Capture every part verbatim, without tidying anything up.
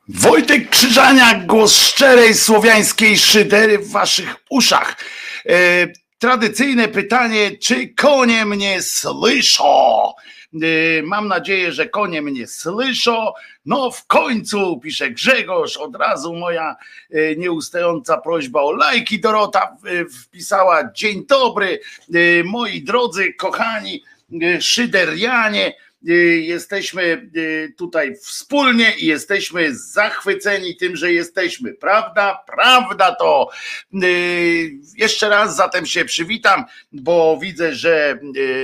Wojtek Krzyżaniak, głos szczerej słowiańskiej szydery w waszych uszach. E, tradycyjne pytanie, czy konie mnie słyszą? E, mam nadzieję, że konie mnie słyszą. No w końcu, pisze Grzegorz, od razu moja e, nieustająca prośba o lajki. Dorota e, wpisała: dzień dobry, e, moi drodzy, kochani e, szyderianie. Jesteśmy tutaj wspólnie i jesteśmy zachwyceni tym, że jesteśmy. Prawda? Prawda to. Jeszcze raz zatem się przywitam, bo widzę, że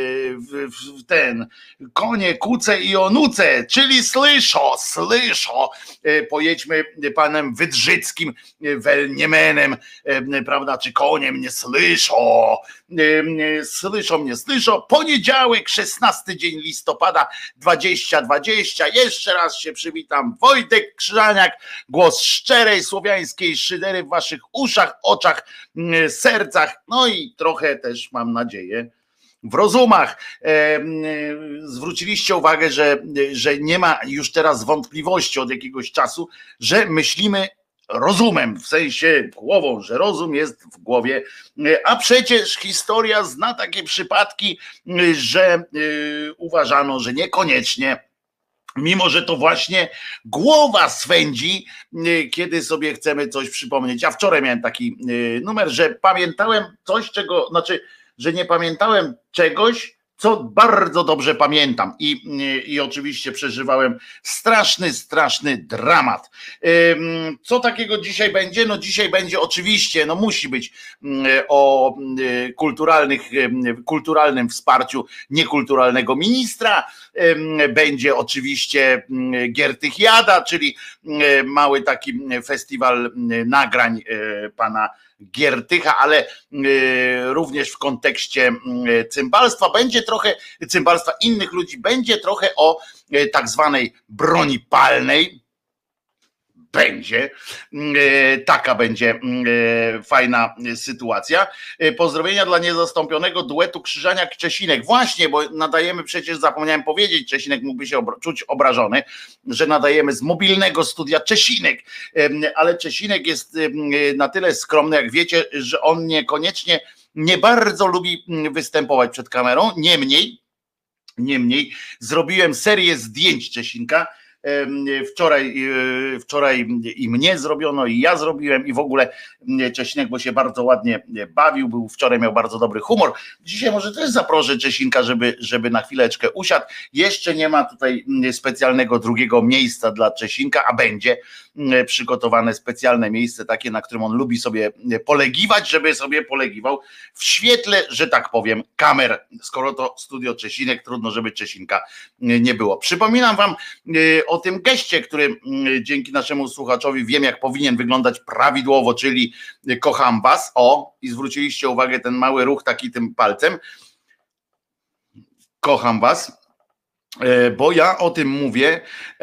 ten konie kuce i onuce, czyli słyszą, słyszą. Pojedźmy panem Wydrzyckim Welniemenem, prawda? Czy konie mnie słyszą? Słyszą mnie, słyszą. Poniedziałek, szesnasty dzień listopada dwudziestego dwudziestego. Jeszcze raz się przywitam. Wojtek Krzyżaniak, głos szczerej słowiańskiej szydery w waszych uszach, oczach, sercach, no i trochę też, mam nadzieję, w rozumach. Zwróciliście uwagę, że, że nie ma już teraz wątpliwości od jakiegoś czasu, że myślimy rozumem, w sensie głową, że rozum jest w głowie, a przecież historia zna takie przypadki, że uważano, że niekoniecznie, mimo że to właśnie głowa swędzi, kiedy sobie chcemy coś przypomnieć. Ja wczoraj miałem taki numer, że pamiętałem coś, czego, znaczy, że nie pamiętałem czegoś, co bardzo dobrze pamiętam i, i oczywiście przeżywałem straszny, straszny dramat. Co takiego dzisiaj będzie? No dzisiaj będzie oczywiście, no musi być o kulturalnych, kulturalnym wsparciu niekulturalnego ministra. Będzie oczywiście Giertychiada, czyli mały taki festiwal nagrań pana Giertycha, ale również w kontekście cymbalstwa będzie trochę, cymbalstwa innych ludzi, będzie trochę o tak zwanej broni palnej. Będzie, taka będzie fajna sytuacja. Pozdrowienia dla niezastąpionego duetu Krzyżaniak-Czesinek. Właśnie, bo nadajemy, przecież zapomniałem powiedzieć, Czesinek mógłby się obra- czuć obrażony, że nadajemy z mobilnego studia Czesinek, ale Czesinek jest na tyle skromny, jak wiecie, że on niekoniecznie, nie bardzo lubi występować przed kamerą, niemniej, niemniej zrobiłem serię zdjęć Czesinka. Wczoraj, wczoraj i mnie zrobiono, i ja zrobiłem, i w ogóle Czesinek, bo się bardzo ładnie bawił, był wczoraj, miał bardzo dobry humor. Dzisiaj może też zaproszę Czesinka, żeby, żeby na chwileczkę usiadł. Jeszcze nie ma tutaj specjalnego drugiego miejsca dla Czesinka, a będzie przygotowane specjalne miejsce takie, na którym on lubi sobie polegiwać, żeby sobie polegiwał w świetle, że tak powiem, kamer. Skoro to studio Czesinek, trudno, żeby Czesinka nie było. Przypominam wam o tym geście, który dzięki naszemu słuchaczowi wiem, jak powinien wyglądać prawidłowo, czyli kocham was. O, i zwróciliście uwagę, ten mały ruch taki tym palcem. Kocham was. Bo ja o tym mówię,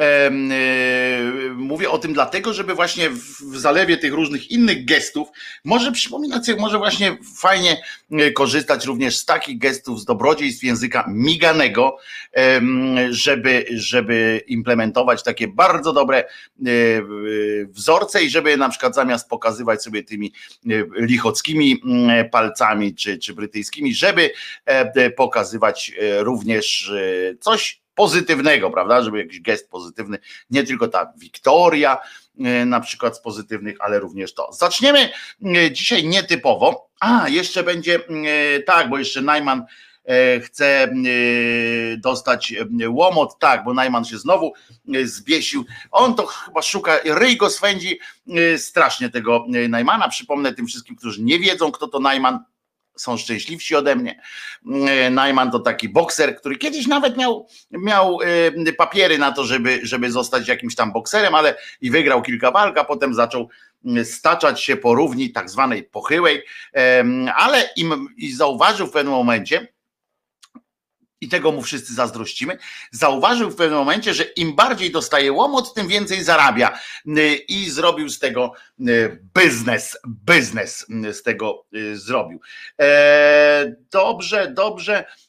mówię o tym dlatego, żeby właśnie w zalewie tych różnych innych gestów, może przypominać sobie, może właśnie fajnie korzystać również z takich gestów, z dobrodziejstw języka miganego, żeby, żeby implementować takie bardzo dobre wzorce i żeby na przykład zamiast pokazywać sobie tymi lichockimi palcami czy, czy brytyjskimi, żeby pokazywać również coś pozytywnego, prawda, żeby jakiś gest pozytywny, nie tylko ta Wiktoria na przykład z pozytywnych, ale również to. Zaczniemy dzisiaj nietypowo, a jeszcze będzie, tak, bo jeszcze Najman chce dostać łomot, tak, bo Najman się znowu zbiesił, on to chyba szuka, ryj go swędzi strasznie tego Najmana. Przypomnę tym wszystkim, którzy nie wiedzą, kto to Najman, są szczęśliwsi ode mnie. Najman to taki bokser, który kiedyś nawet miał, miał papiery na to, żeby, żeby zostać jakimś tam bokserem, ale i wygrał kilka walk, a potem zaczął staczać się po równi tak zwanej pochyłej, ale im, i zauważył w pewnym momencie, i tego mu wszyscy zazdrościmy, zauważył w pewnym momencie, że im bardziej dostaje łomot, tym więcej zarabia i zrobił z tego biznes, biznes z tego zrobił. Dobrze, dobrze,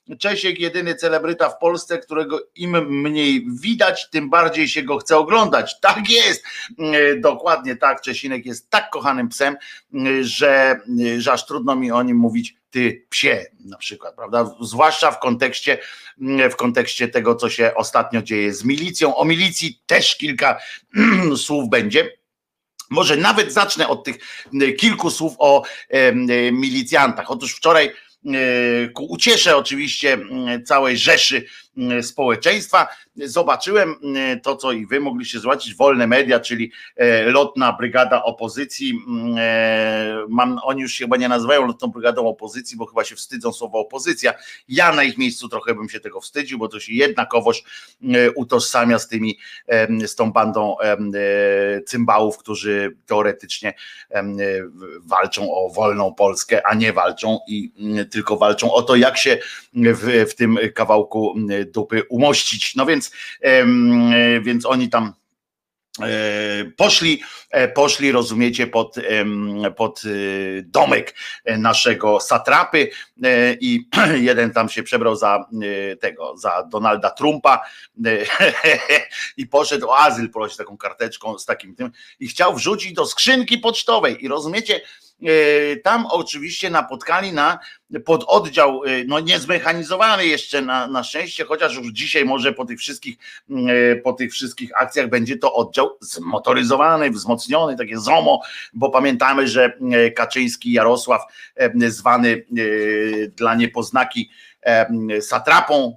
Czesiek jedyny celebryta w Polsce, którego im mniej widać, tym bardziej się go chce oglądać. Tak jest, dokładnie tak. Czesinek jest tak kochanym psem, że, że aż trudno mi o nim mówić ty psie na przykład, prawda? Zwłaszcza w kontekście, w kontekście tego, co się ostatnio dzieje z milicją. O milicji też kilka słów będzie. Może nawet zacznę od tych kilku słów o milicjantach. Otóż wczoraj ku uciesze oczywiście całej rzeszy społeczeństwa zobaczyłem to, co i wy mogliście zobaczyć, Wolne Media, czyli lotna brygada opozycji. Mam, oni już się chyba nie nazywają lotną brygadą opozycji, bo chyba się wstydzą słowa opozycja. Ja na ich miejscu trochę bym się tego wstydził, bo to się jednakowoż utożsamia z tymi, z tą bandą cymbałów, którzy teoretycznie walczą o wolną Polskę, a nie walczą i tylko walczą o to, jak się w, w tym kawałku dupy umościć. No więc, więc oni tam poszli, poszli, rozumiecie, pod, pod domek naszego satrapy i jeden tam się przebrał za tego, za Donalda Trumpa i poszedł o azyl, prosił taką karteczką z takim tym i chciał wrzucić do skrzynki pocztowej i rozumiecie, tam oczywiście napotkali na pododdział, no niezmechanizowany jeszcze na, na szczęście, chociaż już dzisiaj może po tych wszystkich po tych wszystkich akcjach będzie to oddział zmotoryzowany, wzmocniony, takie ZOMO, bo pamiętamy, że Kaczyński Jarosław, zwany dla niepoznaki satrapą,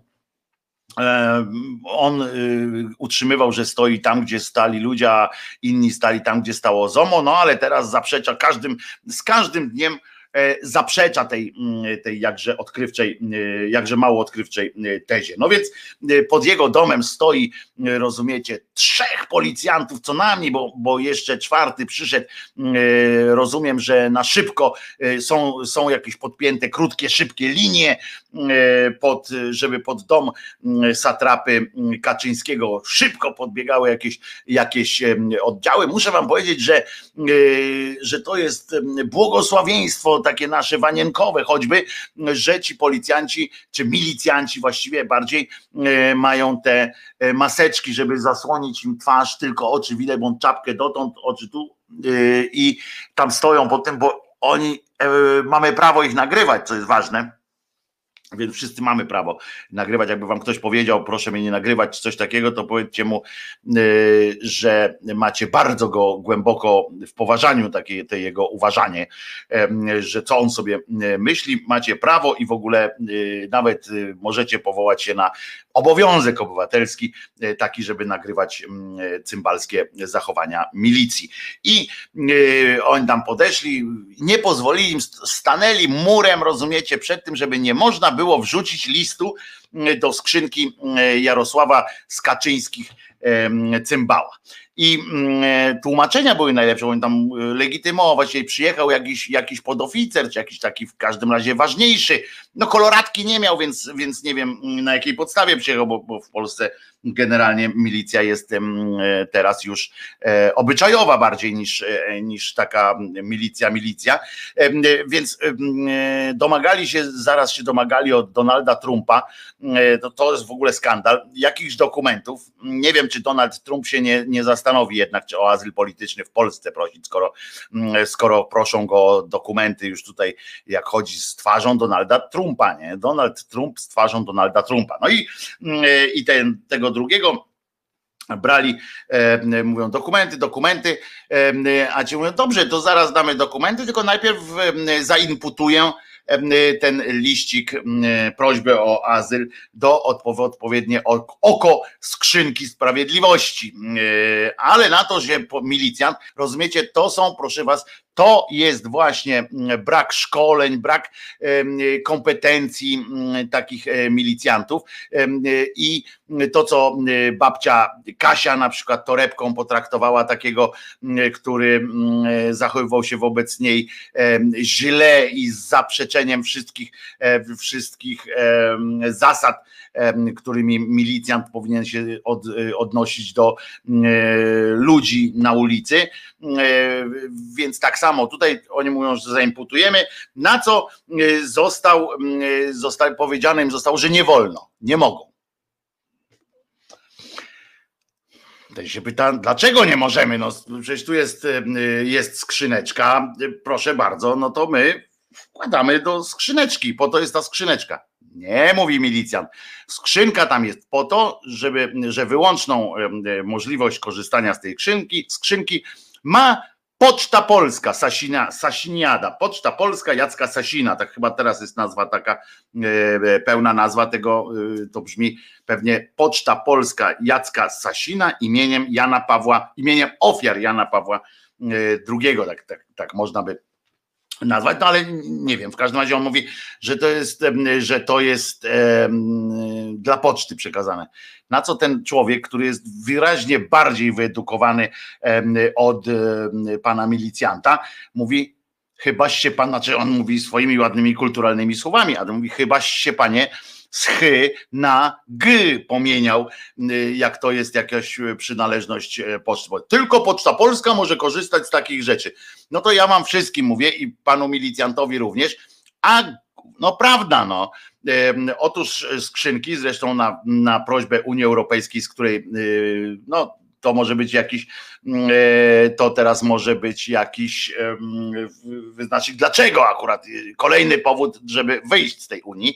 on utrzymywał, że stoi tam, gdzie stali ludzie, a inni stali tam, gdzie stało ZOMO, no ale teraz zaprzecza każdym, z każdym dniem zaprzecza tej, tej jakże odkrywczej, jakże mało odkrywczej tezie. No więc pod jego domem stoi, rozumiecie, trzech policjantów co najmniej, bo, bo jeszcze czwarty przyszedł. Rozumiem, że na szybko są, są jakieś podpięte krótkie, szybkie linie, pod, żeby pod dom satrapy Kaczyńskiego szybko podbiegały jakieś, jakieś oddziały. Muszę wam powiedzieć, że, że to jest błogosławieństwo takie nasze wanienkowe, choćby, że ci policjanci, czy milicjanci właściwie bardziej mają te maseczki, żeby zasłonić im twarz, tylko oczy widać, bo czapkę dotąd, oczy tu i tam stoją pod tym, bo oni, mamy prawo ich nagrywać, co jest ważne. Więc wszyscy mamy prawo nagrywać. Jakby wam ktoś powiedział, proszę mnie nie nagrywać, czy coś takiego, to powiedzcie mu, że macie bardzo go głęboko w poważaniu takie te jego uważanie, że co on sobie myśli, macie prawo i w ogóle nawet możecie powołać się na obowiązek obywatelski taki, żeby nagrywać cymbalskie zachowania milicji. I oni tam podeszli, nie pozwolili im, stanęli murem, rozumiecie, przed tym, żeby nie można było wrzucić listu do skrzynki Jarosława z Kaczyńskich cymbała. I tłumaczenia były najlepsze, oni tam legitymować, przyjechał jakiś, jakiś podoficer, czy jakiś taki w każdym razie ważniejszy, no koloratki nie miał, więc, więc nie wiem na jakiej podstawie przyjechał, bo, bo w Polsce generalnie milicja jest teraz już obyczajowa bardziej niż, niż taka milicja, milicja, więc domagali się, zaraz się domagali od Donalda Trumpa, to, to jest w ogóle skandal, jakichś dokumentów, nie wiem czy Donald Trump się nie, nie zastanowi jednak, czy o azyl polityczny w Polsce prosić, skoro, skoro proszą go o dokumenty już tutaj, jak chodzi z twarzą Donalda Trumpa, nie? Donald Trump z twarzą Donalda Trumpa. No i, i ten, tego drugiego brali, e, mówią dokumenty, dokumenty, e, a ci mówią, dobrze, to zaraz damy dokumenty, tylko najpierw e, zainputuję ten liścik, prośbę o azyl do odpowiednie oko skrzynki sprawiedliwości. Ale na to, że milicjant, rozumiecie, to są, proszę was, to jest właśnie brak szkoleń, brak kompetencji takich milicjantów i to, co babcia Kasia na przykład torebką potraktowała takiego, który zachowywał się wobec niej źle i z zaprzeczeniem wszystkich, wszystkich zasad, którymi milicjant powinien się od, odnosić do ludzi na ulicy, więc tak samo tutaj oni mówią, że zaimputujemy, na co został, został powiedziane im zostało, że nie wolno, nie mogą. To się pyta, dlaczego nie możemy? No przecież tu jest, jest skrzyneczka, proszę bardzo, no to my wkładamy do skrzyneczki, po to jest ta skrzyneczka. Nie, mówi milicjant. Skrzynka tam jest po to, żeby, że wyłączną możliwość korzystania z tej skrzynki, skrzynki ma Poczta Polska, Sasina, Sasiniada, Poczta Polska Jacka Sasina, tak chyba teraz jest nazwa taka, e, pełna nazwa tego, e, to brzmi pewnie Poczta Polska Jacka Sasina imieniem Jana Pawła, imieniem ofiar Jana Pawła e, drugiego, tak, tak, tak można by nazwać, no ale nie wiem, w każdym razie on mówi, że to jest, że to jest e, dla poczty przekazane. Na co ten człowiek, który jest wyraźnie bardziej wyedukowany e, od e, pana milicjanta, mówi, chybaś się pan, znaczy on mówi swoimi ładnymi kulturalnymi słowami, ale mówi, chybaś się panie z chy na g pomieniał, jak to jest jakaś przynależność poczty. Tylko Poczta Polska może korzystać z takich rzeczy. No to ja wam wszystkim mówię i panu milicjantowi również, a no prawda, no. Otóż skrzynki, zresztą na, na prośbę Unii Europejskiej, z której no to może być jakiś, to teraz może być jakiś wyznacznik, dlaczego akurat kolejny powód, żeby wyjść z tej Unii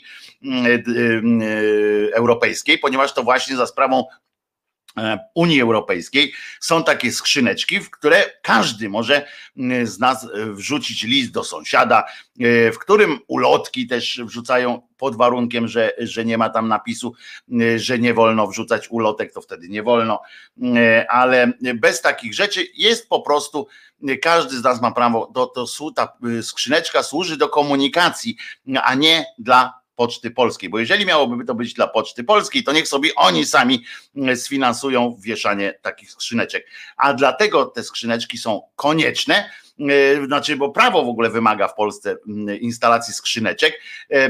Europejskiej, ponieważ to właśnie za sprawą Unii Europejskiej są takie skrzyneczki, w które każdy może z nas wrzucić list do sąsiada, w którym ulotki też wrzucają pod warunkiem, że, że nie ma tam napisu, że nie wolno wrzucać ulotek, to wtedy nie wolno, ale bez takich rzeczy jest po prostu, każdy z nas ma prawo, to, to ta skrzyneczka służy do komunikacji, a nie dla Poczty Polskiej, bo jeżeli miałoby to być dla Poczty Polskiej, to niech sobie oni sami sfinansują wieszanie takich skrzyneczek, a dlatego te skrzyneczki są konieczne, znaczy, bo prawo w ogóle wymaga w Polsce instalacji skrzyneczek,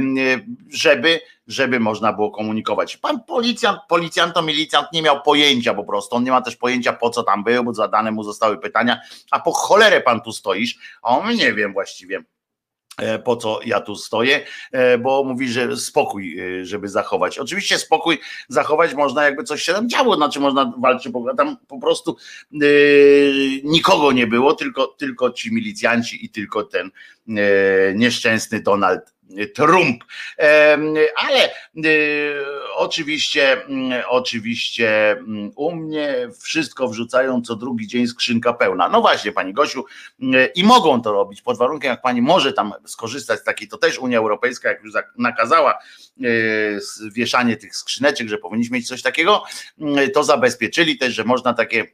żeby, żeby można było komunikować. Pan policjant, policjant, milicjant nie miał pojęcia po prostu, on nie ma też pojęcia, po co tam był, bo zadane mu zostały pytania, a po cholerę pan tu stoisz, a on nie wiem właściwie, po co ja tu stoję, bo mówi, że spokój, żeby zachować. Oczywiście spokój zachować można, jakby coś się tam działo, znaczy można walczyć, bo tam po prostu yy, nikogo nie było, tylko, tylko ci milicjanci i tylko ten yy, nieszczęsny Donald Trump. Ale oczywiście, oczywiście u mnie wszystko wrzucają co drugi dzień, skrzynka pełna. No właśnie, pani Gosiu, i mogą to robić pod warunkiem, jak pani może tam skorzystać z takiej, to też Unia Europejska, jak już nakazała wieszanie tych skrzyneczek, że powinniśmy mieć coś takiego, to zabezpieczyli też, że można takie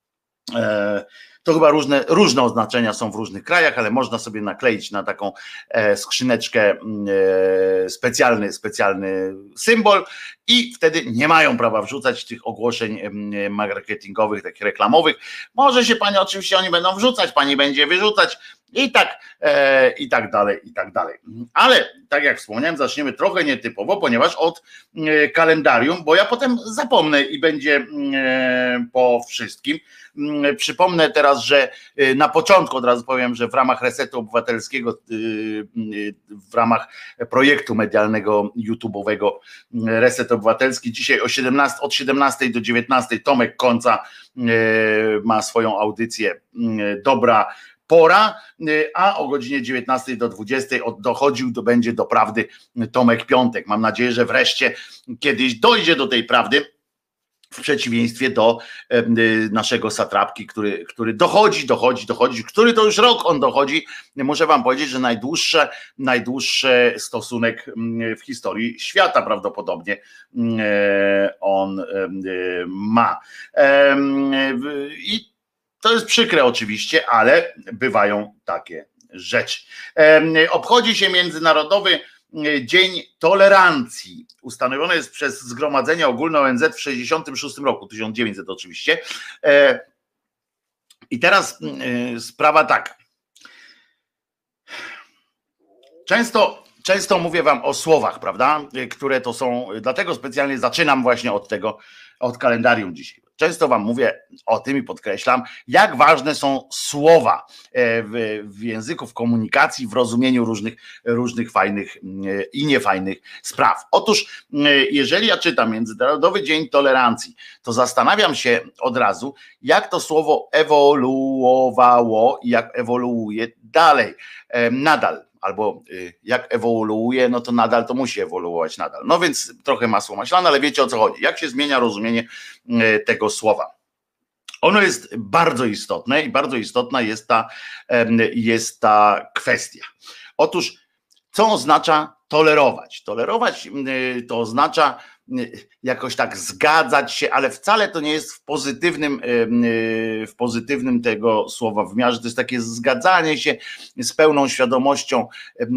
to chyba różne, różne oznaczenia są w różnych krajach, ale można sobie nakleić na taką skrzyneczkę specjalny, specjalny symbol i wtedy nie mają prawa wrzucać tych ogłoszeń marketingowych, takich reklamowych. Może się pani, oczywiście oni będą wrzucać, pani będzie wyrzucać i tak, e, i tak dalej, i tak dalej. Ale tak jak wspomniałem, zaczniemy trochę nietypowo, ponieważ od e, kalendarium, bo ja potem zapomnę i będzie e, po wszystkim. E, przypomnę teraz, że e, na początku od razu powiem, że w ramach Resetu Obywatelskiego, e, e, w ramach projektu medialnego, YouTube'owego Reset Obywatelski, dzisiaj o siedemnastej, od siedemnastej do dziewiętnastej Tomek Końca e, ma swoją audycję e, Dobra Pora, a o godzinie dziewiętnastej do dwudziestej dochodził do, będzie do prawdy Tomek Piątek. Mam nadzieję, że wreszcie kiedyś dojdzie do tej prawdy, w przeciwieństwie do e, naszego satrapki, który, który dochodzi, dochodzi, dochodzi, który to już rok on dochodzi. Muszę wam powiedzieć, że najdłuższe, najdłuższy stosunek w historii świata prawdopodobnie e, on e, ma. E, I to jest przykre oczywiście, ale bywają takie rzeczy. Obchodzi się Międzynarodowy Dzień Tolerancji. Ustanowiony jest przez Zgromadzenie Ogólne O N Z w sześćdziesiątym szóstym roku, tysiąc dziewięćset oczywiście. I teraz sprawa tak. Często, często mówię wam o słowach, prawda, które to są, dlatego specjalnie zaczynam właśnie od tego, od kalendarium dzisiaj. często wam mówię o tym i podkreślam, jak ważne są słowa w, w języku, w komunikacji, w rozumieniu różnych, różnych fajnych i niefajnych spraw. Otóż jeżeli ja czytam Międzynarodowy Dzień Tolerancji, to zastanawiam się od razu, jak to słowo ewoluowało i jak ewoluuje dalej, nadal. Albo jak ewoluuje, no to nadal to musi ewoluować nadal. No więc trochę masło maślane, ale wiecie o co chodzi. Jak się zmienia rozumienie tego słowa. Ono jest bardzo istotne i bardzo istotna jest ta, jest ta kwestia. Otóż co oznacza tolerować? Tolerować to oznacza jakoś tak zgadzać się, ale wcale to nie jest w pozytywnym, w pozytywnym tego słowa wymiarze. To jest takie zgadzanie się z pełną świadomością.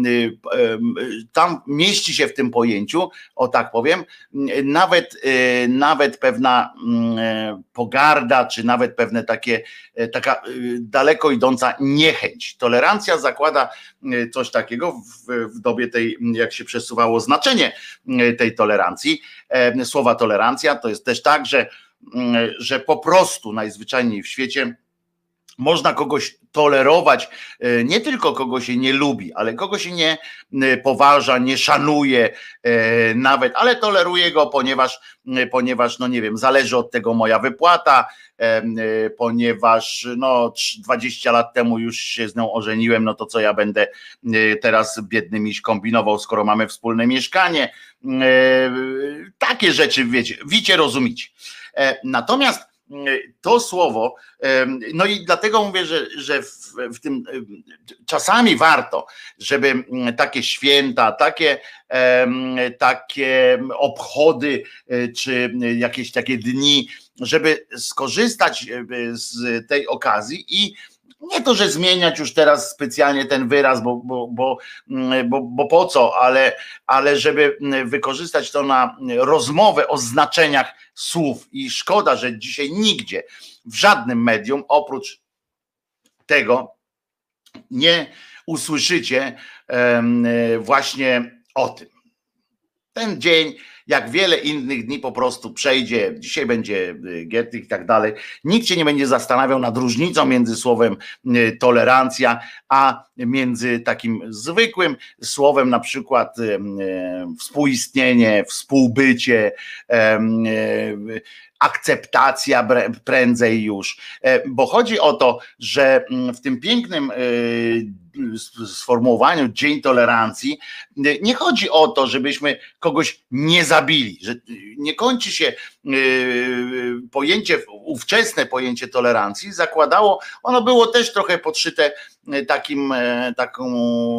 Tam mieści się w tym pojęciu, o tak powiem, nawet, nawet pewna pogarda, czy nawet pewne takie, taka daleko idąca niechęć. Tolerancja zakłada coś takiego w, w dobie tej, jak się przesuwało znaczenie tej tolerancji, słowa tolerancja, to jest też tak, że, że po prostu najzwyczajniej w świecie można kogoś tolerować, nie tylko kogo się nie lubi, ale kogo się nie poważa, nie szanuje nawet, ale toleruje go, ponieważ, ponieważ no nie wiem, zależy od tego moja wypłata, ponieważ no dwadzieścia lat temu już się z nią ożeniłem, no to co ja będę teraz biedny miś kombinował, skoro mamy wspólne mieszkanie. Takie rzeczy, wiecie, wiecie, rozumiecie. Natomiast to słowo, no i dlatego mówię, że, że w, w tym czasami warto, żeby takie święta, takie, takie obchody, czy jakieś takie dni, żeby skorzystać z tej okazji i nie to, że zmieniać już teraz specjalnie ten wyraz, bo, bo, bo, bo, bo po co, ale, ale żeby wykorzystać to na rozmowę o znaczeniach słów. I szkoda, że dzisiaj nigdzie, w żadnym medium, oprócz tego, nie usłyszycie właśnie o tym. Ten dzień, jak wiele innych dni, po prostu przejdzie. Dzisiaj będzie Giertych i tak dalej. Nikt się nie będzie zastanawiał nad różnicą między słowem tolerancja, a między takim zwykłym słowem, na przykład współistnienie, współbycie, akceptacja prędzej już. Bo chodzi o to, że w tym pięknym sformułowaniu Dzień Tolerancji nie chodzi o to, żebyśmy kogoś nie zabili, że nie kończy się pojęcie, ówczesne pojęcie tolerancji zakładało, ono było też trochę podszyte takim, taką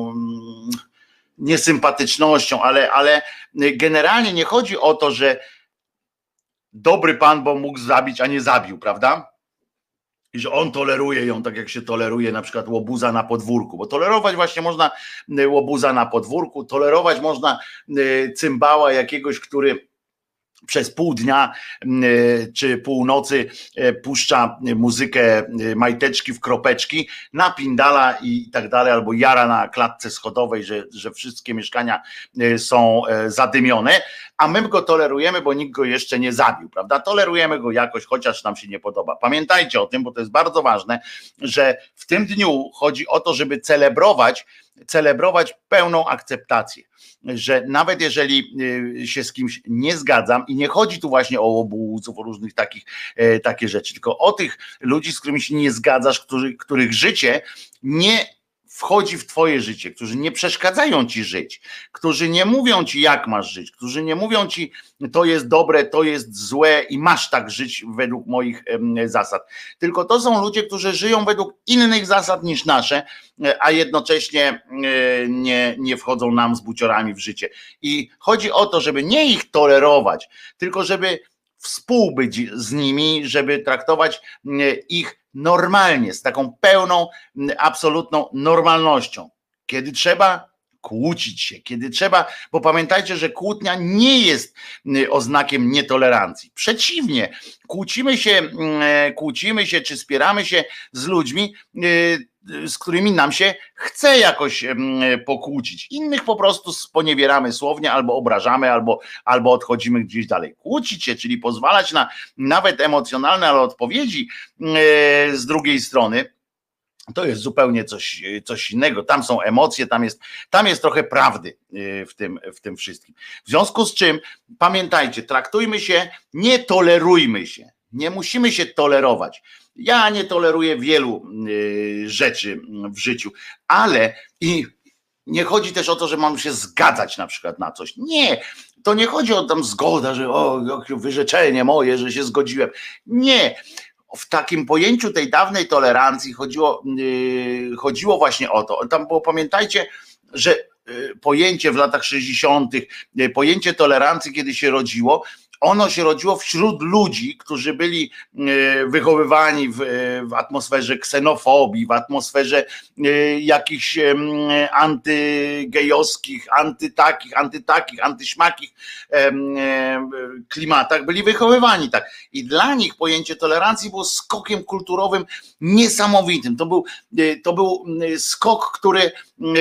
niesympatycznością, ale, ale generalnie nie chodzi o to, że dobry pan, bo mógł zabić, a nie zabił, prawda? I że on toleruje ją, tak jak się toleruje na przykład łobuza na podwórku, bo tolerować właśnie można łobuza na podwórku, tolerować można cymbała jakiegoś, który przez pół dnia czy północy puszcza muzykę majteczki w kropeczki, napindala i tak dalej, albo jara na klatce schodowej, że, że wszystkie mieszkania są zadymione, a my go tolerujemy, bo nikt go jeszcze nie zabił, prawda? Tolerujemy go jakoś, chociaż nam się nie podoba. Pamiętajcie o tym, bo to jest bardzo ważne, że w tym dniu chodzi o to, żeby celebrować, celebrować pełną akceptację, że nawet jeżeli się z kimś nie zgadzam i nie chodzi tu właśnie o łobuzów, o różnych takich takie rzeczy, tylko o tych ludzi, z którymi się nie zgadzasz, którzy, których życie nie wchodzi w twoje życie, którzy nie przeszkadzają ci żyć, którzy nie mówią ci, jak masz żyć, którzy nie mówią ci, to jest dobre, to jest złe i masz tak żyć według moich zasad. Tylko to są ludzie, którzy żyją według innych zasad niż nasze, a jednocześnie nie, nie wchodzą nam z buciorami w życie. I chodzi o to, żeby nie ich tolerować, tylko żeby współbyć z nimi, żeby traktować ich normalnie, z taką pełną, absolutną normalnością. Kiedy trzeba kłócić się, kiedy trzeba, bo pamiętajcie, że kłótnia nie jest oznakiem nietolerancji. Przeciwnie, kłócimy się, kłócimy się, czy spieramy się z ludźmi z którymi nam się chce jakoś pokłócić. Innych po prostu sponiewieramy słownie, albo obrażamy, albo, albo odchodzimy gdzieś dalej. Kłócić się, czyli pozwalać na nawet emocjonalne, ale odpowiedzi z drugiej strony, to jest zupełnie coś, coś innego. Tam są emocje, tam jest, tam jest trochę prawdy w tym, w tym wszystkim. W związku z czym pamiętajcie, traktujmy się, nie tolerujmy się. Nie musimy się tolerować. Ja nie toleruję wielu rzeczy w życiu, ale i nie chodzi też o to, że mam się zgadzać na przykład na coś. Nie, to nie chodzi o tam zgoda, że o, jakie wyrzeczenie moje, że się zgodziłem. Nie. W takim pojęciu tej dawnej tolerancji chodziło, yy, chodziło właśnie o to. Tam było, pamiętajcie, że yy, pojęcie w latach sześćdziesiątych, yy, pojęcie tolerancji, kiedy się rodziło, ono się rodziło wśród ludzi, którzy byli wychowywani w, w atmosferze ksenofobii, w atmosferze jakichś antygejowskich, antytakich, antytakich, antyśmakich klimatach, byli wychowywani tak. I dla nich pojęcie tolerancji było skokiem kulturowym niesamowitym. To był, to był skok, który,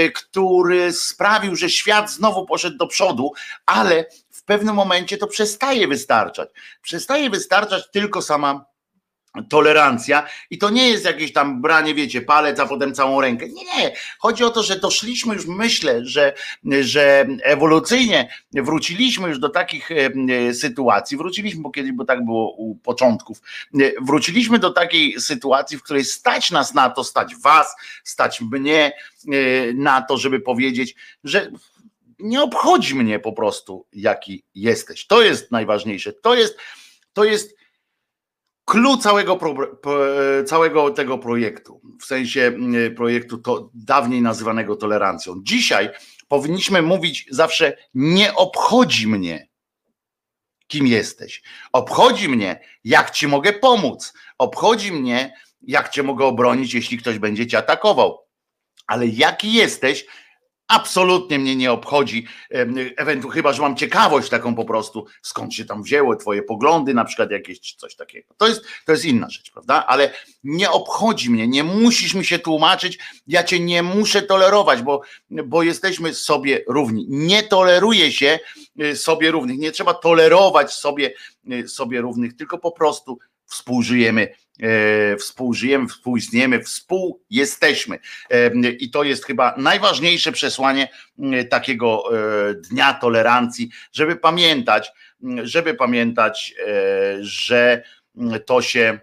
który sprawił, że świat znowu poszedł do przodu, ale w pewnym momencie to przestaje wystarczać. Przestaje wystarczać tylko sama tolerancja i to nie jest jakieś tam branie, wiecie, palec, a potem całą rękę. Nie, nie. Chodzi o to, że doszliśmy już, myślę, że, że ewolucyjnie wróciliśmy już do takich sytuacji, wróciliśmy, bo kiedyś, bo tak było u początków, wróciliśmy do takiej sytuacji, w której stać nas na to, stać was, stać mnie na to, żeby powiedzieć, że nie obchodzi mnie po prostu, jaki jesteś. To jest najważniejsze. To jest, to jest klucz całego, całego tego projektu. W sensie projektu to dawniej nazywanego tolerancją. Dzisiaj powinniśmy mówić zawsze: nie obchodzi mnie, kim jesteś. Obchodzi mnie, jak ci mogę pomóc. Obchodzi mnie, jak cię mogę obronić, jeśli ktoś będzie cię atakował. Ale jaki jesteś, absolutnie mnie nie obchodzi, ewentualnie chyba, że mam ciekawość taką po prostu, skąd się tam wzięło twoje poglądy, na przykład jakieś czy coś takiego. To jest, to jest inna rzecz, prawda? Ale nie obchodzi mnie, nie musisz mi się tłumaczyć, ja cię nie muszę tolerować, bo, bo jesteśmy sobie równi. Nie toleruje się sobie równych, nie trzeba tolerować sobie, sobie równych, tylko po prostu współżyjemy, e, współżyjemy, współistniemy, współjesteśmy. E, I to jest chyba najważniejsze przesłanie e, takiego e, dnia tolerancji, żeby pamiętać, żeby pamiętać, e, że to się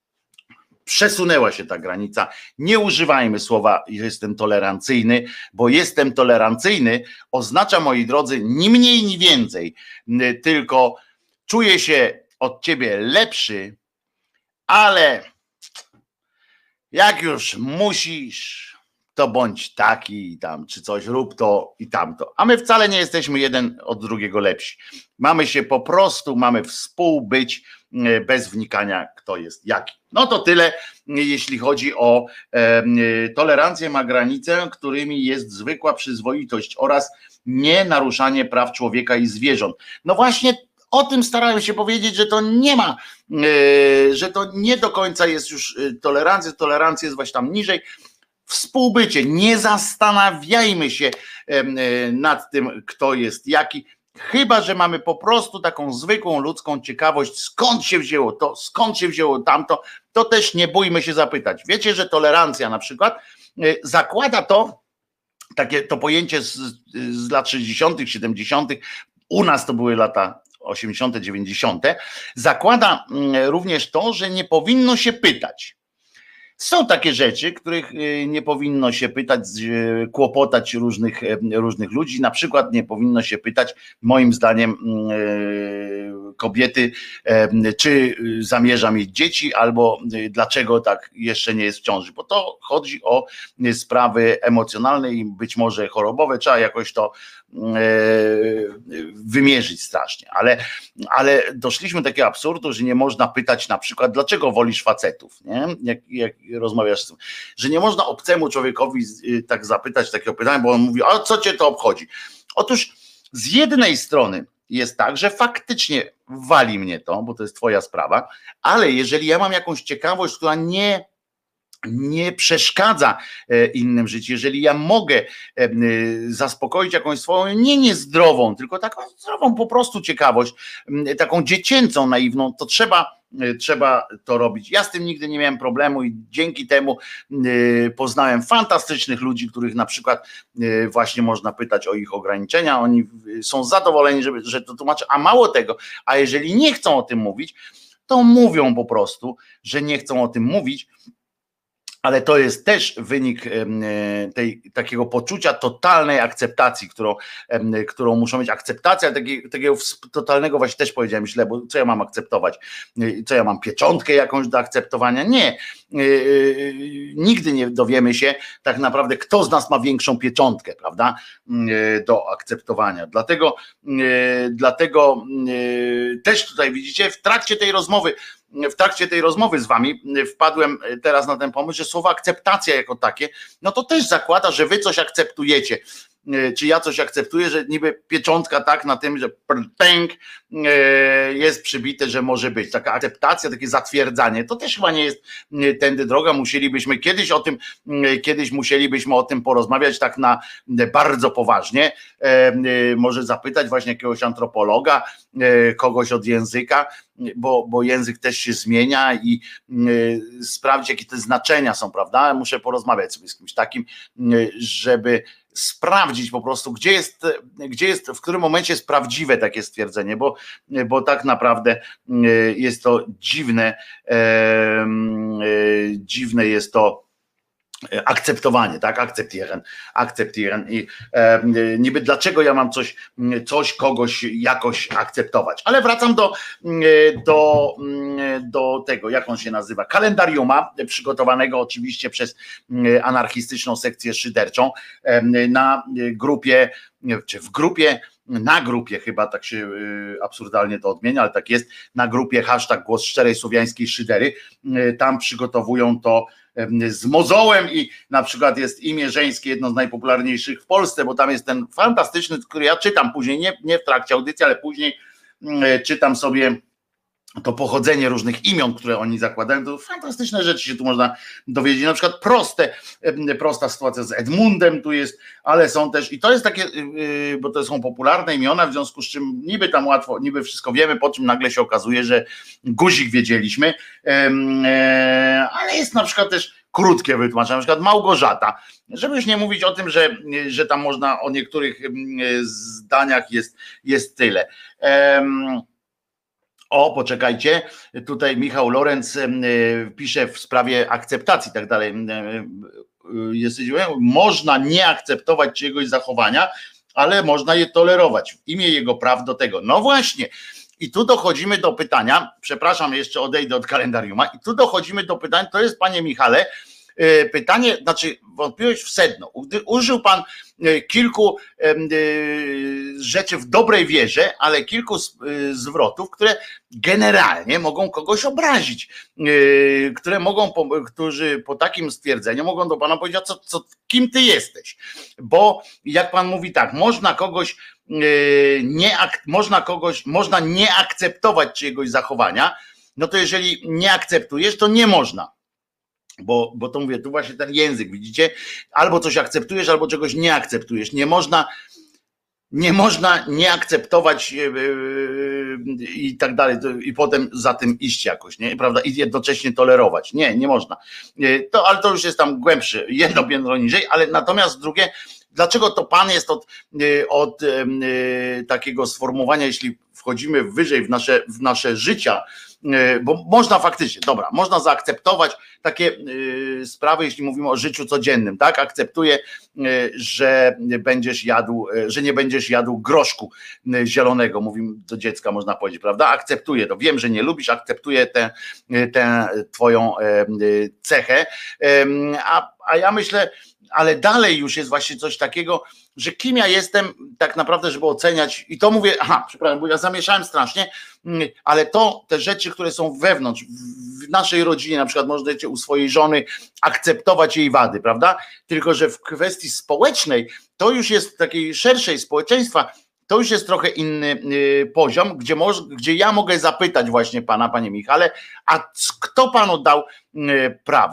przesunęła się ta granica. Nie używajmy słowa jestem tolerancyjny, bo jestem tolerancyjny oznacza, moi drodzy, ni mniej, ni więcej, tylko czuję się od ciebie lepszy, ale jak już musisz, to bądź taki i tam, czy coś rób to i tamto. A my wcale nie jesteśmy jeden od drugiego lepsi. Mamy się po prostu, mamy współbyć bez wnikania, kto jest jaki. No to tyle, jeśli chodzi o e, tolerancję ma granice, którymi jest zwykła przyzwoitość oraz nie naruszanie praw człowieka i zwierząt. No właśnie o tym starałem się powiedzieć, że to nie ma, że to nie do końca jest już tolerancja, tolerancja jest właśnie tam niżej. Współbycie, nie zastanawiajmy się nad tym, kto jest jaki, chyba że mamy po prostu taką zwykłą ludzką ciekawość, skąd się wzięło to, skąd się wzięło tamto, to też nie bójmy się zapytać. Wiecie, że tolerancja na przykład zakłada to, takie to pojęcie z, z lat sześćdziesiątych, siedemdziesiątych, u nas to były lata osiemdziesiąte, dziewięćdziesiąte, zakłada również to, że nie powinno się pytać. Są takie rzeczy, których nie powinno się pytać, kłopotać różnych, różnych ludzi. Na przykład nie powinno się pytać, moim zdaniem, kobiety, czy zamierza mieć dzieci, albo dlaczego tak jeszcze nie jest w ciąży. Bo to chodzi o sprawy emocjonalne i być może chorobowe. Trzeba jakoś to wymierzyć strasznie. Ale, ale doszliśmy do takiego absurdu, że nie można pytać na przykład, dlaczego wolisz facetów, nie? Jak, jak rozmawiasz z tym, że nie można obcemu człowiekowi tak zapytać takiego pytania, bo on mówi, a co cię to obchodzi? Otóż z jednej strony jest tak, że faktycznie wali mnie to, bo to jest twoja sprawa, ale jeżeli ja mam jakąś ciekawość, która nie nie przeszkadza innym żyć. Jeżeli ja mogę zaspokoić jakąś swoją, nie niezdrową, tylko taką zdrową po prostu ciekawość, taką dziecięcą, naiwną, to trzeba, trzeba to robić. Ja z tym nigdy nie miałem problemu i dzięki temu poznałem fantastycznych ludzi, których na przykład właśnie można pytać o ich ograniczenia, oni są zadowoleni, żeby, że to tłumaczę, a mało tego, a jeżeli nie chcą o tym mówić, to mówią po prostu, że nie chcą o tym mówić. Ale to jest też wynik tej, takiego poczucia totalnej akceptacji, którą, którą muszą mieć. Akceptacja takiego, takiego totalnego, właśnie też powiedziałem źle, bo co ja mam akceptować? Co ja mam, pieczątkę jakąś do akceptowania? Nie. Nigdy nie dowiemy się tak naprawdę, kto z nas ma większą pieczątkę, prawda? Do akceptowania. Dlatego, dlatego też tutaj widzicie, w trakcie tej rozmowy, w trakcie tej rozmowy z wami wpadłem teraz na ten pomysł, że słowo akceptacja jako takie, no to też zakłada, że wy coś akceptujecie, czy ja coś akceptuję, że niby pieczątka tak na tym, że pęk jest przybite, że może być. Taka akceptacja, takie zatwierdzanie, to też chyba nie jest tędy droga. Musielibyśmy kiedyś o tym, kiedyś musielibyśmy o tym porozmawiać tak na bardzo poważnie. Może zapytać właśnie jakiegoś antropologa, kogoś od języka, bo, bo język też się zmienia i sprawdzić, jakie te znaczenia są, prawda? Muszę porozmawiać sobie z kimś takim, żeby sprawdzić po prostu, gdzie jest, gdzie jest, w którym momencie jest prawdziwe takie stwierdzenie, bo, bo tak naprawdę jest to dziwne, e, dziwne jest to akceptowanie, tak, akceptieren, akceptieren i e, niby dlaczego ja mam coś, coś, kogoś jakoś akceptować, ale wracam do, do, do tego, jak on się nazywa, kalendariuma, przygotowanego oczywiście przez anarchistyczną sekcję szyderczą na grupie, czy w grupie, na grupie chyba, tak się absurdalnie to odmienia, ale tak jest, na grupie hashtag Głos Szczerej Słowiańskiej Szydery, tam przygotowują to z mozołem i na przykład jest imię żeńskie, jedno z najpopularniejszych w Polsce, bo tam jest ten fantastyczny, który ja czytam później, nie, nie w trakcie audycji, ale później czytam sobie to pochodzenie różnych imion, które oni zakładają, to fantastyczne rzeczy się tu można dowiedzieć, na przykład proste, prosta sytuacja z Edmundem tu jest, ale są też, i to jest takie, bo to są popularne imiona, w związku z czym niby tam łatwo, niby wszystko wiemy, po czym nagle się okazuje, że guzik wiedzieliśmy, ale jest na przykład też krótkie wytłumaczenie, na przykład Małgorzata, żeby już nie mówić o tym, że, że tam można o niektórych zdaniach jest, jest tyle. O, poczekajcie, tutaj Michał Lorenz pisze w sprawie akceptacji i tak dalej. Jest, można nie akceptować czyjegoś zachowania, ale można je tolerować w imię jego praw do tego. No właśnie. I tu dochodzimy do pytania, przepraszam, jeszcze odejdę od kalendariuma, i tu dochodzimy do pytania, to jest, panie Michale, pytanie, znaczy wątpliwość w sedno. Użył pan kilku rzeczy w dobrej wierze, ale kilku zwrotów, które generalnie mogą kogoś obrazić, które mogą, którzy po takim stwierdzeniu mogą do pana powiedzieć, co, co, kim ty jesteś. Bo jak pan mówi tak, można kogoś nie, można kogoś, można nie akceptować czyjegoś zachowania, no to jeżeli nie akceptujesz, to nie można. Bo, bo to mówię, tu właśnie ten język, widzicie, albo coś akceptujesz, albo czegoś nie akceptujesz. Nie można, nie można nie akceptować yy, i tak dalej, i potem za tym iść jakoś, nie? Prawda? I jednocześnie tolerować. Nie, nie można. Yy, to, ale to już jest tam głębsze, jedno piętro niżej, ale natomiast drugie, dlaczego to pan jest od, yy, od yy, takiego sformułowania, jeśli wchodzimy wyżej w nasze, w nasze życia, bo można faktycznie, dobra, można zaakceptować takie y, sprawy, jeśli mówimy o życiu codziennym, tak? Akceptuję, y, że będziesz jadł, y, że nie będziesz jadł groszku y, zielonego, mówimy do dziecka, można powiedzieć, prawda? Akceptuję to, wiem, że nie lubisz, akceptuję tę, tę twoją y, cechę, y, a, a ja myślę, ale dalej już jest właśnie coś takiego, że kim ja jestem tak naprawdę, żeby oceniać, i to mówię, aha, przepraszam, bo ja zamieszałem strasznie, ale to, te rzeczy, które są wewnątrz, w naszej rodzinie, na przykład możecie u swojej żony akceptować jej wady, prawda? Tylko że w kwestii społecznej, to już jest takiej szerszej społeczeństwa, to już jest trochę inny poziom, gdzie, moż, gdzie ja mogę zapytać właśnie pana, panie Michale, a kto panu dał prawo,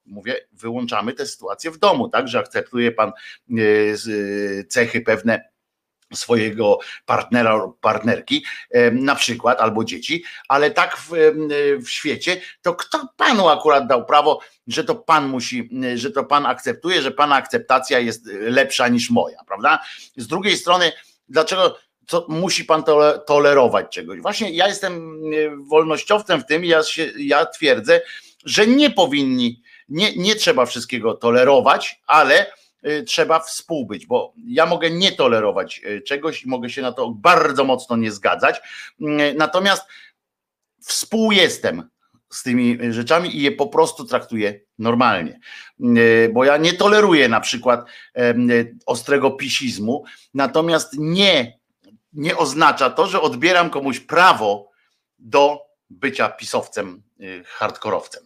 mówię, wyłączamy tę sytuację w domu, tak, że akceptuje pan cechy pewne swojego partnera lub partnerki, na przykład, albo dzieci, ale tak w, w świecie, to kto panu akurat dał prawo, że to pan musi, że to pan akceptuje, że pana akceptacja jest lepsza niż moja, prawda? Z drugiej strony, dlaczego co, musi pan tole, tolerować czegoś? Właśnie ja jestem wolnościowcem w tym, ja, się, ja twierdzę, że nie powinni, nie, nie trzeba wszystkiego tolerować, ale trzeba współbyć, bo ja mogę nie tolerować czegoś i mogę się na to bardzo mocno nie zgadzać, natomiast współjestem z tymi rzeczami i je po prostu traktuję normalnie, bo ja nie toleruję na przykład ostrego pisizmu, natomiast nie, nie oznacza to, że odbieram komuś prawo do bycia pisowcem, hardkorowcem.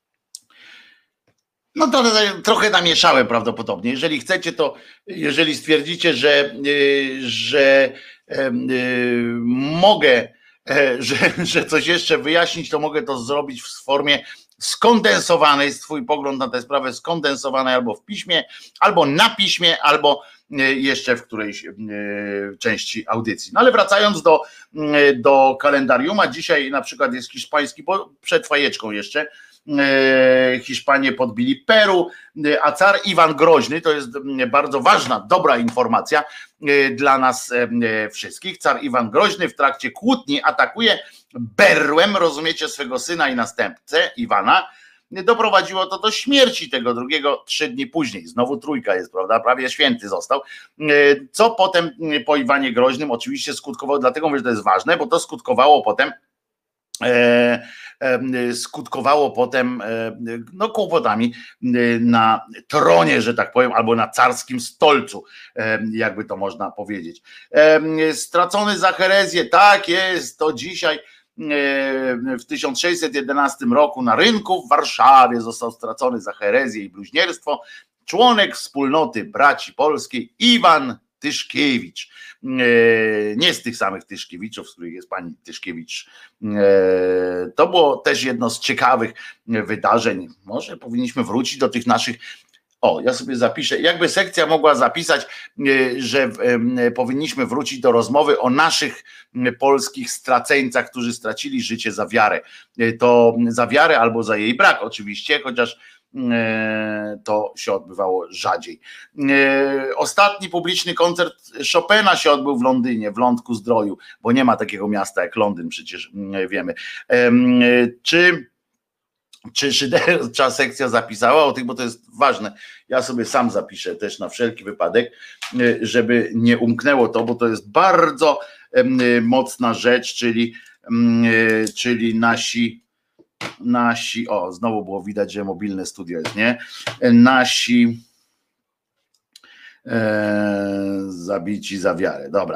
No to trochę namieszałem prawdopodobnie. Jeżeli chcecie, to jeżeli stwierdzicie, że, że mogę, że, że coś jeszcze wyjaśnić, to mogę to zrobić w formie skondensowanej, swój pogląd na tę sprawę skondensowanej albo w piśmie, albo na piśmie, albo jeszcze w którejś części audycji. No ale wracając do, do kalendarium, a dzisiaj na przykład jest hiszpański, bo przed fajeczką jeszcze, Hiszpanie podbili Peru, a car Iwan Groźny, to jest bardzo ważna, dobra informacja dla nas wszystkich. Car Iwan Groźny w trakcie kłótni atakuje berłem, rozumiecie, swego syna i następcę Iwana. Doprowadziło to do śmierci tego drugiego trzy dni później. Znowu trójka jest, prawda? Prawie święty został. Co potem po Iwanie Groźnym oczywiście skutkowało, dlatego mówię, że to jest ważne, bo to skutkowało potem skutkowało potem no, kłopotami na tronie, że tak powiem, albo na carskim stolcu, jakby to można powiedzieć. Stracony za herezję, tak jest, to dzisiaj w tysiąc sześćset jedenastym roku na rynku w Warszawie został stracony za herezję i bluźnierstwo członek wspólnoty braci polskiej Iwan Tyszkiewicz. Nie z tych samych Tyszkiewiczów, z których jest pani Tyszkiewicz. To było też jedno z ciekawych wydarzeń. Może powinniśmy wrócić do tych naszych. O, ja sobie zapiszę, jakby sekcja mogła zapisać, że powinniśmy wrócić do rozmowy o naszych polskich straceńcach, którzy stracili życie za wiarę. To za wiarę albo za jej brak oczywiście, chociaż to się odbywało rzadziej. Ostatni publiczny koncert Chopina się odbył w Londynie, w Lądku Zdroju, bo nie ma takiego miasta jak Londyn, przecież wiemy. Czy Czy szydercza sekcja zapisała o tych, bo to jest ważne. Ja sobie sam zapiszę też na wszelki wypadek, żeby nie umknęło to, bo to jest bardzo mocna rzecz, czyli, czyli nasi, nasi, o znowu było widać, że mobilne studio jest, nie? Nasi e, zabici za wiarę, dobra.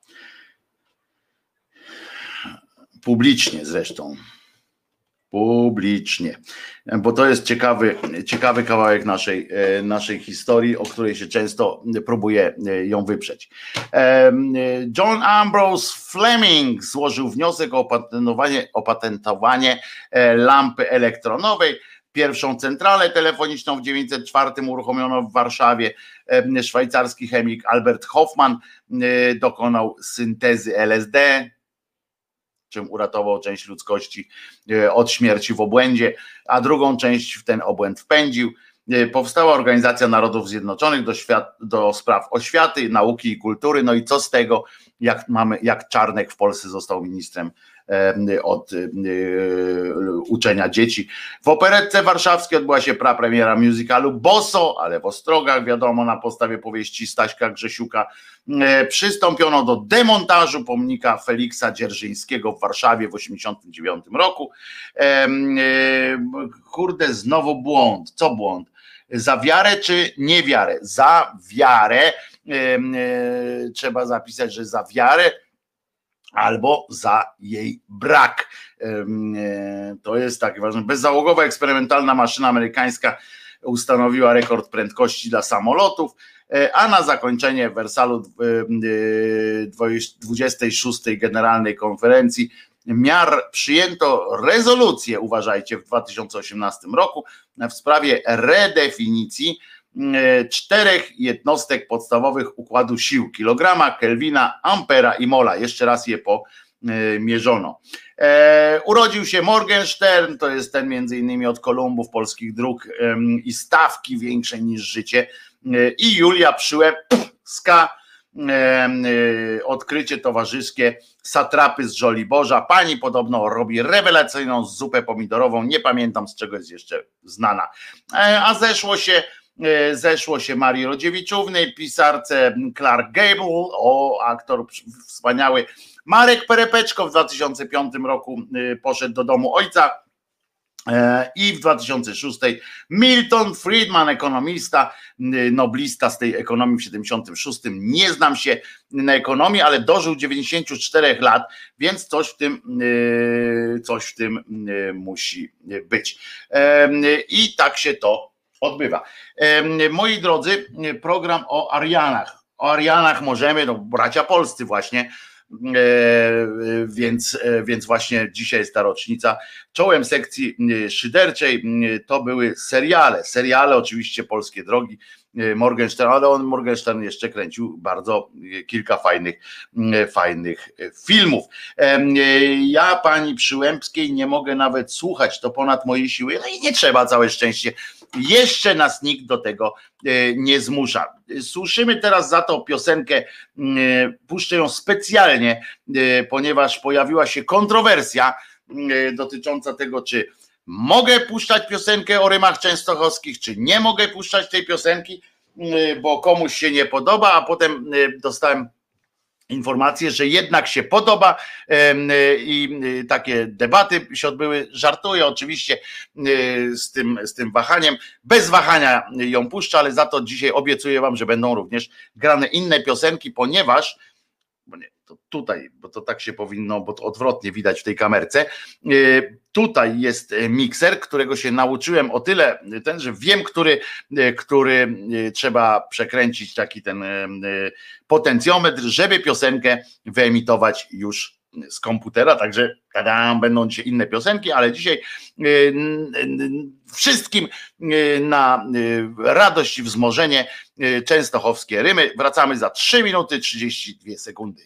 Publicznie zresztą. Publicznie, bo to jest ciekawy, ciekawy kawałek naszej, naszej historii, o której się często próbuje ją wyprzeć. John Ambrose Fleming złożył wniosek o opatentowanie, opatentowanie lampy elektronowej. Pierwszą centralę telefoniczną w dziewięćset czwartym uruchomiono w Warszawie. Szwajcarski chemik Albert Hoffman dokonał syntezy L S D, czym uratował część ludzkości od śmierci w obłędzie, a drugą część w ten obłęd wpędził. Powstała Organizacja Narodów Zjednoczonych do, świat, do spraw oświaty, nauki i kultury. No i co z tego, jak mamy, jak Czarnek w Polsce został ministrem od uczenia dzieci. W Operetce Warszawskiej odbyła się prapremiera musicalu Boso, ale w Ostrogach, wiadomo, na podstawie powieści Staśka Grzesiuka. Przystąpiono do demontażu pomnika Feliksa Dzierżyńskiego w Warszawie w osiemdziesiątym dziewiątym roku. Kurde, znowu błąd. Co błąd? Za wiarę czy niewiarę? Za wiarę. Trzeba zapisać, że za wiarę albo za jej brak. To jest takie ważne. Bezzałogowa eksperymentalna maszyna amerykańska ustanowiła rekord prędkości dla samolotów, a na zakończenie Wersalu dwudziestej szóstej Generalnej Konferencji miar przyjęto rezolucję, uważajcie, w dwa tysiące osiemnastym roku w sprawie redefinicji czterech jednostek podstawowych układu sił: kilograma, kelwina, ampera i mola. Jeszcze raz je pomierzono. E, urodził się Morgenstern, to jest ten między innymi od Kolumbów polskich dróg e, i stawki większe niż życie, e, i Julia Przyłębska, e, e, odkrycie towarzyskie satrapy z Żoliborza. Pani podobno robi rewelacyjną zupę pomidorową, nie pamiętam z czego jest jeszcze znana. E, a zeszło się Zeszło się Marii Rodziewiczówny, pisarce Clark Gable, o, aktor wspaniały. Marek Perepeczko w dwa tysiące piątym roku poszedł do domu ojca i w dwa tysiące szóstym Milton Friedman, ekonomista, noblista z tej ekonomii w siedemdziesiątym szóstym. Nie znam się na ekonomii, ale dożył dziewięćdziesięciu czterech lat, więc coś w tym, coś w tym musi być. I tak się to odbywa. Moi drodzy, program o Arianach. O Arianach możemy, no bracia polscy właśnie, więc, więc właśnie dzisiaj jest ta rocznica. Czołem sekcji szyderczej to były seriale. Seriale oczywiście Polskie Drogi, Morgenstern, ale on Morgenstern jeszcze kręcił bardzo kilka fajnych, fajnych filmów. Ja pani Przyłębskiej nie mogę nawet słuchać, to ponad moje siły. No i nie trzeba, całe szczęście. Jeszcze nas nikt do tego nie zmusza. Słyszymy teraz za to piosenkę, puszczę ją specjalnie, ponieważ pojawiła się kontrowersja dotycząca tego, czy mogę puszczać piosenkę o rymach częstochowskich, czy nie mogę puszczać tej piosenki, bo komuś się nie podoba, a potem dostałem informację, że jednak się podoba i takie debaty się odbyły. Żartuję oczywiście z tym, z tym wahaniem. Bez wahania ją puszczę, ale za to dzisiaj obiecuję wam, że będą również grane inne piosenki, ponieważ bo nie, to tutaj, bo to tak się powinno, bo to odwrotnie widać w tej kamerce. Tutaj jest mikser, którego się nauczyłem o tyle, ten, że wiem, który, który trzeba przekręcić, taki ten potencjometr, żeby piosenkę wyemitować już z komputera, także tada, będą dzisiaj inne piosenki, ale dzisiaj wszystkim na radość i wzmożenie częstochowskie rymy. Wracamy za trzy minuty trzydzieści dwie sekundy.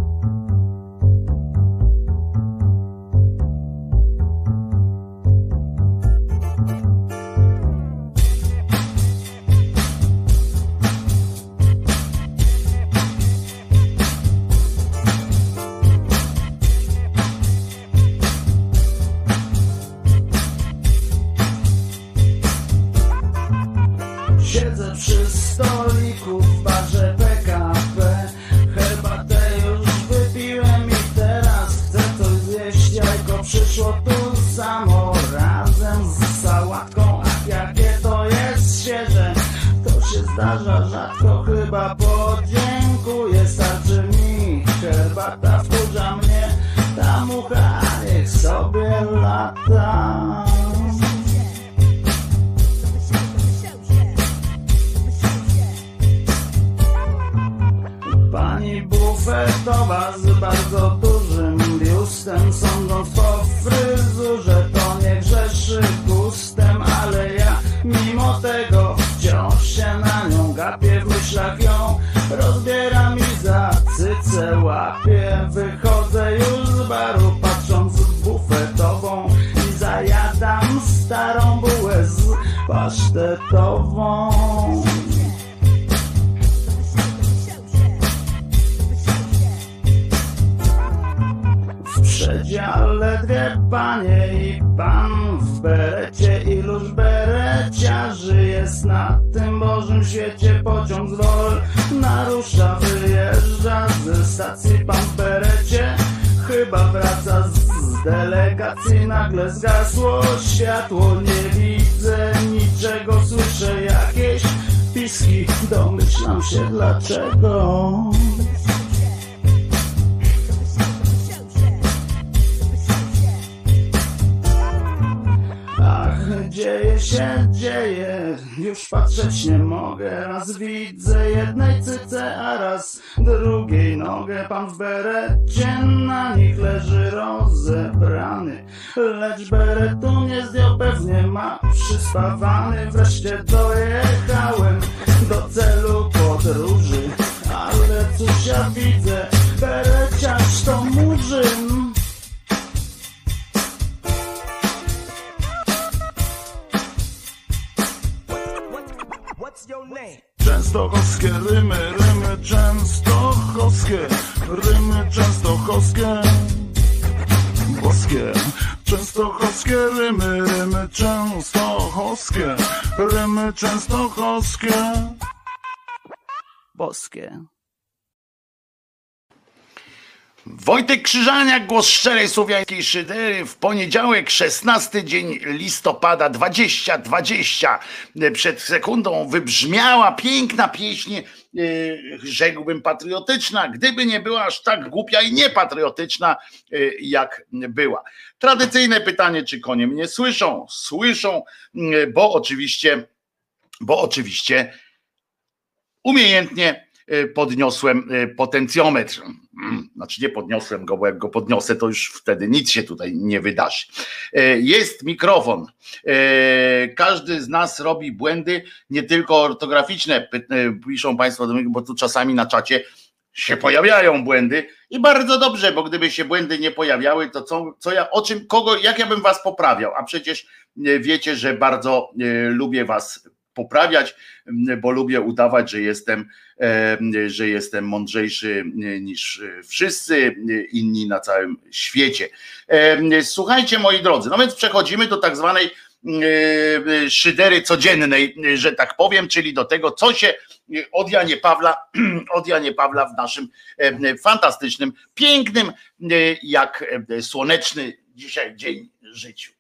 Zdarza rzadko, chyba podziękuję, starczy mi herbata, wkurza mnie ta mucha, niech sobie lata. Pani bufetowa z bardzo dużym biustem, sądząc po fryzurze, to nie grzeszy gustem, ale ja mimo tego wciąż się na nią gapię, w myślach ją rozbieram i za cycę łapię. Wychodzę już z baru, patrząc w bufetową, i zajadam starą bułę z pasztetową. W przedziale dwie panie i pan w berecie, iluż bereciarzy jest na tym Bożym świecie. Pociąg z Wol narusza, wyjeżdża ze stacji pan w berecie, chyba wraca z delegacji. Nagle zgasło światło, nie widzę niczego, słyszę jakieś piski, domyślam się dlaczego. Dzieje się, dzieje, już patrzeć nie mogę. Raz widzę jednej cyce, a raz drugiej nogę. Pan w berecie na nich leży rozebrany, lecz beretu nie zdjął, pewnie ma przyspawany. Wreszcie dojechałem do celu podróży, ale cóż ja widzę, bereciarz to murzyn. Częstochowskie rymy, rymy częstochowskie, rymy częstochowskie, boskie. Częstochowskie rymy, rymy częstochowskie, rymy częstochowskie, boskie. Wojtek Krzyżaniak, głos szczerej słowiańskiej szydery, w poniedziałek, szesnasty dzień listopada dwadzieścia dwadzieścia. Przed sekundą wybrzmiała piękna pieśń, rzekłbym patriotyczna, gdyby nie była aż tak głupia i niepatriotyczna, jak była. Tradycyjne pytanie, czy konie mnie słyszą? Słyszą, bo oczywiście, bo oczywiście umiejętnie podniosłem potencjometr. Znaczy nie podniosłem go, bo jak go podniosę, to już wtedy nic się tutaj nie wydarzy. Jest mikrofon. Każdy z nas robi błędy, nie tylko ortograficzne, piszą Państwo do mnie, bo tu czasami na czacie się pojawiają błędy i bardzo dobrze, bo gdyby się błędy nie pojawiały, to co, co ja, o czym, kogo, jak ja bym was poprawiał, a przecież wiecie, że bardzo lubię was poprawiać, bo lubię udawać, że jestem, że jestem mądrzejszy niż wszyscy inni na całym świecie. Słuchajcie, moi drodzy, no więc przechodzimy do tak zwanej szydery codziennej, że tak powiem, czyli do tego, co się od Janie Pawla, od Janie Pawla w naszym fantastycznym, pięknym, jak słoneczny dzisiaj dzień życiu.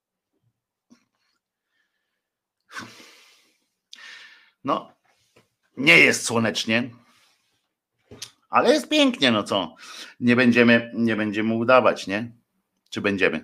No, nie jest słonecznie, ale jest pięknie, no co? Nie będziemy, nie będziemy udawać, nie? Czy będziemy?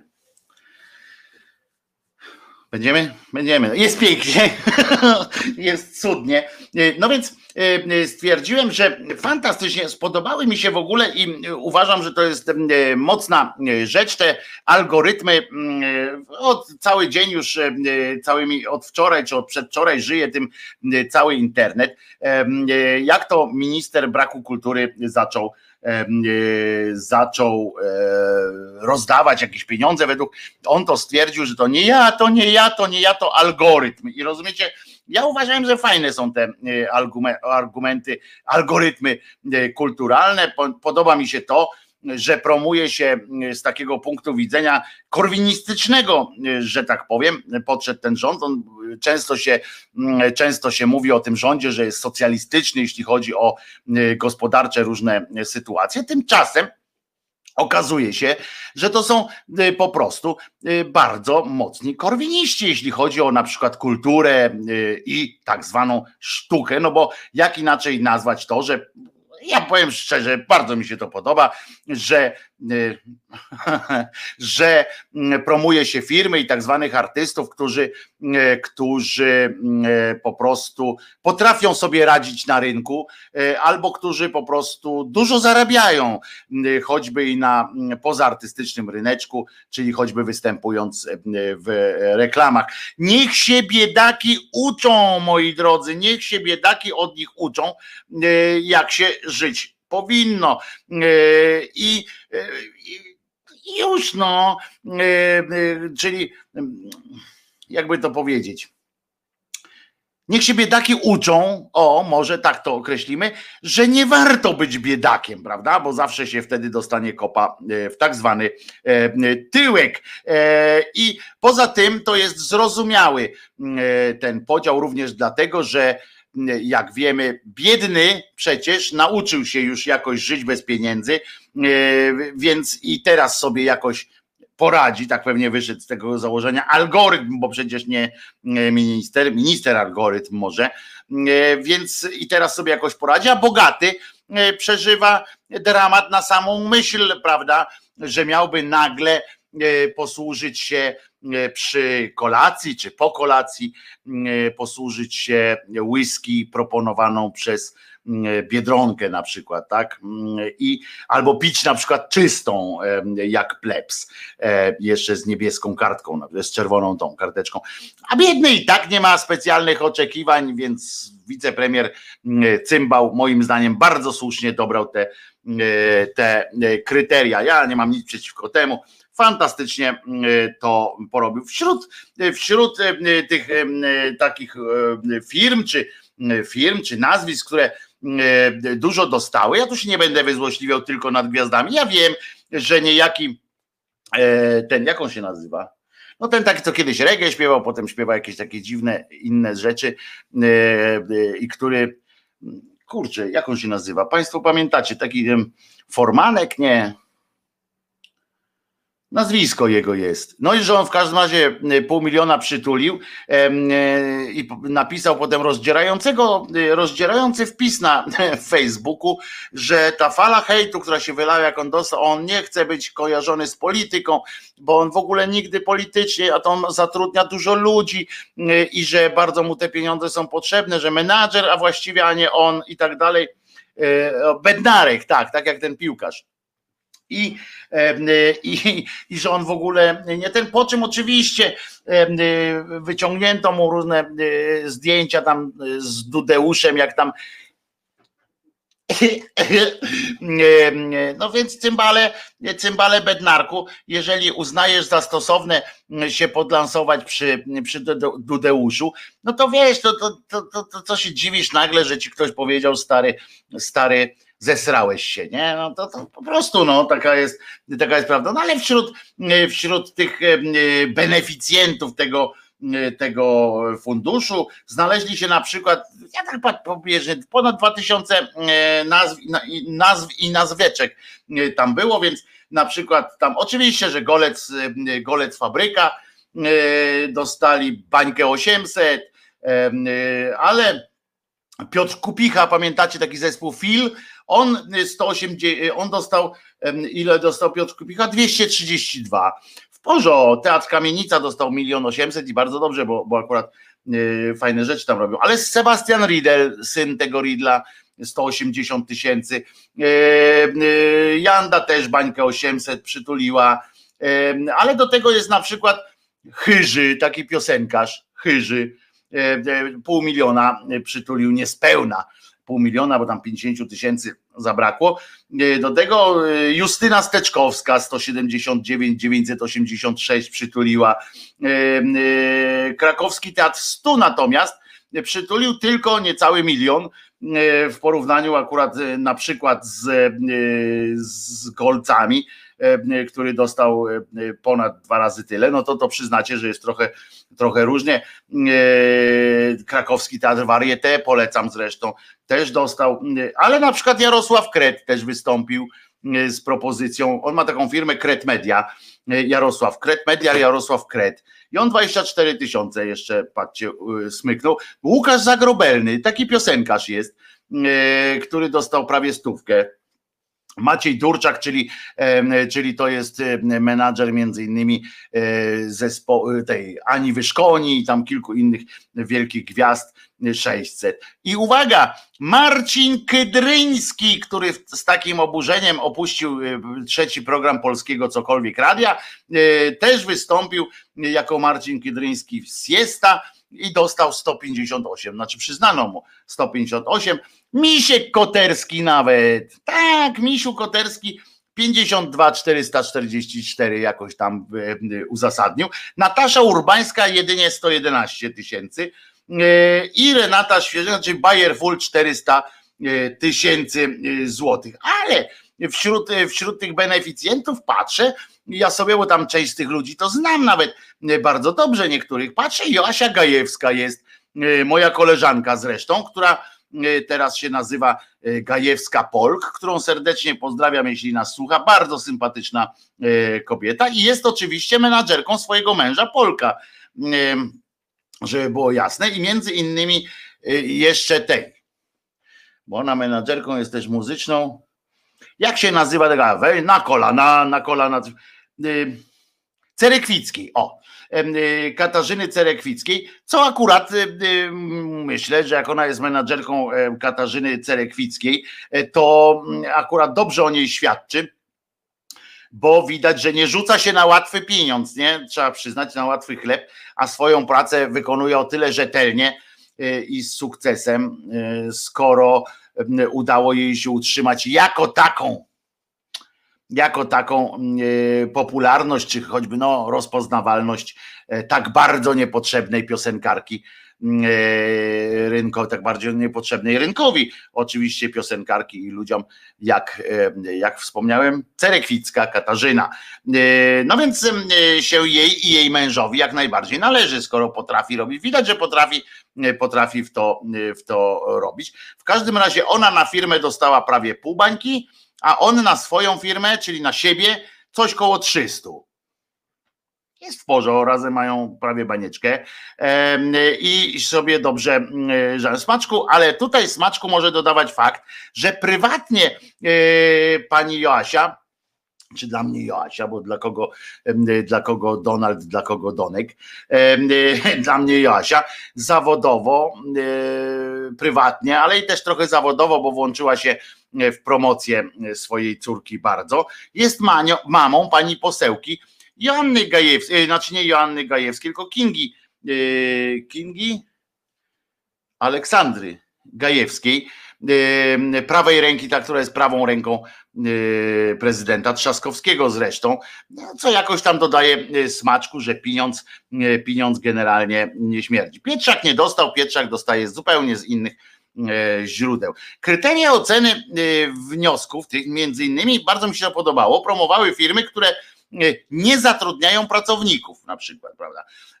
Będziemy? Będziemy. Jest pięknie, jest cudnie. No więc stwierdziłem, że fantastycznie spodobały mi się w ogóle i uważam, że to jest mocna rzecz, te algorytmy. Od cały dzień już, całymi od wczoraj czy od przedwczoraj żyje tym cały internet. Jak to minister braku kultury zaczął zaczął rozdawać jakieś pieniądze według, on to stwierdził, że to nie ja, to nie ja, to nie ja, to algorytm. I rozumiecie, ja uważałem, że fajne są te argumenty, algorytmy kulturalne. Podoba mi się to, że promuje się z takiego punktu widzenia korwinistycznego, że tak powiem, podszedł ten rząd. On często się, często się mówi o tym rządzie, że jest socjalistyczny, jeśli chodzi o gospodarcze różne sytuacje. Tymczasem okazuje się, że to są po prostu bardzo mocni korwiniści, jeśli chodzi o na przykład kulturę i tak zwaną sztukę, no bo jak inaczej nazwać to, że ja powiem szczerze, bardzo mi się to podoba, że, że promuje się firmy i tak zwanych artystów, którzy, którzy po prostu potrafią sobie radzić na rynku, albo którzy po prostu dużo zarabiają, choćby i na pozaartystycznym ryneczku, czyli choćby występując w reklamach. Niech się biedaki uczą, moi drodzy, niech się biedaki od nich uczą, jak się żyć powinno. I, i już no, czyli jakby to powiedzieć, niech się biedaki uczą, o może tak to określimy, że nie warto być biedakiem, prawda, bo zawsze się wtedy dostanie kopa w tak zwany tyłek. I poza tym to jest zrozumiały ten podział również dlatego, że jak wiemy, biedny przecież nauczył się już jakoś żyć bez pieniędzy, więc i teraz sobie jakoś poradzi, tak pewnie wyszedł z tego założenia algorytm, bo przecież nie minister, minister algorytm może, więc i teraz sobie jakoś poradzi, a bogaty przeżywa dramat na samą myśl, prawda, że miałby nagle posłużyć się przy kolacji czy po kolacji posłużyć się whisky proponowaną przez Biedronkę na przykład, tak? I albo pić na przykład czystą jak plebs, jeszcze z niebieską kartką, z czerwoną tą karteczką. A biedny i tak nie ma specjalnych oczekiwań, więc wicepremier Cymbał moim zdaniem bardzo słusznie dobrał te, te kryteria. Ja nie mam nic przeciwko temu. Fantastycznie to porobił. Wśród, wśród tych takich firm, czy firm, czy nazwisk, które dużo dostały. Ja tu się nie będę wyzłośliwiał tylko nad gwiazdami. Ja wiem, że niejaki ten, jak on się nazywa? No ten taki, co kiedyś reggae śpiewał, potem śpiewał jakieś takie dziwne inne rzeczy i który, kurczę, jak on się nazywa? Państwo pamiętacie? Taki Formanek? Nie. Nazwisko jego jest. No i że on w każdym razie pół miliona przytulił i napisał potem rozdzierającego, rozdzierający wpis na Facebooku, że ta fala hejtu, która się wylała, jak on dostał, on nie chce być kojarzony z polityką, bo on w ogóle nigdy politycznie, a to on zatrudnia dużo ludzi i że bardzo mu te pieniądze są potrzebne, że menadżer, a właściwie a nie on i tak dalej. Bednarek, tak, tak jak ten piłkarz. I, i, i że on w ogóle nie ten, po czym oczywiście wyciągnięto mu różne zdjęcia tam z Dudeuszem, jak tam no więc cymbale, cymbale Bednarku, jeżeli uznajesz za stosowne się podlansować przy, przy Dudeuszu, no to wiesz, to, to, to, to, to co się dziwisz nagle, że ci ktoś powiedział stary, stary zesrałeś się, nie? No to, to po prostu no, taka jest, taka jest prawda. No ale wśród, wśród tych beneficjentów tego, tego funduszu znaleźli się na przykład, ja tak pobieżnie, ponad dwa tysiące nazw, nazw i nazweczek tam było, więc na przykład tam oczywiście, że Golec, Golec Fabryka dostali bańkę osiemset, ale Piotr Kupicha, pamiętacie taki zespół Fil? On sto osiemdziesiąt, on dostał, ile dostał Piotr Kupicha? dwieście trzydzieści dwa. W porządku, Teatr Kamienica dostał milion osiemset i bardzo dobrze, bo, bo akurat y, fajne rzeczy tam robią. Ale Sebastian Riedel, syn tego Riedla, sto osiemdziesiąt tysięcy. Y, y, Janda też bańkę osiemset przytuliła. Y, ale do tego jest na przykład Chyży, taki piosenkarz, Chyży. Pół miliona przytulił niespełna, pół miliona, bo tam pięćdziesiąt tysięcy zabrakło. Do tego Justyna Steczkowska sto siedemdziesiąt dziewięć dziewięćset osiemdziesiąt sześć przytuliła. Krakowski Teatr stu natomiast przytulił tylko niecały milion w porównaniu akurat na przykład z, z Golcami, który dostał ponad dwa razy tyle, no to to przyznacie, że jest trochę, trochę różnie. Krakowski Teatr Varieté, polecam zresztą, też dostał, ale na przykład Jarosław Kret też wystąpił z propozycją, on ma taką firmę Kret Media, Jarosław Kret Media, Jarosław Kret i on dwadzieścia cztery tysiące jeszcze, patrzcie, smyknął. Łukasz Zagrobelny, taki piosenkarz jest, który dostał prawie stówkę. Maciej Durczak, czyli, czyli to jest menadżer między innymi zespołu tej Ani Wyszkoni i tam kilku innych wielkich gwiazd, sześćset. I uwaga, Marcin Kydryński, który z takim oburzeniem opuścił trzeci program Polskiego Cokolwiek Radia, też wystąpił jako Marcin Kydryński w Siesta i dostał sto pięćdziesiąt osiem, znaczy przyznano mu sto pięćdziesiąt osiem. Misiek Koterski nawet, tak, Misiu Koterski pięćdziesiąt dwa czterysta czterdzieści cztery jakoś tam uzasadnił. Natasza Urbańska jedynie sto jedenaście tysięcy i Renata Świeżena, czyli Bayer-Full czterysta tysięcy złotych. Ale wśród, wśród tych beneficjentów patrzę, ja sobie, bo tam część z tych ludzi to znam nawet bardzo dobrze niektórych, patrzę, Joasia Gajewska jest, moja koleżanka zresztą, która teraz się nazywa Gajewska Polk, którą serdecznie pozdrawiam, jeśli nas słucha, bardzo sympatyczna kobieta i jest oczywiście menadżerką swojego męża Polka, żeby było jasne, i między innymi jeszcze tej, bo ona menadżerką jest też muzyczną, jak się nazywa taka, na kolana, na kolana, Cerekwickiej, o, Katarzyny Cerekwickiej, co akurat myślę, że jak ona jest menadżerką Katarzyny Cerekwickiej, to akurat dobrze o niej świadczy, bo widać, że nie rzuca się na łatwy pieniądz, nie? Trzeba przyznać, na łatwy chleb, a swoją pracę wykonuje o tyle rzetelnie i z sukcesem, skoro udało jej się utrzymać jako taką, jako taką popularność, czy choćby no, rozpoznawalność tak bardzo niepotrzebnej piosenkarki rynkowi, tak bardzo niepotrzebnej rynkowi, oczywiście piosenkarki i ludziom, jak, jak wspomniałem, Cerekwicka Katarzyna. No więc się jej i jej mężowi jak najbardziej należy, skoro potrafi robić. Widać, że potrafi, potrafi w to, w to robić. W każdym razie ona na firmę dostała prawie pół bańki, a on na swoją firmę, czyli na siebie, coś koło trzysta. Jest w porządku, razem mają prawie banieczkę i sobie dobrze żal smaczku, ale tutaj smaczku może dodawać fakt, że prywatnie pani Joasia, czy dla mnie Joasia, bo dla kogo, dla kogo Donald, dla kogo Donek, dla mnie Joasia, zawodowo, prywatnie, ale i też trochę zawodowo, bo włączyła się w promocję swojej córki bardzo, jest manio, mamą pani posełki Joanny Gajewskiej, znaczy nie Joanny Gajewskiej, tylko Kingi, Kingi Aleksandry Gajewskiej, prawej ręki, ta, która jest prawą ręką prezydenta Trzaskowskiego zresztą, co jakoś tam dodaje smaczku, że pieniądz, pieniądz generalnie nie śmierdzi. Pietrzak nie dostał, Pietrzak dostaje zupełnie z innych źródeł. Kryteria oceny wniosków tych między innymi bardzo mi się to podobało, promowały firmy, które nie zatrudniają pracowników na przykład, prawda?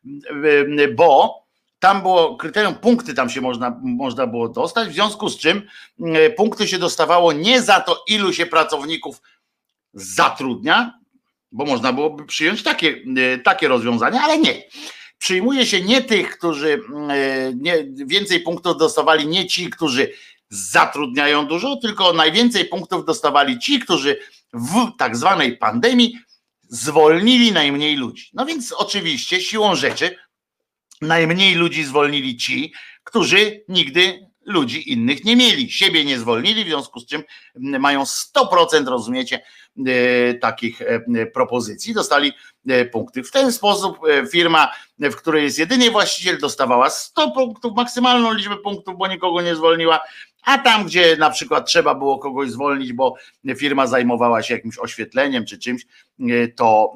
Bo tam było kryterium, punkty tam się można, można było dostać, w związku z czym punkty się dostawało nie za to, ilu się pracowników zatrudnia, bo można byłoby przyjąć takie, takie rozwiązanie, ale nie. Przyjmuje się nie tych, którzy nie, więcej punktów dostawali nie ci, którzy zatrudniają dużo, tylko najwięcej punktów dostawali ci, którzy w tak zwanej pandemii zwolnili najmniej ludzi. No więc oczywiście siłą rzeczy najmniej ludzi zwolnili ci, którzy nigdy ludzi innych nie mieli. Siebie nie zwolnili, w związku z czym mają sto procent, rozumiecie, takich propozycji. Dostali punkty. W ten sposób firma, w której jest jedynie właściciel, dostawała sto punktów, maksymalną liczbę punktów, bo nikogo nie zwolniła. A tam, gdzie na przykład trzeba było kogoś zwolnić, bo firma zajmowała się jakimś oświetleniem czy czymś, to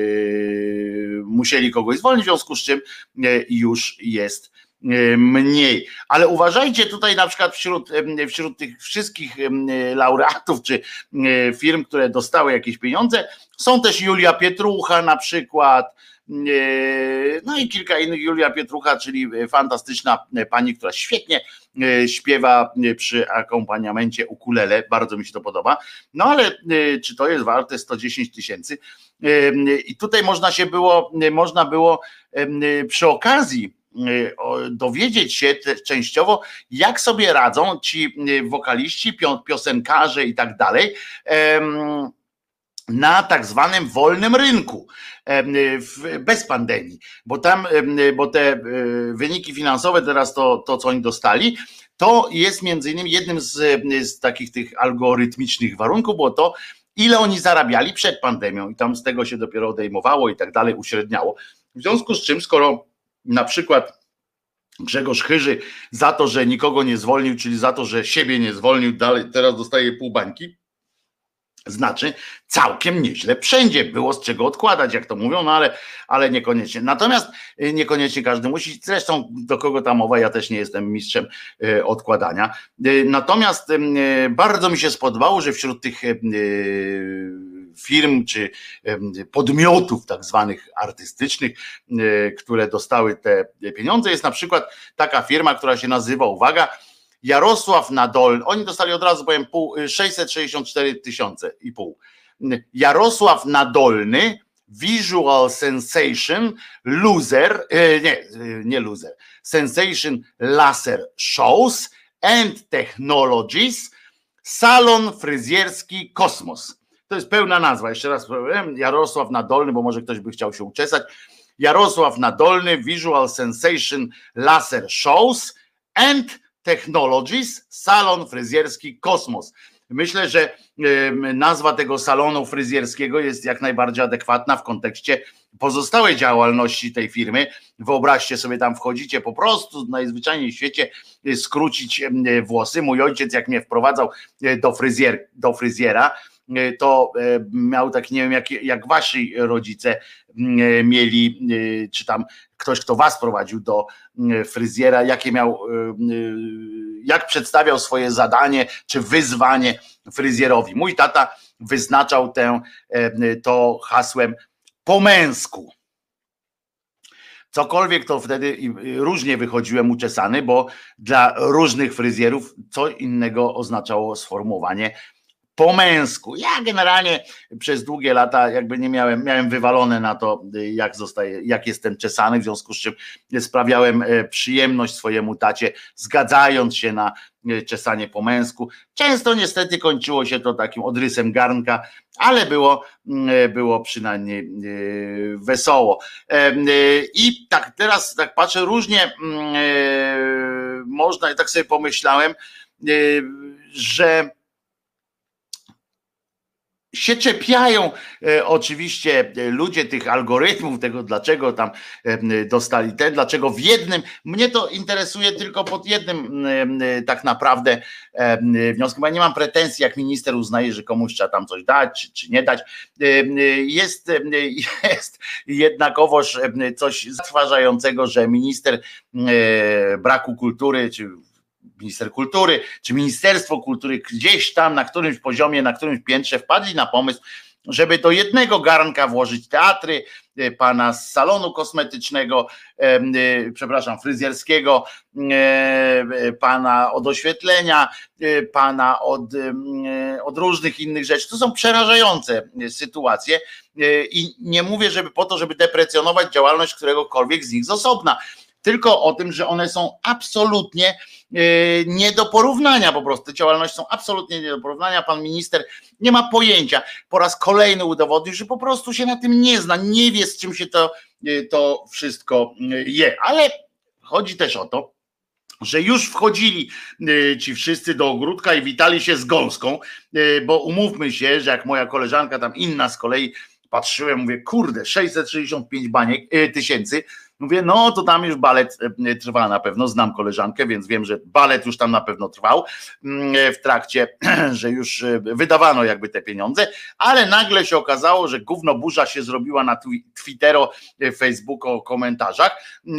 yy, musieli kogoś zwolnić, w związku z czym już jest mniej. Ale uważajcie tutaj na przykład wśród, wśród tych wszystkich laureatów czy firm, które dostały jakieś pieniądze, są też Julia Pietrucha na przykład, no i kilka innych. Julia Pietrucha, czyli fantastyczna pani, która świetnie śpiewa przy akompaniamencie ukulele, bardzo mi się to podoba, no ale czy to jest warte sto dziesięć tysięcy? I tutaj można się było, można było przy okazji dowiedzieć się częściowo, jak sobie radzą ci wokaliści, piosenkarze i tak dalej na tak zwanym wolnym rynku bez pandemii, bo tam, bo te wyniki finansowe teraz to, to co oni dostali, to jest między innymi jednym z, z takich tych algorytmicznych warunków, było to, ile oni zarabiali przed pandemią i tam z tego się dopiero odejmowało i tak dalej, uśredniało. W związku z czym, skoro na przykład Grzegorz Chyży za to, że nikogo nie zwolnił, czyli za to, że siebie nie zwolnił, dalej teraz dostaje pół bańki, znaczy całkiem nieźle wszędzie, było z czego odkładać, jak to mówią, no ale, ale niekoniecznie. Natomiast niekoniecznie każdy musi, zresztą do kogo ta mowa, ja też nie jestem mistrzem odkładania. Natomiast bardzo mi się spodobało, że wśród tych firm czy podmiotów tak zwanych artystycznych, które dostały te pieniądze, jest na przykład taka firma, która się nazywa, uwaga, Jarosław Nadolny, oni dostali od razu, powiem, pół, sześćset sześćdziesiąt cztery tysiące i pół. Jarosław Nadolny, Visual Sensation, Loser, nie, nie Loser, Sensation Laser Shows and Technologies, Salon Fryzjerski Kosmos. To jest pełna nazwa, jeszcze raz powiem, Jarosław Nadolny, bo może ktoś by chciał się uczesać. Jarosław Nadolny, Visual Sensation Laser Shows and Technologies, salon fryzjerski Kosmos. Myślę, że nazwa tego salonu fryzjerskiego jest jak najbardziej adekwatna w kontekście pozostałej działalności tej firmy. Wyobraźcie sobie, tam wchodzicie po prostu najzwyczajniej w świecie skrócić włosy. Mój ojciec, jak mnie wprowadzał do, fryzjer, do fryzjera, to miał tak, nie wiem, jak, jak wasi rodzice mieli, czy tam ktoś, kto was prowadził do fryzjera, jakie miał, jak przedstawiał swoje zadanie, czy wyzwanie fryzjerowi. Mój tata wyznaczał tę, to hasłem po męsku. Cokolwiek to wtedy różnie wychodziłem uczesany, bo dla różnych fryzjerów co innego oznaczało sformułowanie po męsku. Ja generalnie przez długie lata jakby nie miałem, miałem wywalone na to, jak zostaje, jak jestem czesany, w związku z czym sprawiałem przyjemność swojemu tacie, zgadzając się na czesanie po męsku. Często niestety kończyło się to takim odrysem garnka, ale było, było przynajmniej wesoło. I tak teraz tak patrzę, różnie można, i tak sobie pomyślałem, że się czepiają e, oczywiście ludzie tych algorytmów, tego dlaczego tam e, dostali ten, dlaczego w jednym, mnie to interesuje tylko pod jednym e, tak naprawdę e, wnioskiem, bo ja nie mam pretensji, jak minister uznaje, że komuś trzeba tam coś dać, czy, czy nie dać. E, jest, e, jest jednakowoż coś zatrważającego, że minister e, braku kultury, czy minister kultury, czy Ministerstwo Kultury gdzieś tam na którymś poziomie, na którymś piętrze wpadli na pomysł, żeby do jednego garnka włożyć teatry, pana z salonu kosmetycznego, e, e, przepraszam, fryzjerskiego, e, pana od oświetlenia, e, pana od, e, od różnych innych rzeczy. To są przerażające sytuacje e, i nie mówię, żeby po to, żeby deprecjonować działalność któregokolwiek z nich z osobna, tylko o tym, że one są absolutnie nie do porównania, po prostu te działalności są absolutnie nie do porównania. Pan minister nie ma pojęcia, po raz kolejny udowodnił, że po prostu się na tym nie zna, nie wie, z czym się to, to wszystko je, ale chodzi też o to, że już wchodzili ci wszyscy do ogródka i witali się z gąską, bo umówmy się, że jak moja koleżanka tam inna z kolei, patrzyłem, mówię, kurde, sześćset sześćdziesiąt pięć baniek, tysięcy. Mówię, no to tam już balet trwa na pewno, znam koleżankę, więc wiem, że balet już tam na pewno trwał w trakcie, że już wydawano jakby te pieniądze, ale nagle się okazało, że gówno burza się zrobiła na Twittero, Facebooku, o komentarzach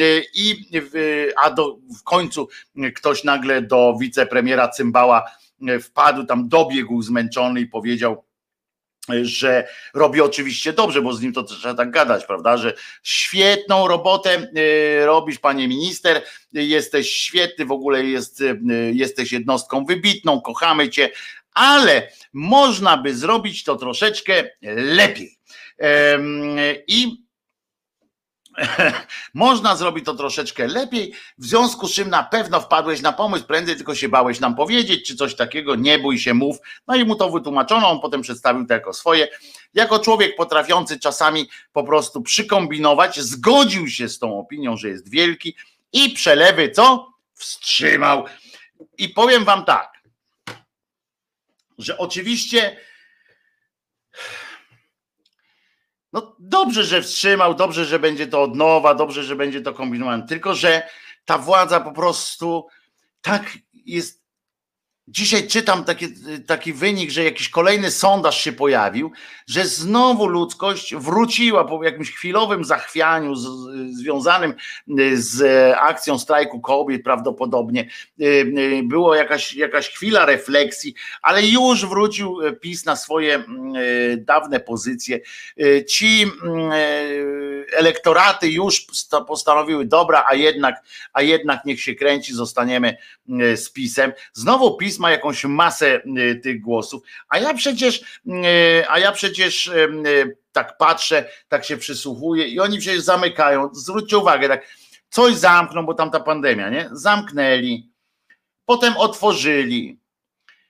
i a do, w końcu ktoś nagle do wicepremiera Cymbała wpadł, tam dobiegł zmęczony i powiedział, że robi oczywiście dobrze, bo z nim to trzeba tak gadać, prawda, że świetną robotę robisz, panie minister, jesteś świetny, w ogóle jest, jesteś jednostką wybitną, kochamy cię, ale można by zrobić to troszeczkę lepiej. I można zrobić to troszeczkę lepiej, w związku z czym na pewno wpadłeś na pomysł, prędzej tylko się bałeś nam powiedzieć, czy coś takiego, nie bój się, mów. No i mu to wytłumaczono, on potem przedstawił to jako swoje. Jako człowiek potrafiący czasami po prostu przykombinować, zgodził się z tą opinią, że jest wielki i przelewy co? Wstrzymał. I powiem wam tak, że oczywiście no dobrze, że wstrzymał, dobrze, że będzie to od nowa, dobrze, że będzie to kombinowane, tylko że ta władza po prostu tak jest. Dzisiaj czytam taki, taki wynik, że jakiś kolejny sondaż się pojawił, że znowu ludzkość wróciła po jakimś chwilowym zachwianiu z, związanym z akcją strajku kobiet prawdopodobnie. Była jakaś, jakaś chwila refleksji, ale już wrócił PiS na swoje dawne pozycje. Ci elektoraty już postanowiły, dobra, a jednak, a jednak niech się kręci, zostaniemy z PiS-em. Znowu PiS ma jakąś masę tych głosów, a ja przecież, a ja przecież tak patrzę, tak się przysłuchuję i oni przecież zamykają. Zwróćcie uwagę, tak coś zamkną, bo tam ta pandemia, nie? Zamknęli, potem otworzyli,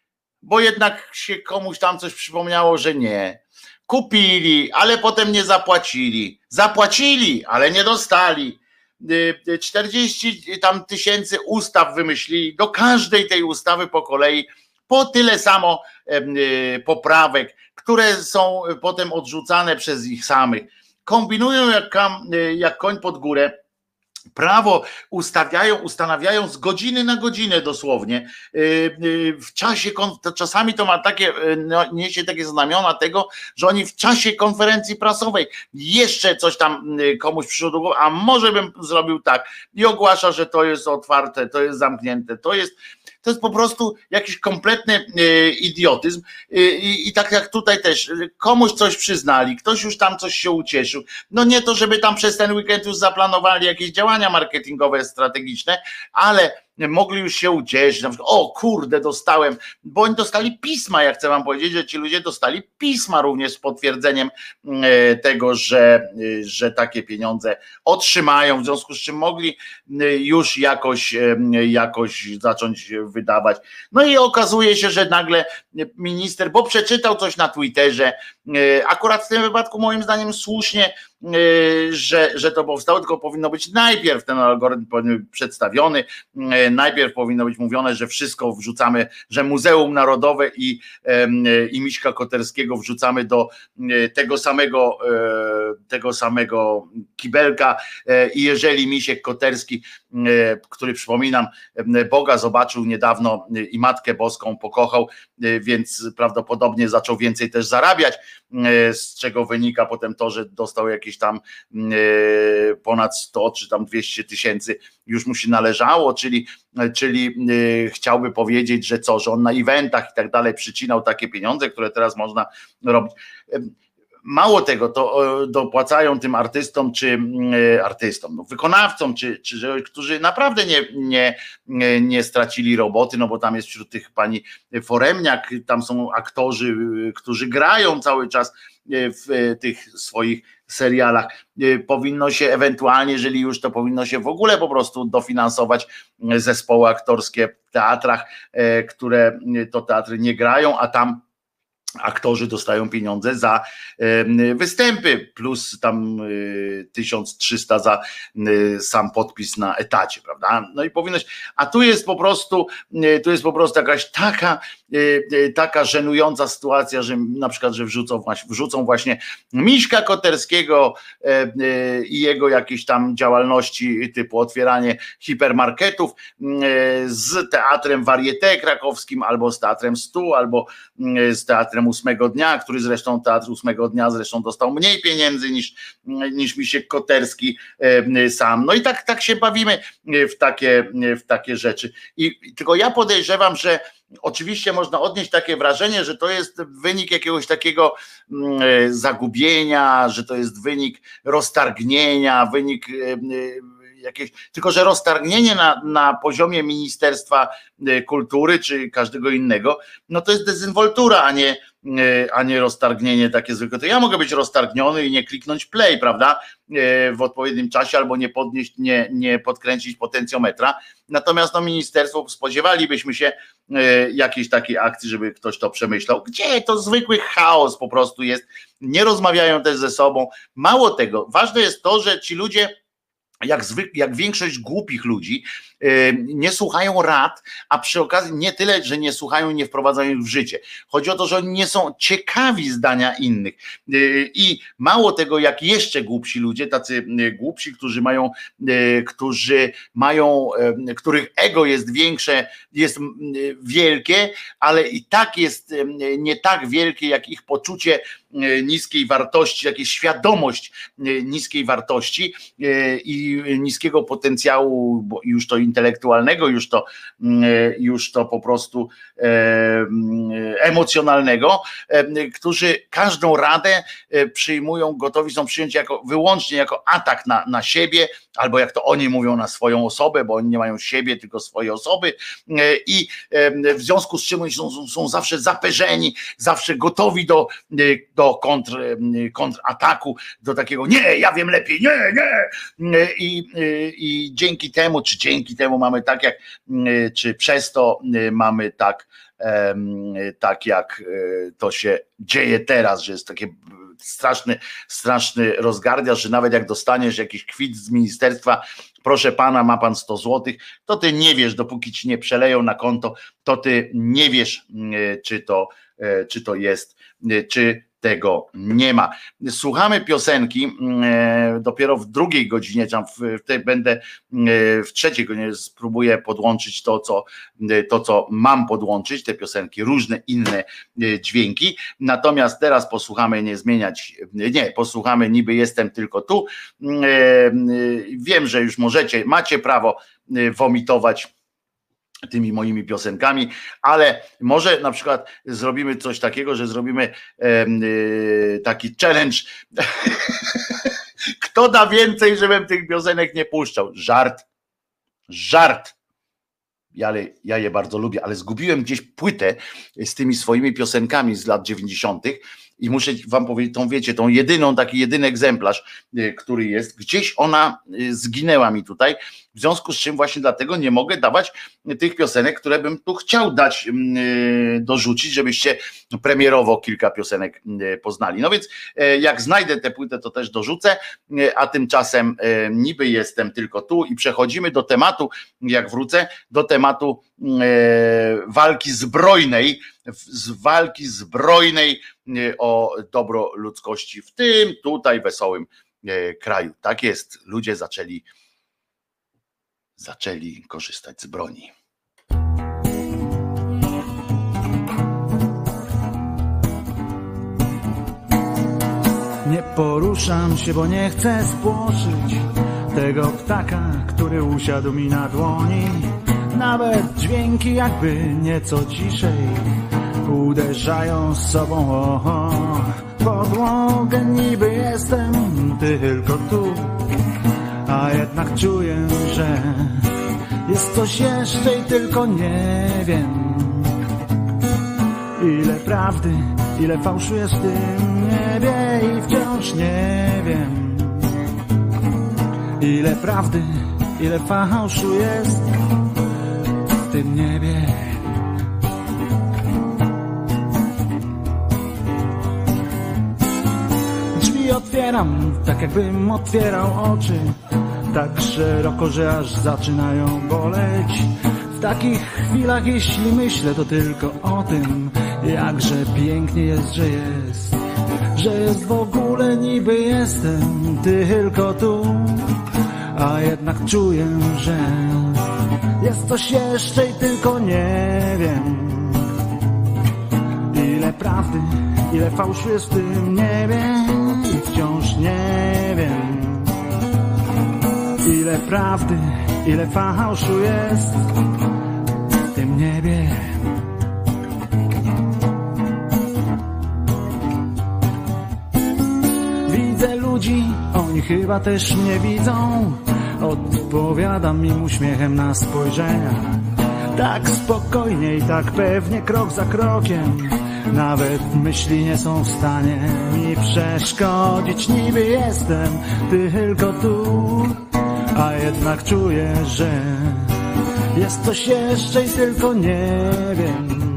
bo jednak się komuś tam coś przypomniało, że nie. Kupili, ale potem nie zapłacili. Zapłacili, ale nie dostali. czterdzieści tam tysięcy ustaw wymyślili, do każdej tej ustawy po kolei po tyle samo poprawek, które są potem odrzucane przez ich samych. Kombinują jak, jak koń pod górę. Prawo ustawiają, ustanawiają z godziny na godzinę dosłownie. W czasie, to czasami to ma takie, no, niesie takie znamiona tego, że oni w czasie konferencji prasowej jeszcze coś tam komuś przyszło do głowy, a może bym zrobił tak i ogłasza, że to jest otwarte, to jest zamknięte, to jest To jest po prostu jakiś kompletny idiotyzm i, i tak jak tutaj też komuś coś przyznali, ktoś już tam coś się ucieszył, no nie to, żeby tam przez ten weekend już zaplanowali jakieś działania marketingowe, strategiczne, ale mogli już się ucieszyć, na przykład, o kurde, dostałem, bo oni dostali pisma, ja chcę wam powiedzieć, że ci ludzie dostali pisma również z potwierdzeniem tego, że, że takie pieniądze otrzymają, w związku z czym mogli już jakoś, jakoś zacząć wydawać. No i okazuje się, że nagle minister, bo przeczytał coś na Twitterze, akurat w tym wypadku moim zdaniem słusznie, że, że to powstało, tylko powinno być najpierw ten algorytm powinien być przedstawiony, najpierw powinno być mówione, że wszystko wrzucamy, że Muzeum Narodowe i, i Miśka Koterskiego wrzucamy do tego samego tego samego kibelka i jeżeli Misiek Koterski, który przypominam Boga zobaczył niedawno i Matkę Boską pokochał, więc prawdopodobnie zaczął więcej też zarabiać, z czego wynika potem to, że dostał jakieś tam ponad sto czy tam dwieście tysięcy już mu się należało, czyli, czyli chciałby powiedzieć, że co, że on na eventach i tak dalej przycinał takie pieniądze, które teraz można robić. Mało tego, to dopłacają tym artystom, czy artystom, no, wykonawcom, czy, czy którzy naprawdę nie, nie, nie stracili roboty, no bo tam jest wśród tych pani Foremniak, tam są aktorzy, którzy grają cały czas w tych swoich serialach. Powinno się ewentualnie, jeżeli już, to powinno się w ogóle po prostu dofinansować zespoły aktorskie w teatrach, które to teatry nie grają, a tam aktorzy dostają pieniądze za występy, plus tam tysiąc trzysta za sam podpis na etacie, prawda? No i powinność, a tu jest po prostu, tu jest po prostu jakaś taka, taka żenująca sytuacja, że na przykład, że wrzucą właśnie, wrzucą właśnie Miśka Koterskiego i jego jakieś tam działalności typu otwieranie hipermarketów z teatrem Varieté krakowskim, albo z teatrem Stu, albo z teatrem ósmego dnia, który zresztą teatr ósmego dnia zresztą dostał mniej pieniędzy niż, niż Misiek Koterski sam. No i tak, tak się bawimy w takie, w takie rzeczy. I tylko ja podejrzewam, że oczywiście można odnieść takie wrażenie, że to jest wynik jakiegoś takiego zagubienia, że to jest wynik roztargnienia, wynik jakieś, tylko że roztargnienie na, na poziomie Ministerstwa Kultury czy każdego innego, no to jest dezynwoltura, a nie, a nie roztargnienie takie zwykłe. To ja mogę być roztargniony i nie kliknąć play, prawda, w odpowiednim czasie, albo nie podnieść, nie, nie podkręcić potencjometra. Natomiast no ministerstwo, spodziewalibyśmy się jakiejś takiej akcji, żeby ktoś to przemyślał. Gdzie? To zwykły chaos po prostu jest. Nie rozmawiają też ze sobą. Mało tego, ważne jest to, że ci ludzie, jak, zwyk, jak większość głupich ludzi, nie słuchają rad, a przy okazji nie tyle, że nie słuchają i nie wprowadzają ich w życie. Chodzi o to, że oni nie są ciekawi zdania innych. I mało tego, jak jeszcze głupsi ludzie, tacy głupsi, którzy mają, którzy mają, których ego jest większe, jest wielkie, ale i tak jest nie tak wielkie, jak ich poczucie niskiej wartości, jakieś świadomość niskiej wartości i niskiego potencjału, bo już to intelektualnego, już to, już to po prostu emocjonalnego, którzy każdą radę przyjmują, gotowi są przyjąć jako, wyłącznie jako atak na, na siebie, albo jak to oni mówią, na swoją osobę, bo oni nie mają siebie, tylko swoje osoby i w związku z czym oni są, są zawsze zaperzeni, zawsze gotowi do, do do kontr, kontrataku, do takiego nie, ja wiem lepiej, nie, nie. I, i dzięki temu, czy dzięki temu mamy tak jak, czy przez to mamy tak, tak jak to się dzieje teraz, że jest takie straszny, straszny rozgardiasz, że nawet jak dostaniesz jakiś kwit z ministerstwa, proszę pana, ma pan sto złotych, to ty nie wiesz, dopóki ci nie przeleją na konto, to ty nie wiesz, czy to, czy to jest, czy tego nie ma. Słuchamy piosenki dopiero w drugiej godzinie, w tej będę w trzeciej godzinie spróbuję podłączyć to co, to, co mam podłączyć, te piosenki, różne inne dźwięki. Natomiast teraz posłuchamy Nie zmieniać, nie, posłuchamy Niby jestem tylko tu. Wiem, że już możecie, macie prawo womitować tymi moimi piosenkami, ale może na przykład zrobimy coś takiego, że zrobimy e, taki challenge. Kto da więcej, żebym tych piosenek nie puszczał? Żart. Żart. Ja, ja je bardzo lubię, ale zgubiłem gdzieś płytę z tymi swoimi piosenkami z lat dziewięćdziesiątych i muszę wam powiedzieć, tą wiecie, tą jedyną, taki jedyny egzemplarz, który jest, gdzieś ona zginęła mi tutaj, w związku z czym właśnie dlatego nie mogę dawać tych piosenek, które bym tu chciał dać, dorzucić, żebyście premierowo kilka piosenek poznali. No więc jak znajdę tę płytę, to też dorzucę, a tymczasem Niby jestem tylko tu i przechodzimy do tematu, jak wrócę, do tematu walki zbrojnej, z walki zbrojnej o dobro ludzkości w tym tutaj wesołym kraju. Tak jest, ludzie zaczęli zaczęli korzystać z broni. Nie poruszam się, bo nie chcę spłoszyć tego ptaka, który usiadł mi na dłoni. Nawet dźwięki jakby nieco ciszej uderzają z sobą o podłogę. Niby jestem tylko tu, a jednak czuję, że jest coś jeszcze i tylko nie wiem. Ile prawdy, ile fałszu jest w tym niebie i wciąż nie wiem. Ile prawdy, ile fałszu jest w tym niebie. Drzwi otwieram, tak jakbym otwierał oczy, tak szeroko, że aż zaczynają boleć. W takich chwilach, jeśli myślę, to tylko o tym, jakże pięknie jest, że jest, że jest w ogóle. Niby jestem tylko tu, a jednak czuję, że jest coś jeszcze i tylko nie wiem. Ile prawdy, ile fałszu jest w tym niebie i wciąż nie wiem. Ile prawdy, ile fałszu jest w tym niebie. Widzę ludzi, oni chyba też mnie widzą. Odpowiadam im uśmiechem na spojrzenia. Tak spokojnie i tak pewnie, krok za krokiem. Nawet myśli nie są w stanie mi przeszkodzić. Niby jestem tylko tu, a jednak czuję, że jest coś jeszcze i tylko nie wiem.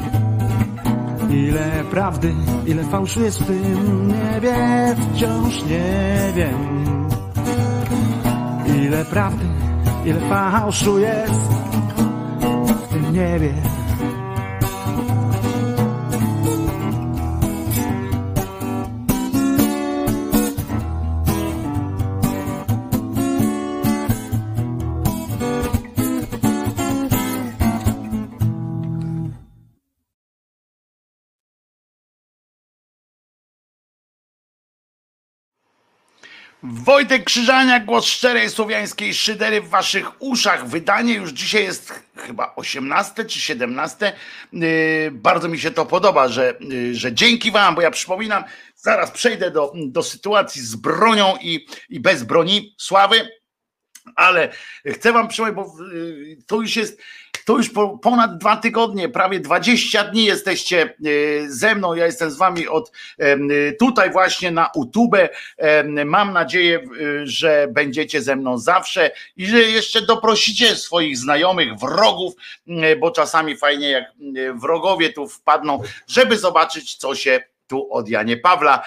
Ile prawdy, ile fałszu jest w tym niebie, wciąż nie wiem. Ile prawdy, ile fałszu jest w tym niebie. Wojtek Krzyżania, głos szczerej słowiańskiej szydery w waszych uszach. Wydanie już dzisiaj jest chyba osiemnaste czy siedemnaste. Yy, bardzo mi się to podoba, że, yy, że dzięki wam, bo ja przypominam, zaraz przejdę do, do sytuacji z bronią i, i bez broni, Sławy, ale chcę wam przypomnieć, bo yy, to już jest to już po, ponad dwa tygodnie, prawie dwadzieścia dni jesteście ze mną, ja jestem z wami od tutaj właśnie na YouTube. Mam nadzieję, że będziecie ze mną zawsze i że jeszcze doprosicie swoich znajomych, wrogów, bo czasami fajnie jak wrogowie tu wpadną, żeby zobaczyć, co się tu od Janie Pawla.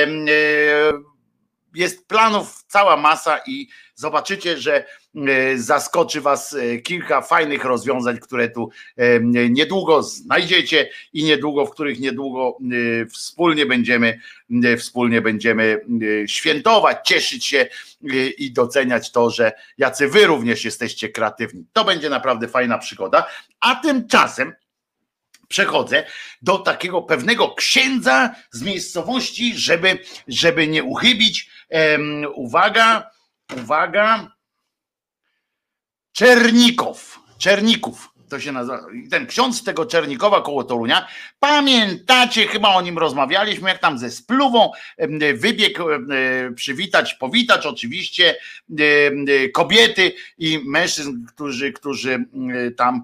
Jest planów cała masa i zobaczycie, że zaskoczy was kilka fajnych rozwiązań, które tu niedługo znajdziecie i niedługo, w których niedługo wspólnie będziemy, wspólnie będziemy świętować, cieszyć się i doceniać to, że jacy wy również jesteście kreatywni. To będzie naprawdę fajna przygoda, a tymczasem przechodzę do takiego pewnego księdza z miejscowości, żeby, żeby nie uchybić. Um, uwaga, uwaga. Czernikow, Czerników, to się nazywa. Ten ksiądz z tego Czernikowa koło Torunia. Pamiętacie, chyba o nim rozmawialiśmy, jak tam ze spluwą wybiegł przywitać, powitać oczywiście kobiety i mężczyzn, którzy, którzy tam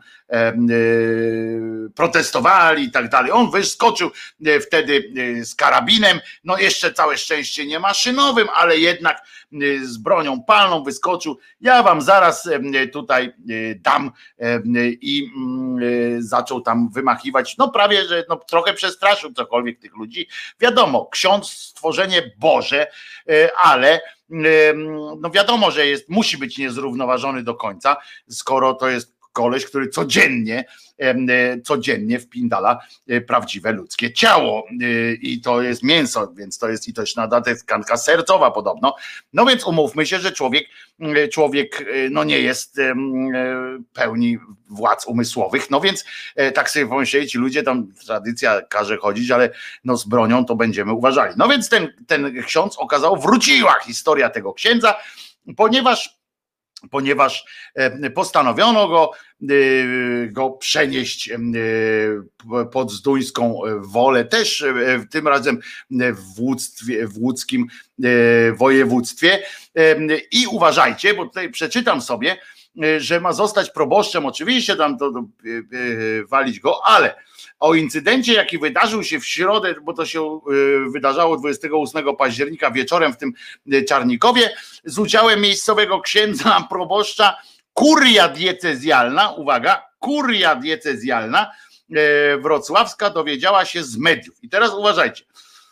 protestowali i tak dalej. On wyskoczył wtedy z karabinem, no jeszcze całe szczęście nie maszynowym, ale jednak z bronią palną wyskoczył. Ja wam zaraz tutaj dam i zaczął tam wymachiwać, no prawie, że no, trochę przestraszył cokolwiek tych ludzi. Wiadomo, ksiądz, stworzenie Boże, ale no wiadomo, że jest, musi być niezrównoważony do końca, skoro to jest koleś, który codziennie, codziennie wpindala prawdziwe ludzkie ciało i to jest mięso, więc to jest i to jest na dodatek tkanka sercowa podobno. No więc umówmy się, że człowiek, człowiek no nie jest pełni władz umysłowych, no więc tak sobie pomyśleli ci ludzie, tam tradycja każe chodzić, ale no z bronią to będziemy uważali. No więc ten, ten ksiądz okazało, wróciła historia tego księdza, ponieważ ponieważ postanowiono go, go przenieść pod zduńską wolę, też tym razem w, wództwie, w łódzkim województwie. I uważajcie, bo tutaj przeczytam sobie, że ma zostać proboszczem, oczywiście tam to, to walić go, ale o incydencie, jaki wydarzył się w środę, bo to się wydarzało dwudziestego ósmego października wieczorem w tym Czarnikowie, z udziałem miejscowego księdza proboszcza, kuria diecezjalna, uwaga, kuria diecezjalna wrocławska dowiedziała się z mediów. I teraz uważajcie,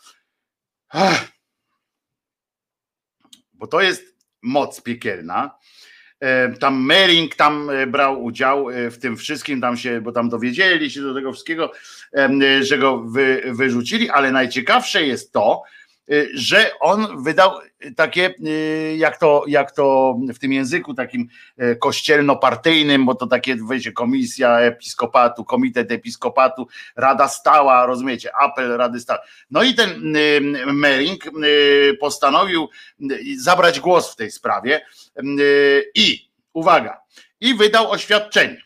bo to jest moc piekielna. Tam Mering tam brał udział w tym wszystkim, tam się, bo tam dowiedzieli się do tego wszystkiego, że go wy, wyrzucili, ale najciekawsze jest to, że on wydał takie, jak to, jak to w tym języku takim kościelno-partyjnym, bo to takie, wiecie, komisja episkopatu, komitet episkopatu, rada stała, rozumiecie, apel rady stałej. No i ten Mering postanowił zabrać głos w tej sprawie i, uwaga, i wydał oświadczenie.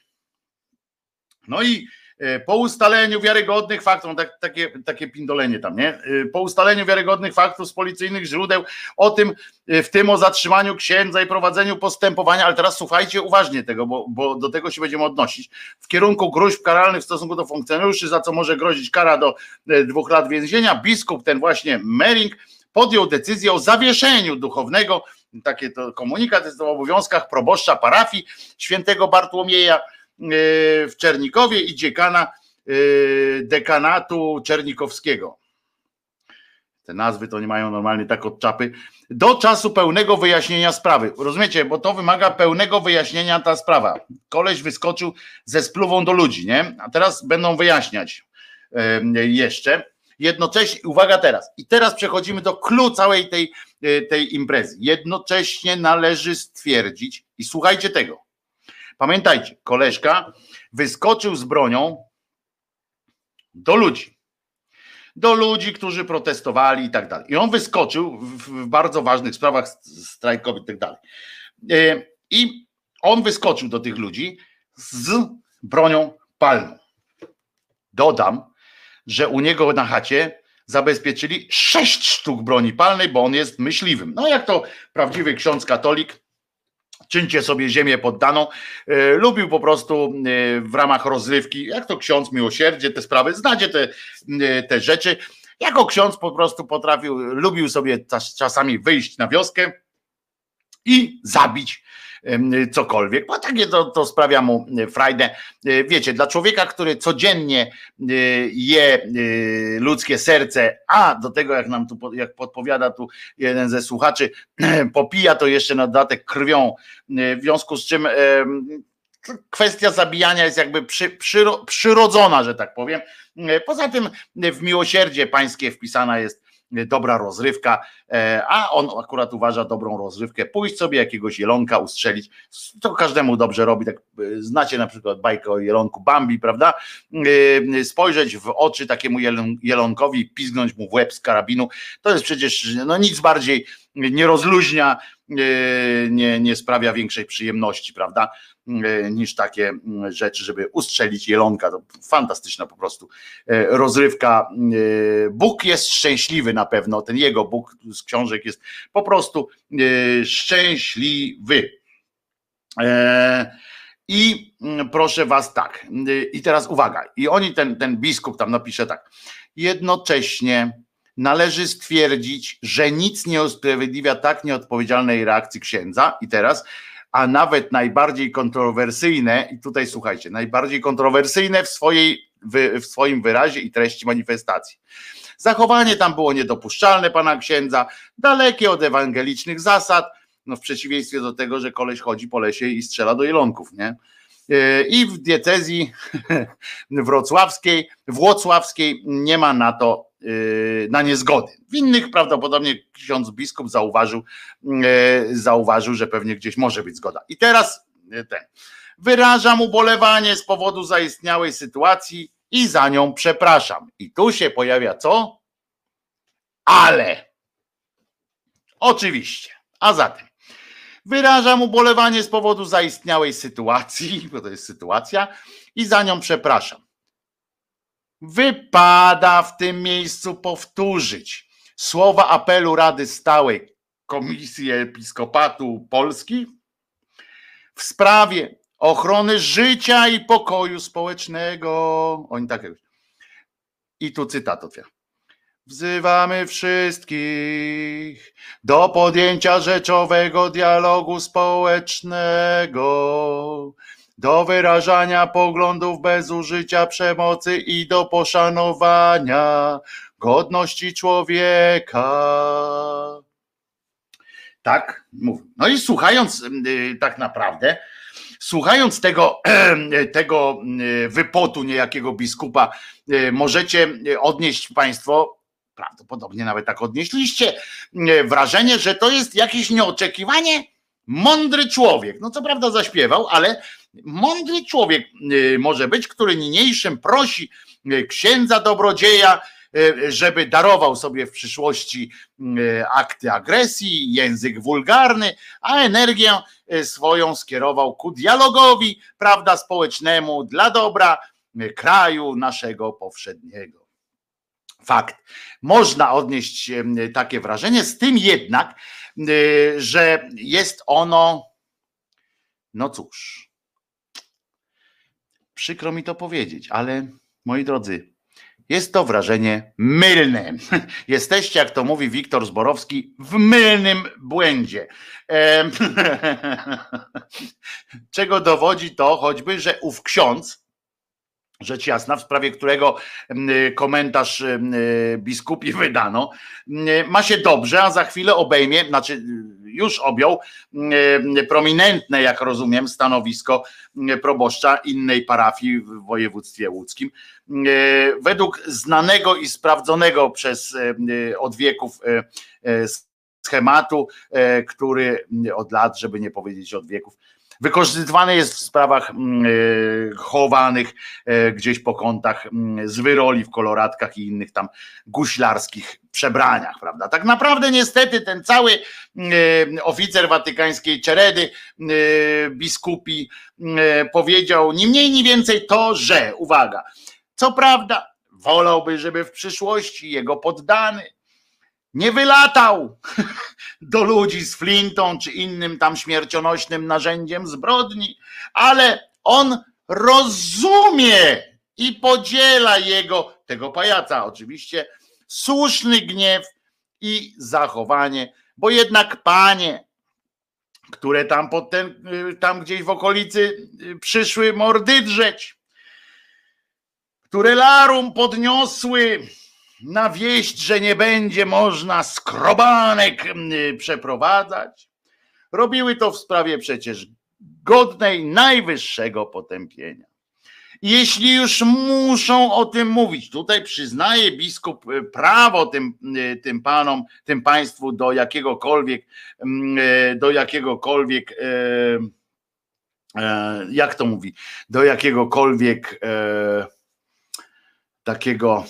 No i po ustaleniu wiarygodnych faktów, no tak, takie, takie pindolenie tam, nie? Po ustaleniu wiarygodnych faktów z policyjnych źródeł o tym, w tym o zatrzymaniu księdza i prowadzeniu postępowania, ale teraz słuchajcie uważnie tego, bo, bo do tego się będziemy odnosić, w kierunku gróźb karalnych w stosunku do funkcjonariuszy, za co może grozić kara do dwóch lat więzienia, biskup ten właśnie Mering podjął decyzję o zawieszeniu duchownego, takie to komunikat jest o obowiązkach proboszcza parafii świętego Bartłomieja w Czernikowie i dziekana dekanatu czernikowskiego. Te nazwy to nie mają normalnie tak od czapy. Do czasu pełnego wyjaśnienia sprawy. Rozumiecie, bo to wymaga pełnego wyjaśnienia ta sprawa. Koleś wyskoczył ze spluwą do ludzi, nie? A teraz będą wyjaśniać jeszcze. Jednocześnie, uwaga teraz, i teraz przechodzimy do clou całej tej, tej imprezy. Jednocześnie należy stwierdzić, i słuchajcie tego, pamiętajcie, koleżka wyskoczył z bronią do ludzi, do ludzi, którzy protestowali i tak dalej. I on wyskoczył w bardzo ważnych sprawach strajkowych i tak dalej. I on wyskoczył do tych ludzi z bronią palną. Dodam, że u niego na chacie zabezpieczyli sześć sztuk broni palnej, bo on jest myśliwym. No jak to prawdziwy ksiądz katolik, czyńcie sobie ziemię poddaną. Lubił po prostu w ramach rozrywki, jak to ksiądz, miłosierdzie, te sprawy, znacie te, te rzeczy. Jako ksiądz po prostu potrafił, lubił sobie czasami wyjść na wioskę i zabić cokolwiek, bo takie to, to sprawia mu frajdę. Wiecie, dla człowieka, który codziennie je ludzkie serce, a do tego, jak nam tu, jak podpowiada tu jeden ze słuchaczy, popija to jeszcze na dodatek krwią, w związku z czym kwestia zabijania jest jakby przy, przyro, przyrodzona, że tak powiem. Poza tym w miłosierdzie pańskie wpisana jest dobra rozrywka, a on akurat uważa dobrą rozrywkę pójść sobie jakiegoś jelonka ustrzelić, to każdemu dobrze robi, tak znacie na przykład bajkę o jelonku Bambi, prawda, spojrzeć w oczy takiemu jelonkowi i pizgnąć mu w łeb z karabinu, to jest przecież no nic bardziej nie rozluźnia, nie, nie sprawia większej przyjemności, prawda, niż takie rzeczy, żeby ustrzelić jelonka. To fantastyczna po prostu rozrywka. Bóg jest szczęśliwy na pewno, ten jego Bóg z książek jest po prostu szczęśliwy. I proszę was tak, i teraz uwaga, i oni, ten, ten biskup tam napisze tak, jednocześnie należy stwierdzić, że nic nie usprawiedliwia tak nieodpowiedzialnej reakcji księdza, i teraz, a nawet najbardziej kontrowersyjne, i tutaj słuchajcie, najbardziej kontrowersyjne w, swojej, w, w swoim wyrazie i treści manifestacji. Zachowanie tam było niedopuszczalne pana księdza, dalekie od ewangelicznych zasad, no w przeciwieństwie do tego, że koleś chodzi po lesie i strzela do jelonków, nie? I w diecezji wrocławskiej, włocławskiej nie ma na to, na niezgody. W innych prawdopodobnie ksiądz biskup zauważył, zauważył, że pewnie gdzieś może być zgoda. I teraz ten. Wyrażam ubolewanie z powodu zaistniałej sytuacji i za nią przepraszam. I tu się pojawia co? Ale. Oczywiście. A zatem. Wyrażam ubolewanie z powodu zaistniałej sytuacji, bo to jest sytuacja, i za nią przepraszam. Wypada w tym miejscu powtórzyć słowa apelu Rady Stałej Komisji Episkopatu Polski w sprawie ochrony życia i pokoju społecznego. Oni tak jakoś. I tu cytat otwiera. Wzywamy wszystkich do podjęcia rzeczowego dialogu społecznego, do wyrażania poglądów bez użycia przemocy i do poszanowania godności człowieka. Tak mówię. No i słuchając yy, tak naprawdę, słuchając tego, tego wypotu niejakiego biskupa, yy, możecie odnieść państwo, prawdopodobnie nawet tak odnieśliście, wrażenie, że to jest jakieś nieoczekiwanie mądry człowiek. No co prawda zaśpiewał, ale mądry człowiek może być, który niniejszym prosi księdza dobrodzieja, żeby darował sobie w przyszłości akty agresji, język wulgarny, a energię swoją skierował ku dialogowi, prawda, społecznemu dla dobra kraju naszego powszedniego. Fakt. Można odnieść takie wrażenie, z tym jednak, że jest ono, no cóż, przykro mi to powiedzieć, ale moi drodzy, jest to wrażenie mylne. Jesteście, jak to mówi Wiktor Zborowski, w mylnym błędzie. Czego dowodzi to choćby, że ów ksiądz, rzecz jasna, w sprawie którego komentarz biskupi wydano, ma się dobrze, a za chwilę obejmie, znaczy już objął prominentne, jak rozumiem, stanowisko proboszcza innej parafii w województwie łódzkim. Według znanego i sprawdzonego przez od wieków schematu, który od lat, żeby nie powiedzieć od wieków, wykorzystywany jest w sprawach chowanych gdzieś po kątach z wyroli w koloratkach i innych tam guślarskich przebraniach, prawda? Tak naprawdę niestety ten cały oficer watykańskiej czeredy biskupi powiedział ni mniej, ni więcej to, że, uwaga, co prawda wolałby, żeby w przyszłości jego poddany nie wylatał do ludzi z flintą czy innym tam śmiercionośnym narzędziem zbrodni, ale on rozumie i podziela jego, tego pajaca oczywiście, słuszny gniew i zachowanie, bo jednak panie, które tam, pod ten, tam gdzieś w okolicy przyszły mordy drzeć, które larum podniosły na wieść, że nie będzie można skrobanek przeprowadzać, robiły to w sprawie przecież godnej najwyższego potępienia. Jeśli już muszą o tym mówić, tutaj przyznaje biskup prawo tym, tym panom, tym państwu do jakiegokolwiek, do jakiegokolwiek, jak to mówi, do jakiegokolwiek takiego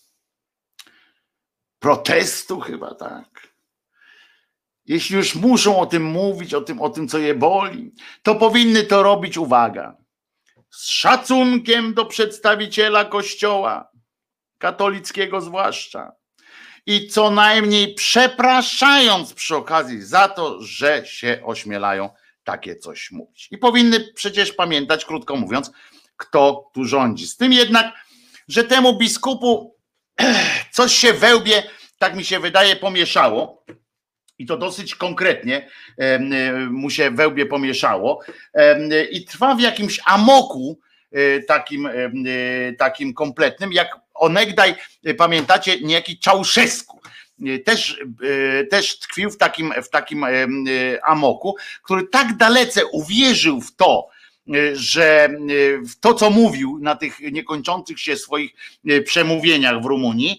protestu chyba, tak. Jeśli już muszą o tym mówić, o tym, o tym, co je boli, to powinny to robić, uwaga, z szacunkiem do przedstawiciela Kościoła katolickiego zwłaszcza i co najmniej przepraszając przy okazji za to, że się ośmielają takie coś mówić. I powinny przecież pamiętać, krótko mówiąc, kto tu rządzi. Z tym jednak, że temu biskupu coś się we łbie, tak mi się wydaje, pomieszało. I to dosyć konkretnie mu się we łbie pomieszało i trwa w jakimś amoku takim, takim kompletnym, jak onegdaj, pamiętacie, niejaki Czałszewski. Też, też tkwił w takim, w takim amoku, który tak dalece uwierzył w to, że w to, co mówił na tych niekończących się swoich przemówieniach w Rumunii,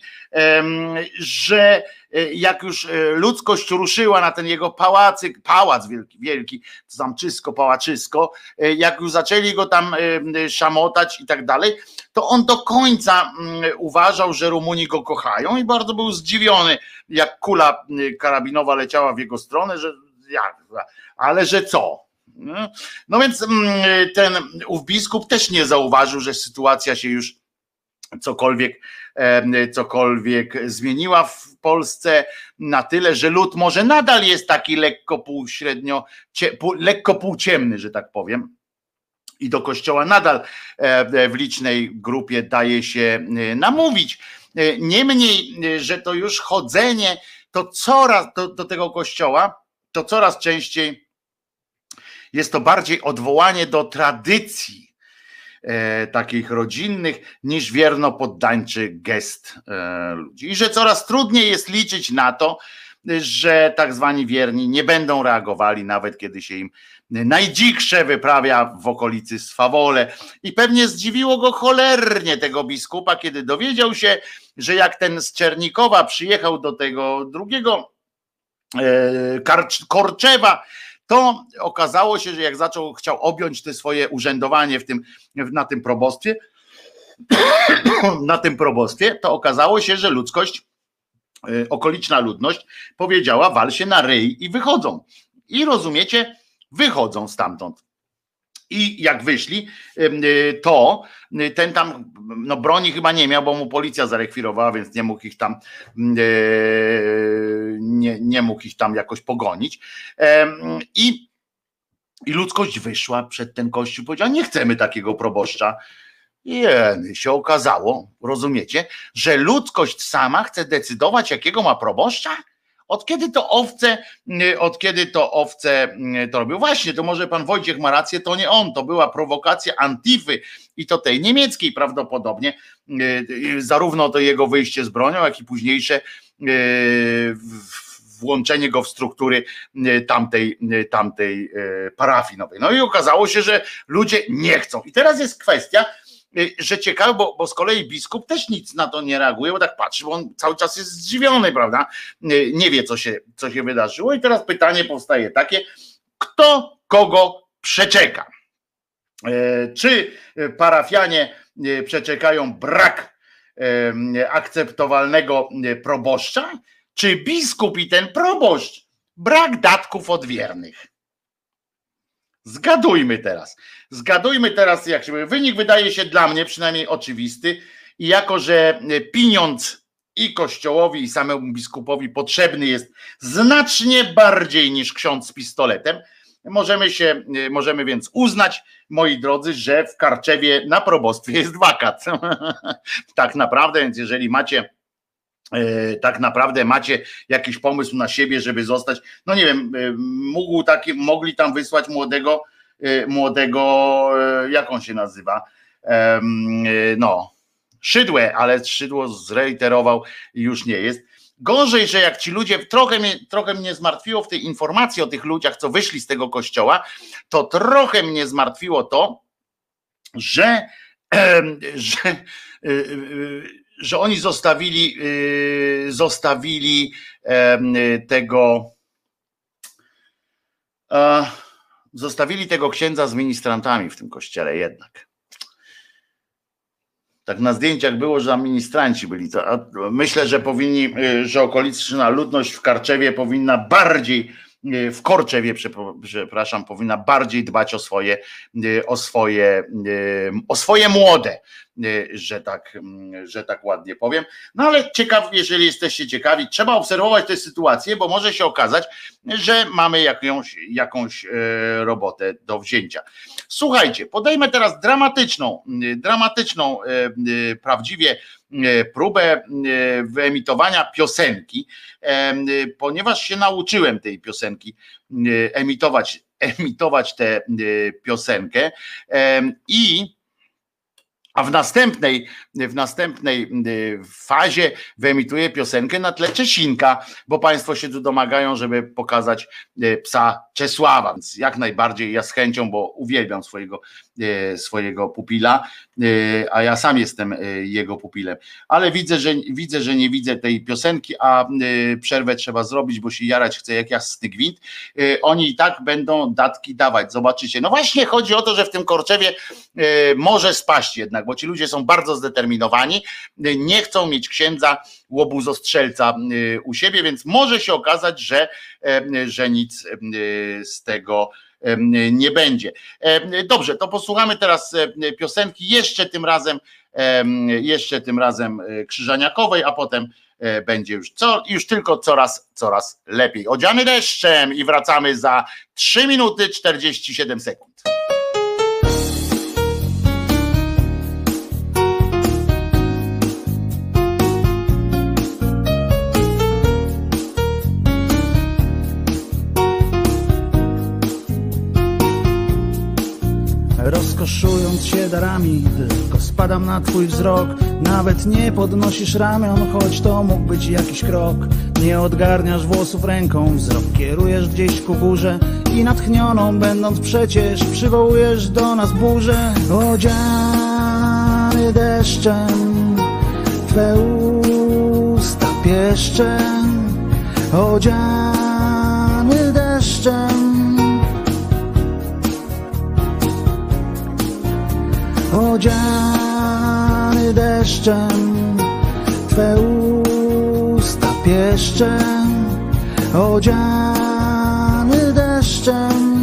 że jak już ludzkość ruszyła na ten jego pałacyk, pałac wielki, wielki, zamczysko, pałaczysko, jak już zaczęli go tam szamotać i tak dalej, to on do końca uważał, że Rumuni go kochają i bardzo był zdziwiony, jak kula karabinowa leciała w jego stronę, że jak, ale że co? No więc ten ów biskup też nie zauważył, że sytuacja się już cokolwiek, cokolwiek zmieniła w Polsce na tyle, że lud może nadal jest taki lekko półśrednio, lekko półciemny, że tak powiem. I do kościoła nadal w licznej grupie daje się namówić. Niemniej, że to już chodzenie, to coraz do, do tego kościoła, to coraz częściej jest to bardziej odwołanie do tradycji e, takich rodzinnych niż wierno poddańczy gest e, ludzi. I że coraz trudniej jest liczyć na to, że tak zwani wierni nie będą reagowali, nawet kiedy się im najdziksze wyprawia w okolicy swawole. I pewnie zdziwiło go cholernie tego biskupa, kiedy dowiedział się, że jak ten z Czernikowa przyjechał do tego drugiego e, Korczewa, to okazało się, że jak zaczął, chciał objąć te swoje urzędowanie w tym, na tym probostwie, na tym probostwie, to okazało się, że ludzkość, okoliczna ludność powiedziała: wal się na ryj i wychodzą. I rozumiecie, wychodzą stamtąd. I jak wyszli, to ten tam no broni chyba nie miał, bo mu policja zarekwirowała, więc nie mógł ich tam nie, nie mógł ich tam jakoś pogonić. I, i ludzkość wyszła przed ten kościół, powiedziała: nie chcemy takiego proboszcza. I się okazało, rozumiecie, że ludzkość sama chce decydować, jakiego ma proboszcza? Od kiedy to owce, od kiedy to owce to robią? Właśnie, to może pan Wojciech ma rację, to nie on, to była prowokacja Antify i to tej niemieckiej prawdopodobnie, zarówno to jego wyjście z bronią, jak i późniejsze włączenie go w struktury tamtej, tamtej parafii nowej. No i okazało się, że ludzie nie chcą. I teraz jest kwestia, że ciekawe, bo, bo z kolei biskup też nic na to nie reaguje, bo tak patrzy, bo on cały czas jest zdziwiony, prawda? Nie wie, co się, co się wydarzyło. I teraz pytanie powstaje takie: kto kogo przeczeka? Czy parafianie przeczekają brak akceptowalnego proboszcza, czy biskup i ten proboszcz brak datków odwiernych? Zgadujmy teraz. Zgadujmy teraz, jak się mówi. Wynik wydaje się dla mnie przynajmniej oczywisty i jako, że pieniądz i Kościołowi, i samemu biskupowi potrzebny jest znacznie bardziej niż ksiądz z pistoletem. Możemy się, możemy więc uznać, moi drodzy, że w Karczewie na probostwie jest wakat. Tak naprawdę, więc jeżeli macie tak naprawdę macie jakiś pomysł na siebie, żeby zostać, no nie wiem, mógł taki, mogli tam wysłać młodego, młodego, jak on się nazywa, no, Szydłę, ale Szydło zreiterował i już nie jest. Gorzej, że jak ci ludzie, trochę mnie, trochę mnie zmartwiło w tej informacji o tych ludziach, co wyszli z tego kościoła, to trochę mnie zmartwiło to, że, że, że oni zostawili, zostawili tego, zostawili tego księdza z ministrantami w tym kościele jednak. Tak na zdjęciach było, że ministranci byli. To, myślę, że powinni, że okoliczna ludność w Karczewie powinna bardziej, w Korczewie, przepraszam, powinna bardziej dbać o swoje, o swoje, o swoje młode, że tak, że tak ładnie powiem. No ale ciekaw, jeżeli jesteście ciekawi, trzeba obserwować tę sytuację, bo może się okazać, że mamy jakąś, jakąś robotę do wzięcia. Słuchajcie, podejmę teraz dramatyczną, dramatyczną prawdziwie próbę wyemitowania piosenki, ponieważ się nauczyłem tej piosenki emitować, emitować tę piosenkę i a w następnej, w następnej fazie wyemituję piosenkę na tle Czesinka, bo państwo się tu domagają, żeby pokazać psa Czesława, więc jak najbardziej ja z chęcią, bo uwielbiam swojego, swojego pupila, a ja sam jestem jego pupilem, ale widzę, że widzę, że nie widzę tej piosenki, a przerwę trzeba zrobić, bo się jarać chce jak jasny gwint. Oni i tak będą datki dawać, zobaczycie. No właśnie chodzi o to, że w tym Korczewie może spaść jednak, bo ci ludzie są bardzo zdeterminowani, nie chcą mieć księdza łobuzostrzelca u siebie, więc może się okazać, że, że nic z tego nie będzie. Dobrze, to posłuchamy teraz piosenki, jeszcze tym razem, jeszcze tym razem Krzyżaniakowej, a potem będzie już, co, już tylko coraz, coraz lepiej. Odziany deszczem i wracamy za trzy minuty czterdzieści siedem sekund. Rozkoszując się darami, tylko spadam na twój wzrok. Nawet nie podnosisz ramion, choć to mógł być jakiś krok. Nie odgarniasz włosów ręką, wzrok kierujesz gdzieś ku górze i natchnioną będąc przecież przywołujesz do nas burzę. Odziany deszczem, twe usta pieszczem. Odziany deszczem, odziany deszczem, twe usta pieszczem. Odziany deszczem,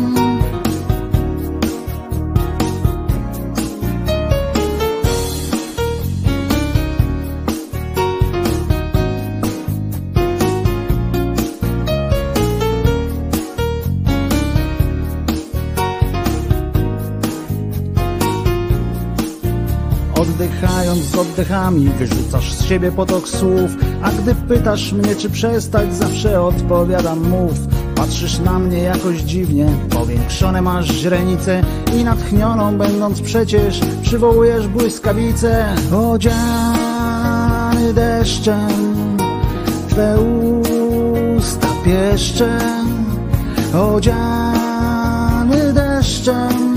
oddychając z oddechami, wyrzucasz z siebie potok słów. A gdy pytasz mnie, czy przestać, zawsze odpowiadam mów. Patrzysz na mnie jakoś dziwnie, powiększone masz źrenice i natchnioną będąc przecież przywołujesz błyskawicę. Odziany deszczem, twe usta pieszczem. Odziany deszczem,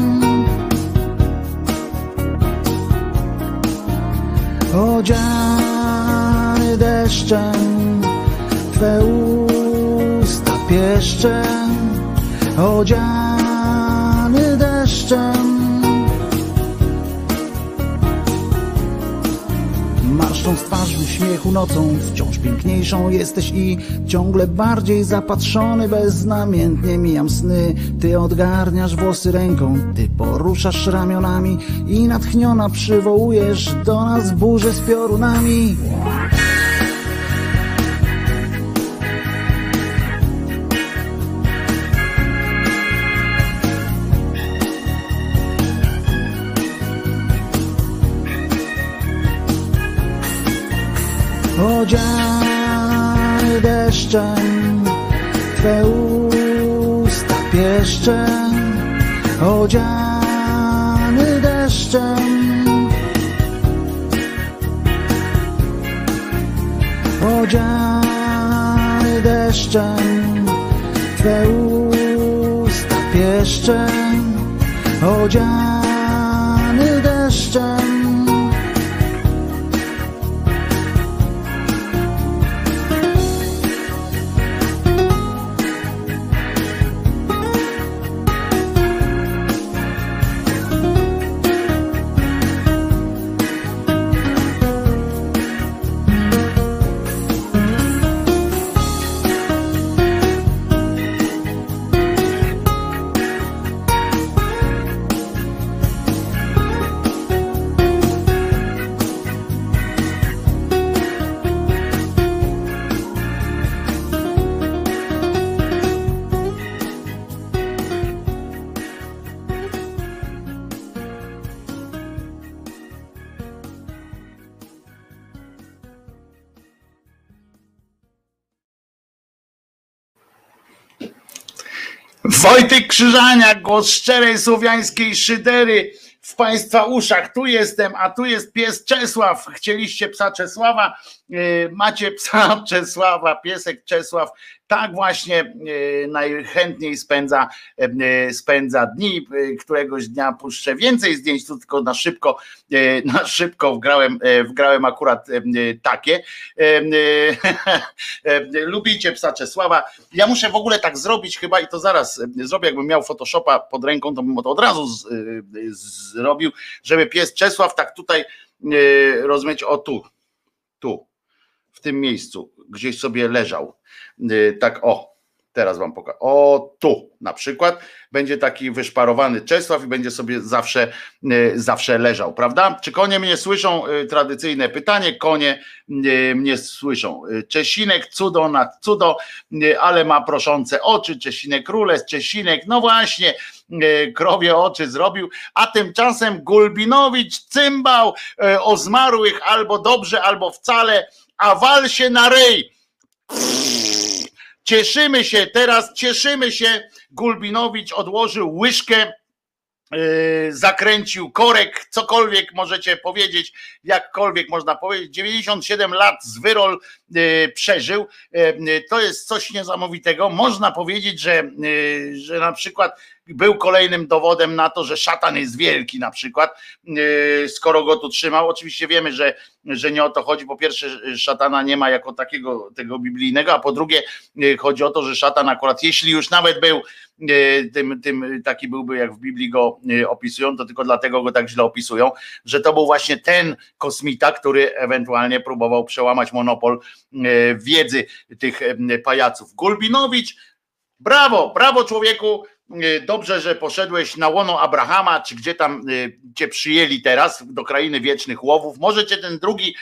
odziany deszczem, twe usta pieszczem. Odziany deszczem, marszcząc twarz w uśmiechu nocą, wciąż piękniejszą jesteś i ciągle bardziej zapatrzony, beznamiętnie mijam sny. Ty odgarniasz włosy ręką, ty poruszasz ramionami i natchniona przywołujesz do nas burzę z piorunami. odziany deszczem, Twe usta pieszczem, odziany deszczem, odziany deszczem, Twe usta pieszczem, odziany deszczem. Wojtek Krzyżaniak, głos szczerej słowiańskiej szydery w Państwa uszach. Tu jestem, a tu jest pies Czesław. Chcieliście psa Czesława, macie psa Czesława, piesek Czesław. Tak właśnie najchętniej spędza, spędza dni. Któregoś dnia puszczę więcej zdjęć, tu tylko na szybko, na szybko wgrałem, wgrałem akurat takie. Lubicie psa Czesława. Ja muszę w ogóle tak zrobić chyba i to zaraz zrobię, jakbym miał Photoshopa pod ręką, to bym to od razu z, z, zrobił, żeby pies Czesław tak tutaj rozumieć, o tu, tu, w tym miejscu, gdzieś sobie leżał. Tak o, teraz wam pokażę. O tu na przykład będzie taki wyszparowany Czesław i będzie sobie zawsze, zawsze leżał, prawda? Czy konie mnie słyszą? Tradycyjne pytanie. Konie mnie słyszą. Czesinek, cudo nad cudo, ale ma proszące oczy. Czesinek Rules, Czesinek, no właśnie, krowie oczy zrobił, a tymczasem Gulbinowicz cymbał o zmarłych albo dobrze, albo wcale, a wal się na ryj. Cieszymy się teraz, cieszymy się. Gulbinowicz odłożył łyżkę, yy, zakręcił korek, cokolwiek możecie powiedzieć, jakkolwiek można powiedzieć. dziewięćdziesiąt siedem lat z Wyrol yy, przeżył. Yy, to jest coś niesamowitego. Można powiedzieć, że, yy, że na przykład był kolejnym dowodem na to, że szatan jest wielki na przykład, skoro go tu trzymał. Oczywiście wiemy, że, że nie o to chodzi. Po pierwsze, szatana nie ma jako takiego tego biblijnego, a po drugie chodzi o to, że szatan akurat, jeśli już nawet był tym, tym taki byłby, jak w Biblii go opisują, to tylko dlatego go tak źle opisują, że to był właśnie ten kosmita, który ewentualnie próbował przełamać monopol wiedzy tych pajaców. Gulbinowicz, brawo, brawo człowieku. Dobrze, że poszedłeś na łono Abrahama, czy gdzie tam cię przyjęli teraz, do krainy wiecznych łowów. Może cię ten drugi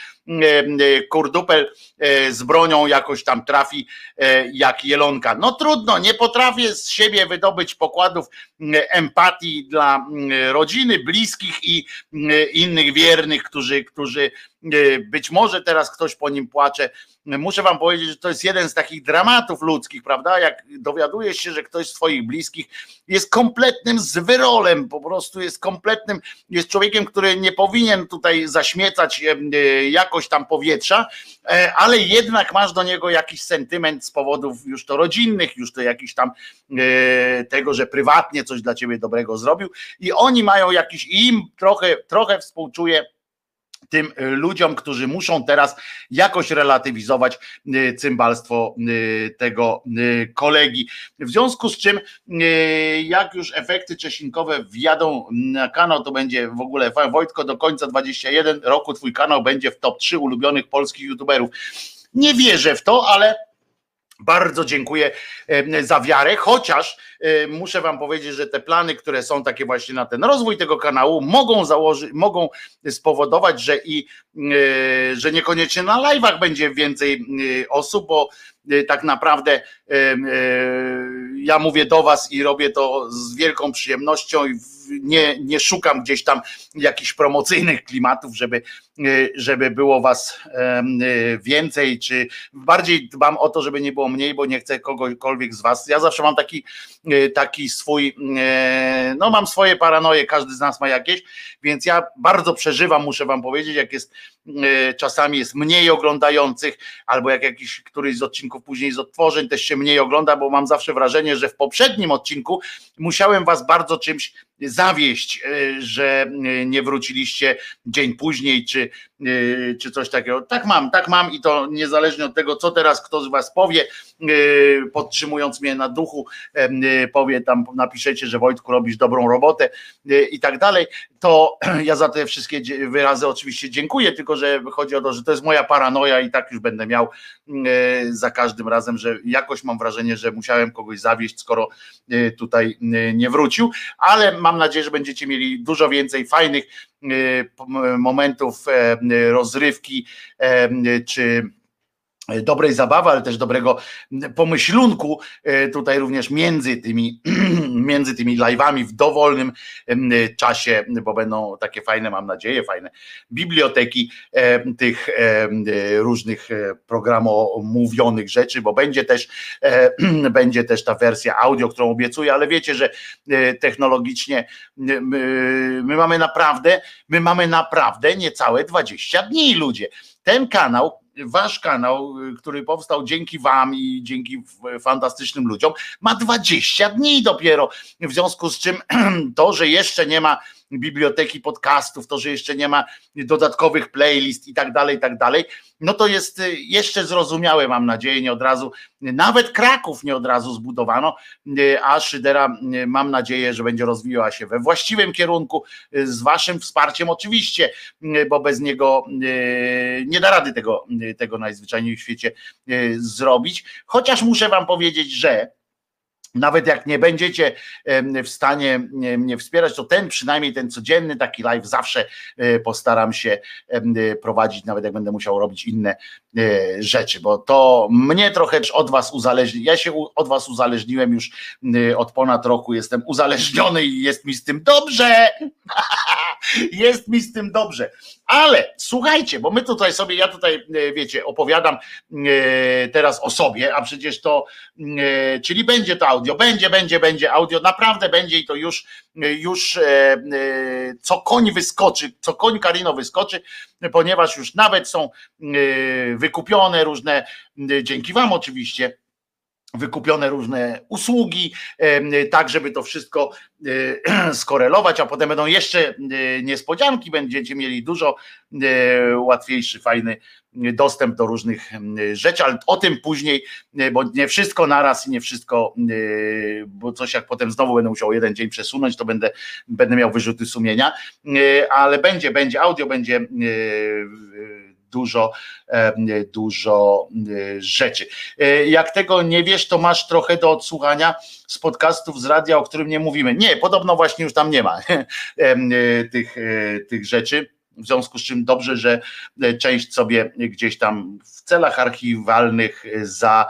kurdupel z bronią jakoś tam trafi jak jelonka. No trudno, nie potrafię z siebie wydobyć pokładów empatii dla rodziny, bliskich i innych wiernych, którzy, którzy być może teraz ktoś po nim płacze. Muszę wam powiedzieć, że to jest jeden z takich dramatów ludzkich, prawda? Jak dowiadujesz się, że ktoś z twoich bliskich jest kompletnym zwyrolem, po prostu jest kompletnym, jest człowiekiem, który nie powinien tutaj zaśmiecać jakoś tam powietrza, ale jednak masz do niego jakiś sentyment z powodów już to rodzinnych, już to jakiś tam tego, że prywatnie coś dla ciebie dobrego zrobił i oni mają jakiś, im trochę, trochę współczuję tym ludziom, którzy muszą teraz jakoś relatywizować cymbalstwo tego kolegi. W związku z czym, jak już efekty czesinkowe wjadą na kanał, to będzie w ogóle, Wojtko, do końca dwudziestego pierwszego roku twój kanał będzie w top trzy ulubionych polskich youtuberów. Nie wierzę w to, ale bardzo dziękuję za wiarę, chociaż muszę wam powiedzieć, że te plany, które są takie właśnie na ten rozwój tego kanału, mogą założyć, mogą spowodować, że i że niekoniecznie na live'ach będzie więcej osób, bo tak naprawdę ja mówię do was i robię to z wielką przyjemnością i nie, nie szukam gdzieś tam jakichś promocyjnych klimatów, żeby, żeby było was więcej, czy bardziej dbam o to, żeby nie było mniej, bo nie chcę kogokolwiek z was. Ja zawsze mam taki, taki swój, no mam swoje paranoje, każdy z nas ma jakieś, więc ja bardzo przeżywam, muszę wam powiedzieć, jak jest czasami jest mniej oglądających, albo jak jakiś któryś z odcinków później z odtworzeń też się mniej ogląda, bo mam zawsze wrażenie, że w poprzednim odcinku musiałem was bardzo czymś zawieść, że nie wróciliście dzień później, czy, czy coś takiego. Tak mam, tak mam i to niezależnie od tego, co teraz kto z was powie, podtrzymując mnie na duchu, powie tam, napiszecie, że Wojtku robisz dobrą robotę i tak dalej, to ja za te wszystkie wyrazy oczywiście dziękuję, tylko że chodzi o to, że to jest moja paranoja i tak już będę miał za każdym razem, że jakoś mam wrażenie, że musiałem kogoś zawieść, skoro tutaj nie wrócił, ale mam nadzieję, że będziecie mieli dużo więcej fajnych momentów rozrywki czy dobrej zabawy, ale też dobrego pomyślunku tutaj również między tymi, między tymi live'ami w dowolnym czasie, bo będą takie fajne, mam nadzieję, fajne biblioteki tych różnych programomówionych rzeczy, bo będzie też będzie też ta wersja audio, którą obiecuję, ale wiecie, że technologicznie my mamy naprawdę, my mamy naprawdę niecałe dwadzieścia dni, ludzie. Ten kanał, wasz kanał, który powstał dzięki wam i dzięki fantastycznym ludziom, ma dwadzieścia dni dopiero, w związku z czym to, że jeszcze nie ma biblioteki podcastów, to, że jeszcze nie ma dodatkowych playlist i tak dalej, i tak dalej, no to jest jeszcze zrozumiałe, mam nadzieję, nie od razu, nawet Kraków nie od razu zbudowano, a Szydera, mam nadzieję, że będzie rozwijała się we właściwym kierunku, z waszym wsparciem oczywiście, bo bez niego nie da rady tego, tego najzwyczajniej w świecie zrobić, chociaż muszę wam powiedzieć, że nawet jak nie będziecie w stanie mnie wspierać, to ten przynajmniej ten codzienny taki live zawsze postaram się prowadzić, nawet jak będę musiał robić inne rzeczy, bo to mnie trochę od was uzależni. Ja się od was uzależniłem już od ponad roku, jestem uzależniony i jest mi z tym dobrze. Jest mi z tym dobrze. Ale słuchajcie, bo my tutaj sobie, ja tutaj wiecie, opowiadam teraz o sobie, a przecież to, czyli będzie to audio, będzie, będzie, będzie audio, naprawdę będzie i to już, już co koń wyskoczy, co koń Karino wyskoczy, ponieważ już nawet są wykupione różne, dzięki wam oczywiście, wykupione różne usługi, tak żeby to wszystko skorelować, a potem będą jeszcze niespodzianki, będziecie mieli dużo łatwiejszy, fajny dostęp do różnych rzeczy, ale o tym później, bo nie wszystko naraz i nie wszystko, bo coś jak potem znowu będę musiał jeden dzień przesunąć, to będę, będę miał wyrzuty sumienia, ale będzie, będzie audio, będzie dużo, dużo rzeczy. Jak tego nie wiesz, to masz trochę do odsłuchania z podcastów z radia, o którym nie mówimy. Nie, podobno właśnie już tam nie ma tych, tych rzeczy. W związku z czym dobrze, że część sobie gdzieś tam w celach archiwalnych za,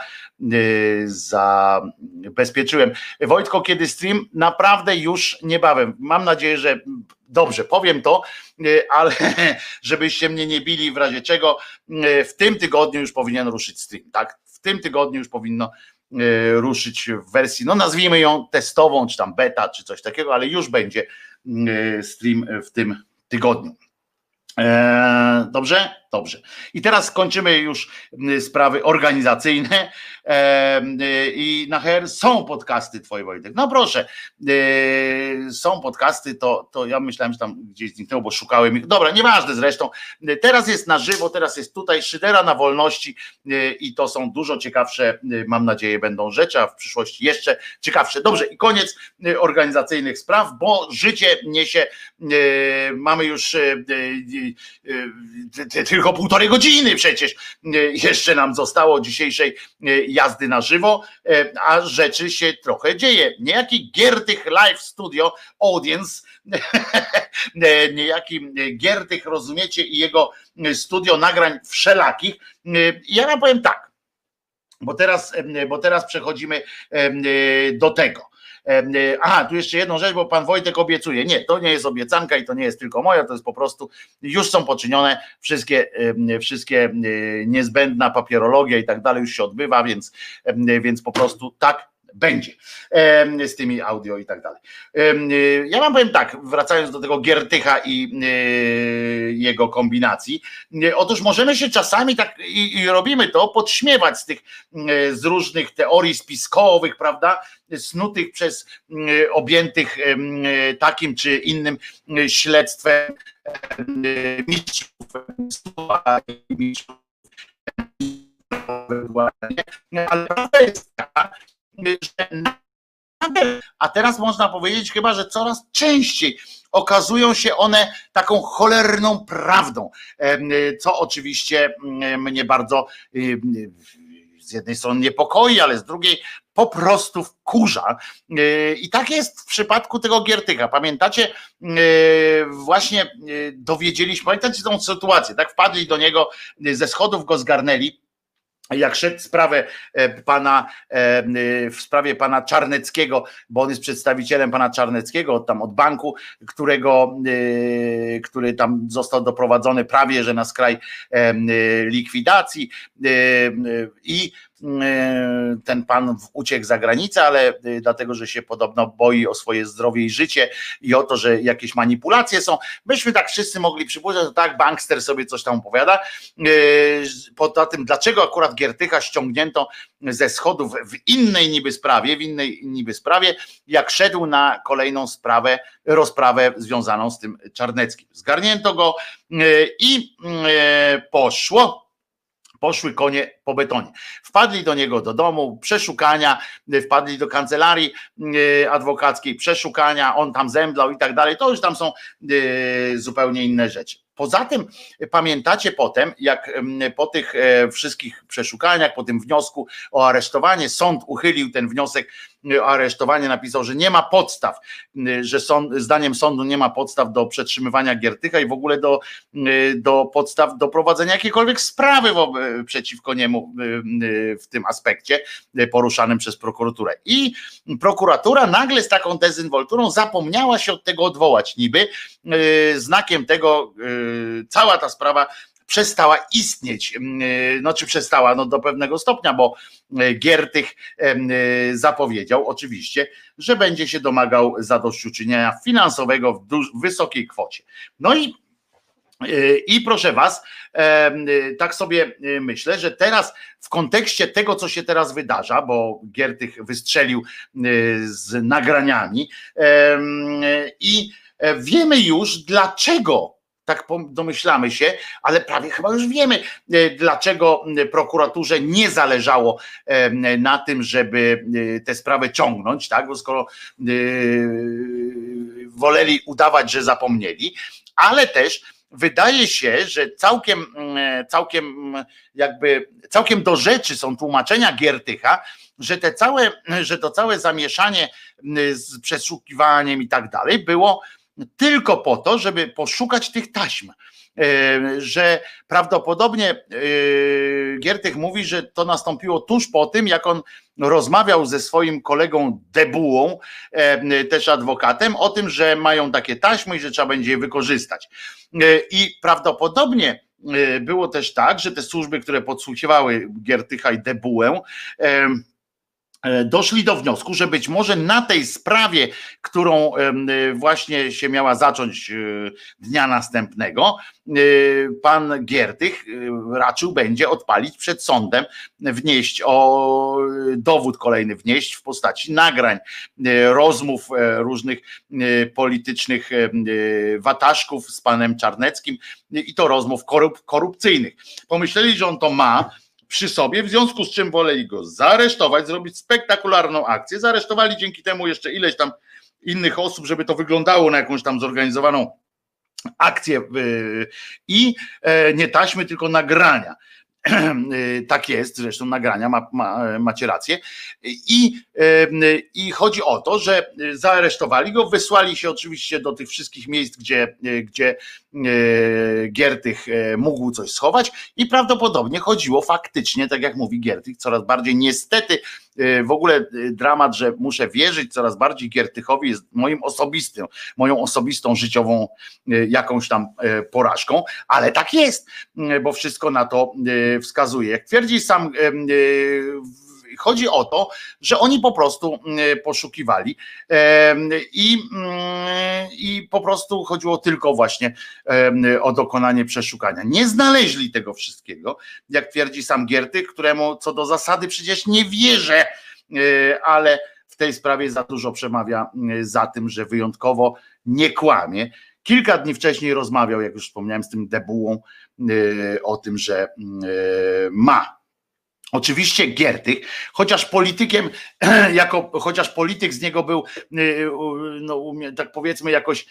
zabezpieczyłem. Wojtko, kiedy stream? Naprawdę już niebawem. Mam nadzieję, że dobrze, powiem to, ale żebyście mnie nie bili w razie czego, w tym tygodniu już powinien ruszyć stream, tak? W tym tygodniu już powinno ruszyć w wersji, no nazwijmy ją testową, czy tam beta, czy coś takiego, ale już będzie stream w tym tygodniu. Eee, dobrze? Dobrze. I teraz skończymy już sprawy organizacyjne eee, i nachher są podcasty twoje, Wojtek. No proszę, eee, są podcasty, to, to ja myślałem, że tam gdzieś zniknęło, bo szukałem ich. Dobra, nieważne zresztą. Teraz jest na żywo, teraz jest tutaj Szydera na wolności eee, i to są dużo ciekawsze, mam nadzieję, będą rzeczy, a w przyszłości jeszcze ciekawsze. Dobrze, i koniec organizacyjnych spraw, bo życie niesie, mamy już tylko półtorej godziny przecież jeszcze nam zostało dzisiejszej jazdy na żywo, a rzeczy się trochę dzieje. Niejaki Giertych Live Studio Audience, niejaki Giertych, rozumiecie, i jego studio nagrań wszelakich. Ja wam powiem tak, bo teraz, bo teraz przechodzimy do tego. Aha, tu jeszcze jedną rzecz, bo pan Wojtek obiecuje. Nie, to nie jest obiecanka i to nie jest tylko moja, to jest po prostu, już są poczynione wszystkie, wszystkie niezbędna papierologia i tak dalej, już się odbywa, więc, więc po prostu tak będzie z tymi audio i tak dalej. Ja wam powiem tak, wracając do tego Giertycha i jego kombinacji, otóż możemy się czasami tak i, i robimy to, podśmiewać z tych z różnych teorii spiskowych, prawda, snutych przez objętych takim czy innym śledztwem mistrzów, mistrzów, ale prawda jest taka, a teraz można powiedzieć chyba, że coraz częściej okazują się one taką cholerną prawdą, co oczywiście mnie bardzo z jednej strony niepokoi, ale z drugiej po prostu wkurza. I tak jest w przypadku tego Giertycha. Pamiętacie, właśnie dowiedzieliśmy, pamiętacie tą sytuację, tak wpadli do niego, ze schodów go zgarnęli, jak szedł sprawę pana, w sprawie pana Czarneckiego, bo on jest przedstawicielem pana Czarneckiego, tam od banku, którego, który tam został doprowadzony prawie, że na skraj likwidacji i ten pan uciekł za granicę, ale dlatego, że się podobno boi o swoje zdrowie i życie i o to, że jakieś manipulacje są. Myśmy tak wszyscy mogli przypuszczać, że tak, bankster sobie coś tam opowiada. Poza tym, dlaczego akurat Giertycha ściągnięto ze schodów w innej niby sprawie, w innej niby sprawie, jak szedł na kolejną sprawę, rozprawę związaną z tym Czarneckim. Zgarnięto go i poszło. Poszły konie po betonie. Wpadli do niego do domu, przeszukania, wpadli do kancelarii adwokackiej, przeszukania, on tam zemdlał i tak dalej. To już tam są zupełnie inne rzeczy. Poza tym pamiętacie potem, jak po tych wszystkich przeszukaniach, po tym wniosku o aresztowanie, sąd uchylił ten wniosek o aresztowanie, napisał, że nie ma podstaw, że sąd, zdaniem sądu nie ma podstaw do przetrzymywania Giertycha i w ogóle do, do podstaw do prowadzenia jakiejkolwiek sprawy przeciwko niemu w tym aspekcie poruszanym przez prokuraturę. I prokuratura nagle z taką dezynwolturą zapomniała się od tego odwołać niby, znakiem tego cała ta sprawa przestała istnieć, no czy przestała, no do pewnego stopnia, bo Giertych zapowiedział oczywiście, że będzie się domagał zadośćuczynienia finansowego w duż, wysokiej kwocie. No i i proszę was, tak sobie myślę, że teraz w kontekście tego, co się teraz wydarza, bo Giertych wystrzelił z nagraniami i wiemy już dlaczego, tak domyślamy się, ale prawie chyba już wiemy, dlaczego prokuraturze nie zależało na tym, żeby tę sprawę ciągnąć, tak? Bo skoro woleli udawać, że zapomnieli, ale też wydaje się, że całkiem, całkiem jakby całkiem do rzeczy są tłumaczenia Giertycha, że te całe, że to całe zamieszanie z przeszukiwaniem i tak dalej było tylko po to, żeby poszukać tych taśm, że prawdopodobnie Giertych mówi, że to nastąpiło tuż po tym, jak on rozmawiał ze swoim kolegą Debułą, też adwokatem, o tym, że mają takie taśmy i że trzeba będzie je wykorzystać. I prawdopodobnie było też tak, że te służby, które podsłuchiwały Giertycha i Debułę, doszli do wniosku, że być może na tej sprawie, którą właśnie się miała zacząć dnia następnego, pan Giertych raczył będzie odpalić przed sądem, wnieść o dowód kolejny, wnieść w postaci nagrań, rozmów różnych politycznych wataszków z panem Czarneckim i to rozmów korup- korupcyjnych. Pomyśleli, że on to ma przy sobie, w związku z czym woleli go zaaresztować, zrobić spektakularną akcję. Zaresztowali dzięki temu jeszcze ileś tam innych osób, żeby to wyglądało na jakąś tam zorganizowaną akcję i nie taśmy, tylko nagrania. Tak jest, zresztą nagrania, ma, ma, macie rację. I, I chodzi o to, że zaaresztowali go, wysłali się oczywiście do tych wszystkich miejsc, gdzie, gdzie Giertych mógł coś schować i prawdopodobnie chodziło faktycznie, tak jak mówi Giertych, coraz bardziej niestety w ogóle dramat, że muszę wierzyć coraz bardziej Giertychowi jest moim osobistym, moją osobistą życiową jakąś tam porażką, ale tak jest, bo wszystko na to wskazuje. Jak twierdzi sam, chodzi o to, że oni po prostu poszukiwali i, i po prostu chodziło tylko właśnie o dokonanie przeszukania. Nie znaleźli tego wszystkiego, jak twierdzi sam Giertych, któremu co do zasady przecież nie wierzę, ale w tej sprawie za dużo przemawia za tym, że wyjątkowo nie kłamie. Kilka dni wcześniej rozmawiał, jak już wspomniałem, z tym Debułą o tym, że ma. Oczywiście Giertych, chociaż politykiem, jako, chociaż polityk z niego był, no, tak powiedzmy jakoś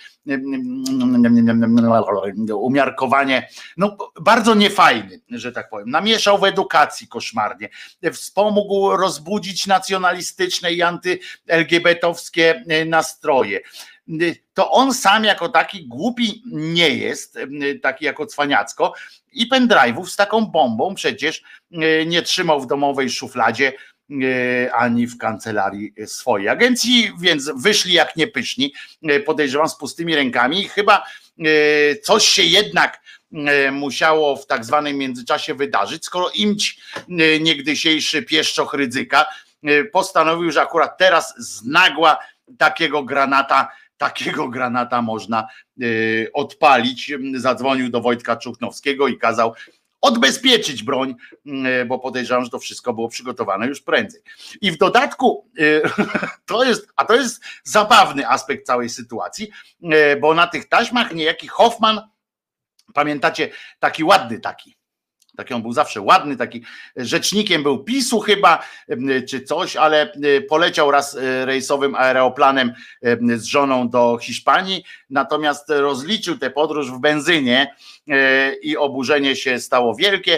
umiarkowanie, no bardzo niefajny, że tak powiem. Namieszał w edukacji koszmarnie, wspomógł rozbudzić nacjonalistyczne i anty-el gie be te owskie nastroje. To on sam jako taki głupi nie jest, taki jako cwaniacko i pendrive'ów z taką bombą przecież nie trzymał w domowej szufladzie ani w kancelarii swojej agencji, więc wyszli jak niepyszni, podejrzewam z pustymi rękami i chyba coś się jednak musiało w tak zwanym międzyczasie wydarzyć, skoro imć niegdysiejszy pieszczoch Rydzyka postanowił, że akurat teraz z nagła takiego granata Takiego granata można y, odpalić. Zadzwonił do Wojtka Czuchnowskiego i kazał odbezpieczyć broń, y, bo podejrzewam, że to wszystko było przygotowane już prędzej. I w dodatku y, to jest, a to jest zabawny aspekt całej sytuacji, y, bo na tych taśmach niejaki Hoffman, pamiętacie, taki ładny taki, Taki on był zawsze ładny, taki rzecznikiem był PiSu chyba, czy coś, ale poleciał raz rejsowym aeroplanem z żoną do Hiszpanii, natomiast rozliczył tę podróż w benzynie i oburzenie się stało wielkie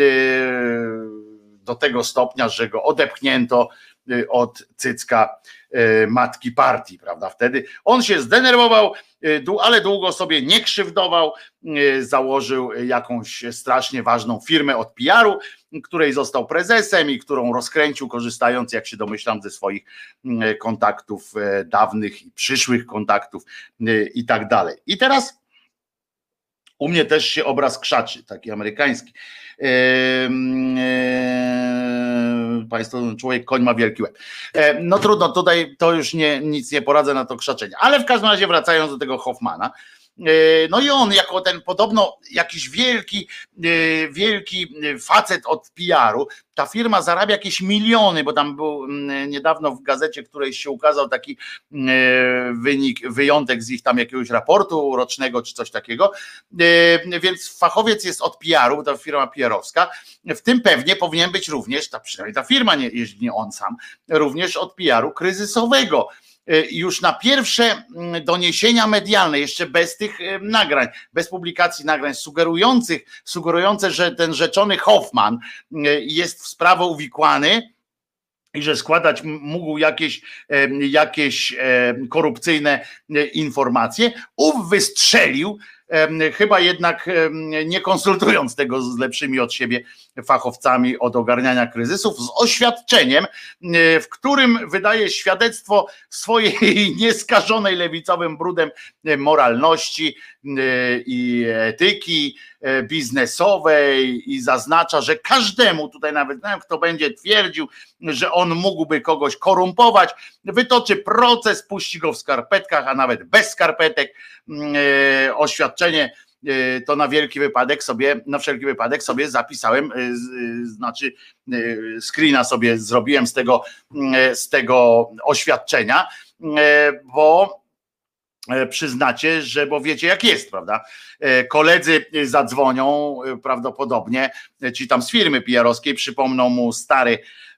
do tego stopnia, że go odepchnięto od cycka matki partii, prawda? Wtedy on się zdenerwował, ale długo sobie nie krzywdował, założył jakąś strasznie ważną firmę od P R u, której został prezesem i którą rozkręcił, korzystając, jak się domyślam, ze swoich kontaktów dawnych i przyszłych kontaktów i tak dalej. I teraz u mnie też się obraz krzaczy, taki amerykański. Państwo, człowiek koń ma wielki łeb. No trudno, tutaj to już nie, nic nie poradzę na to krzaczenie. Ale w każdym razie wracając do tego Hoffmana, no i on jako ten podobno jakiś wielki, wielki facet od P R u, ta firma zarabia jakieś miliony, bo tam był niedawno w gazecie, której się ukazał taki wynik, wyjątek z ich tam jakiegoś raportu rocznego czy coś takiego, więc fachowiec jest od P R u, ta firma P R owska, w tym pewnie powinien być również, ta, przynajmniej ta firma, nie, jeśli nie on sam, również od P R u kryzysowego. Już na pierwsze doniesienia medialne, jeszcze bez tych nagrań, bez publikacji nagrań sugerujących, sugerujące, że ten rzeczony Hoffman jest w sprawę uwikłany i że składać mógł jakieś, jakieś korupcyjne informacje, ów wystrzelił, chyba jednak nie konsultując tego z lepszymi od siebie fachowcami od ogarniania kryzysów, z oświadczeniem, w którym wydaje świadectwo swojej nieskażonej lewicowym brudem moralności i etyki biznesowej i zaznacza, że każdemu, tutaj nawet nie wiem, kto będzie twierdził, że on mógłby kogoś korumpować, wytoczy proces, puści go w skarpetkach, a nawet bez skarpetek. Oświadczenie to na wielki wypadek sobie, na wszelki wypadek sobie zapisałem, znaczy screena sobie zrobiłem z tego, z tego oświadczenia, bo przyznacie, że bo wiecie jak jest, prawda? Koledzy zadzwonią prawdopodobnie, ci tam z firmy P R owskiej, przypomną mu stary,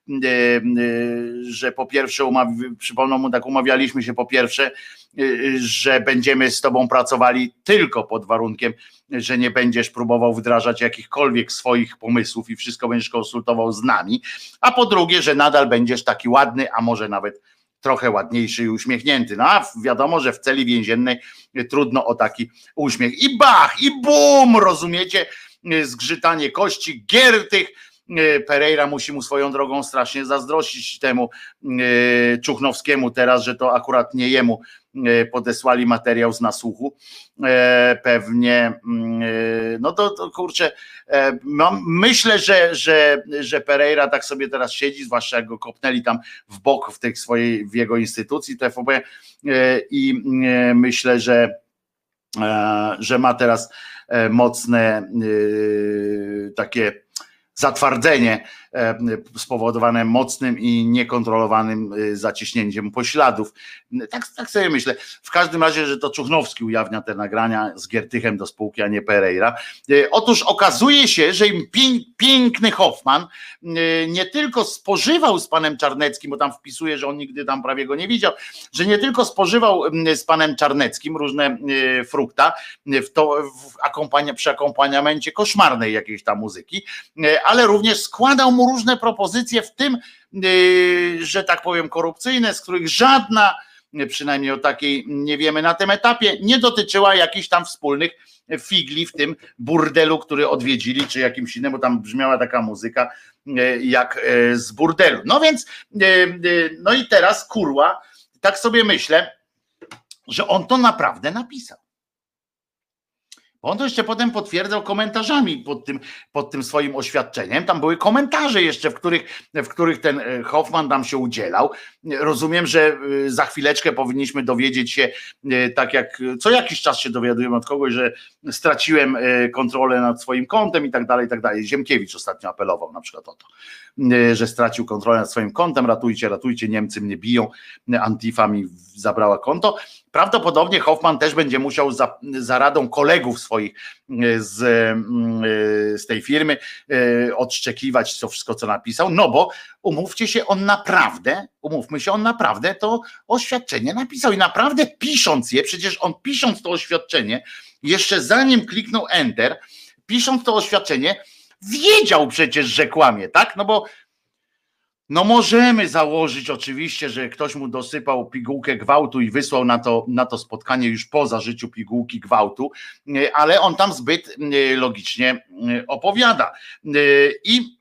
że po pierwsze umawi- przypomną mu, tak umawialiśmy się po pierwsze, że będziemy z tobą pracowali tylko pod warunkiem, że nie będziesz próbował wdrażać jakichkolwiek swoich pomysłów i wszystko będziesz konsultował z nami, a po drugie, że nadal będziesz taki ładny, a może nawet trochę ładniejszy i uśmiechnięty. No a wiadomo, że w celi więziennej trudno o taki uśmiech. I bach, i bum, rozumiecie? Zgrzytanie kości, Giertych. Pereira musi mu swoją drogą strasznie zazdrościć temu Czuchnowskiemu teraz, że to akurat nie jemu podesłali materiał z nasłuchu. Pewnie, no to, to kurczę, mam, myślę, że, że, że Pereira tak sobie teraz siedzi, zwłaszcza jak go kopnęli tam w bok w tej swojej, w jego instytucji T V P i myślę, że że ma teraz mocne takie zatwardzenie spowodowane mocnym i niekontrolowanym zaciśnięciem pośladów. Tak, tak sobie myślę. W każdym razie, że to Czuchnowski ujawnia te nagrania z Giertychem do spółki, a nie Pereira. Otóż okazuje się, że im piękny Hoffman nie tylko spożywał z panem Czarneckim, bo tam wpisuje, że on nigdy tam prawie go nie widział, że nie tylko spożywał z panem Czarneckim różne frukta w to, w akompania, przy akompaniamencie koszmarnej jakiejś tam muzyki, ale również składał mu różne propozycje, w tym, że tak powiem, korupcyjne, z których żadna, przynajmniej o takiej nie wiemy na tym etapie, nie dotyczyła jakichś tam wspólnych figli w tym burdelu, który odwiedzili, czy jakimś innym, bo tam brzmiała taka muzyka jak z burdelu. No więc, no i teraz kurwa, tak sobie myślę, że on to naprawdę napisał. On to jeszcze potem potwierdzał komentarzami pod tym, pod tym swoim oświadczeniem. Tam były komentarze jeszcze, w których, w których ten Hoffman tam się udzielał. Rozumiem, że za chwileczkę powinniśmy dowiedzieć się, tak jak co jakiś czas się dowiadujemy od kogoś, że straciłem kontrolę nad swoim kontem i tak dalej, i tak dalej. Ziemkiewicz ostatnio apelował na przykład o to, że stracił kontrolę nad swoim kontem. Ratujcie, ratujcie, Niemcy mnie biją, Antifa mi zabrała konto. Prawdopodobnie Hoffman też będzie musiał za, za radą kolegów swoich z, z tej firmy odszczekiwać to wszystko, co napisał, no bo umówcie się, on naprawdę, umówmy się, on naprawdę to oświadczenie napisał i naprawdę pisząc je, przecież on pisząc to oświadczenie, jeszcze zanim kliknął Enter, pisząc to oświadczenie, wiedział przecież, że kłamie, tak? No bo no możemy założyć oczywiście, że ktoś mu dosypał pigułkę gwałtu i wysłał na to, na to spotkanie już po zażyciu pigułki gwałtu, ale on tam zbyt logicznie opowiada. I,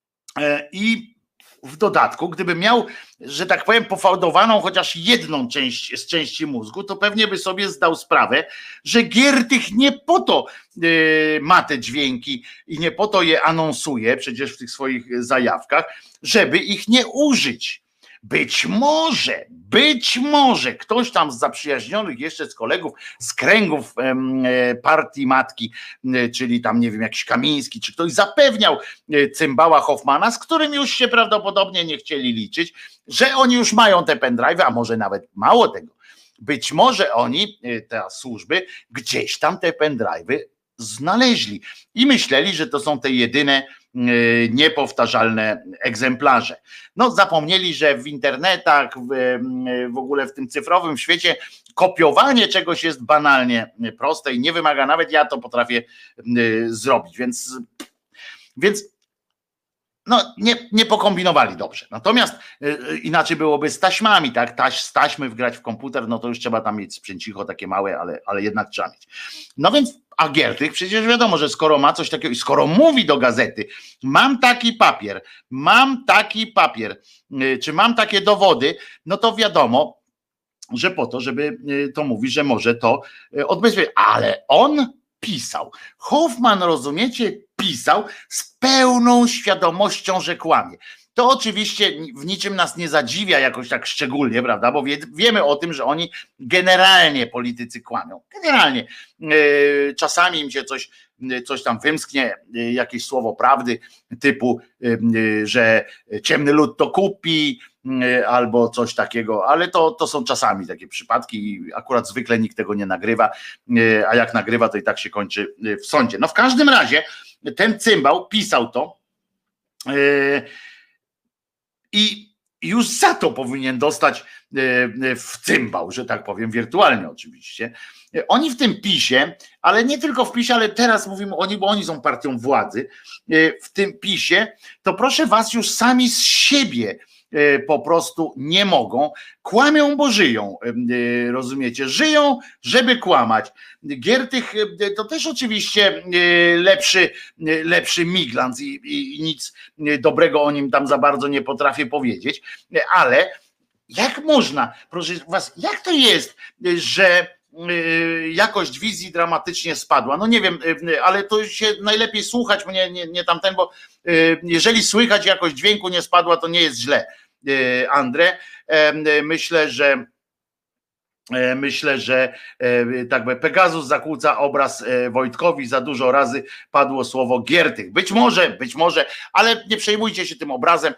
i w dodatku, gdyby miał, że tak powiem, pofałdowaną chociaż jedną część z części mózgu, to pewnie by sobie zdał sprawę, że Giertych nie po to yy, ma te dźwięki i nie po to je anonsuje przecież w tych swoich zajawkach, żeby ich nie użyć. Być może, być może ktoś tam z zaprzyjaźnionych jeszcze z kolegów, z kręgów e, partii matki, e, czyli tam nie wiem, jakiś Kamiński, czy ktoś zapewniał e, cymbała Hoffmana, z którym już się prawdopodobnie nie chcieli liczyć, że oni już mają te pendrive'y, a może nawet mało tego. Być może oni, e, te służby, gdzieś tam te pendrive'y znaleźli i myśleli, że to są te jedyne niepowtarzalne egzemplarze. No zapomnieli, że w internetach, w, w ogóle w tym cyfrowym świecie kopiowanie czegoś jest banalnie proste i nie wymaga, nawet ja to potrafię zrobić, więc, więc no nie, nie pokombinowali dobrze. Natomiast y, inaczej byłoby z taśmami, tak? Taś, z taśmy wgrać w komputer, no to już trzeba tam mieć sprzęcicho takie małe, ale, ale jednak trzeba mieć. No więc a Giertych przecież wiadomo, że skoro ma coś takiego i skoro mówi do gazety, mam taki papier, mam taki papier, y, czy mam takie dowody, no to wiadomo, że po to, żeby y, to mówić, że może to y, odbezpieczyć. Ale on pisał. Hoffman, rozumiecie, pisał z pełną świadomością, że kłamie. To oczywiście w niczym nas nie zadziwia jakoś tak szczególnie, prawda, bo wie, wiemy o tym, że oni generalnie politycy kłamią. Generalnie. Yy, czasami im się coś, coś tam wymsknie, yy, jakieś słowo prawdy typu, yy, że ciemny lud to kupi, yy, albo coś takiego, ale to, to są czasami takie przypadki i akurat zwykle nikt tego nie nagrywa, yy, a jak nagrywa, to i tak się kończy w sądzie. No w każdym razie ten cymbał pisał to, yy, i już za to powinien dostać w cymbał, że tak powiem, wirtualnie oczywiście. Oni w tym PiSie, ale nie tylko w PiSie, ale teraz mówimy o nich, bo oni są partią władzy, w tym PiSie, to proszę was już sami z siebie po prostu nie mogą, kłamią, bo żyją, rozumiecie, żyją, żeby kłamać. Giertych to też oczywiście lepszy, lepszy miglans i, i nic dobrego o nim tam za bardzo nie potrafię powiedzieć, ale jak można, proszę was, jak to jest, że jakość wizji dramatycznie spadła? No nie wiem, ale to się najlepiej słuchać mnie, nie, nie tamten, bo jeżeli słychać jakość dźwięku nie spadła, to nie jest źle, André. Myślę, że Myślę, że tak by Pegasus zakłóca obraz Wojtkowi, za dużo razy padło słowo Giertych. Być może, być może, ale nie przejmujcie się tym obrazem.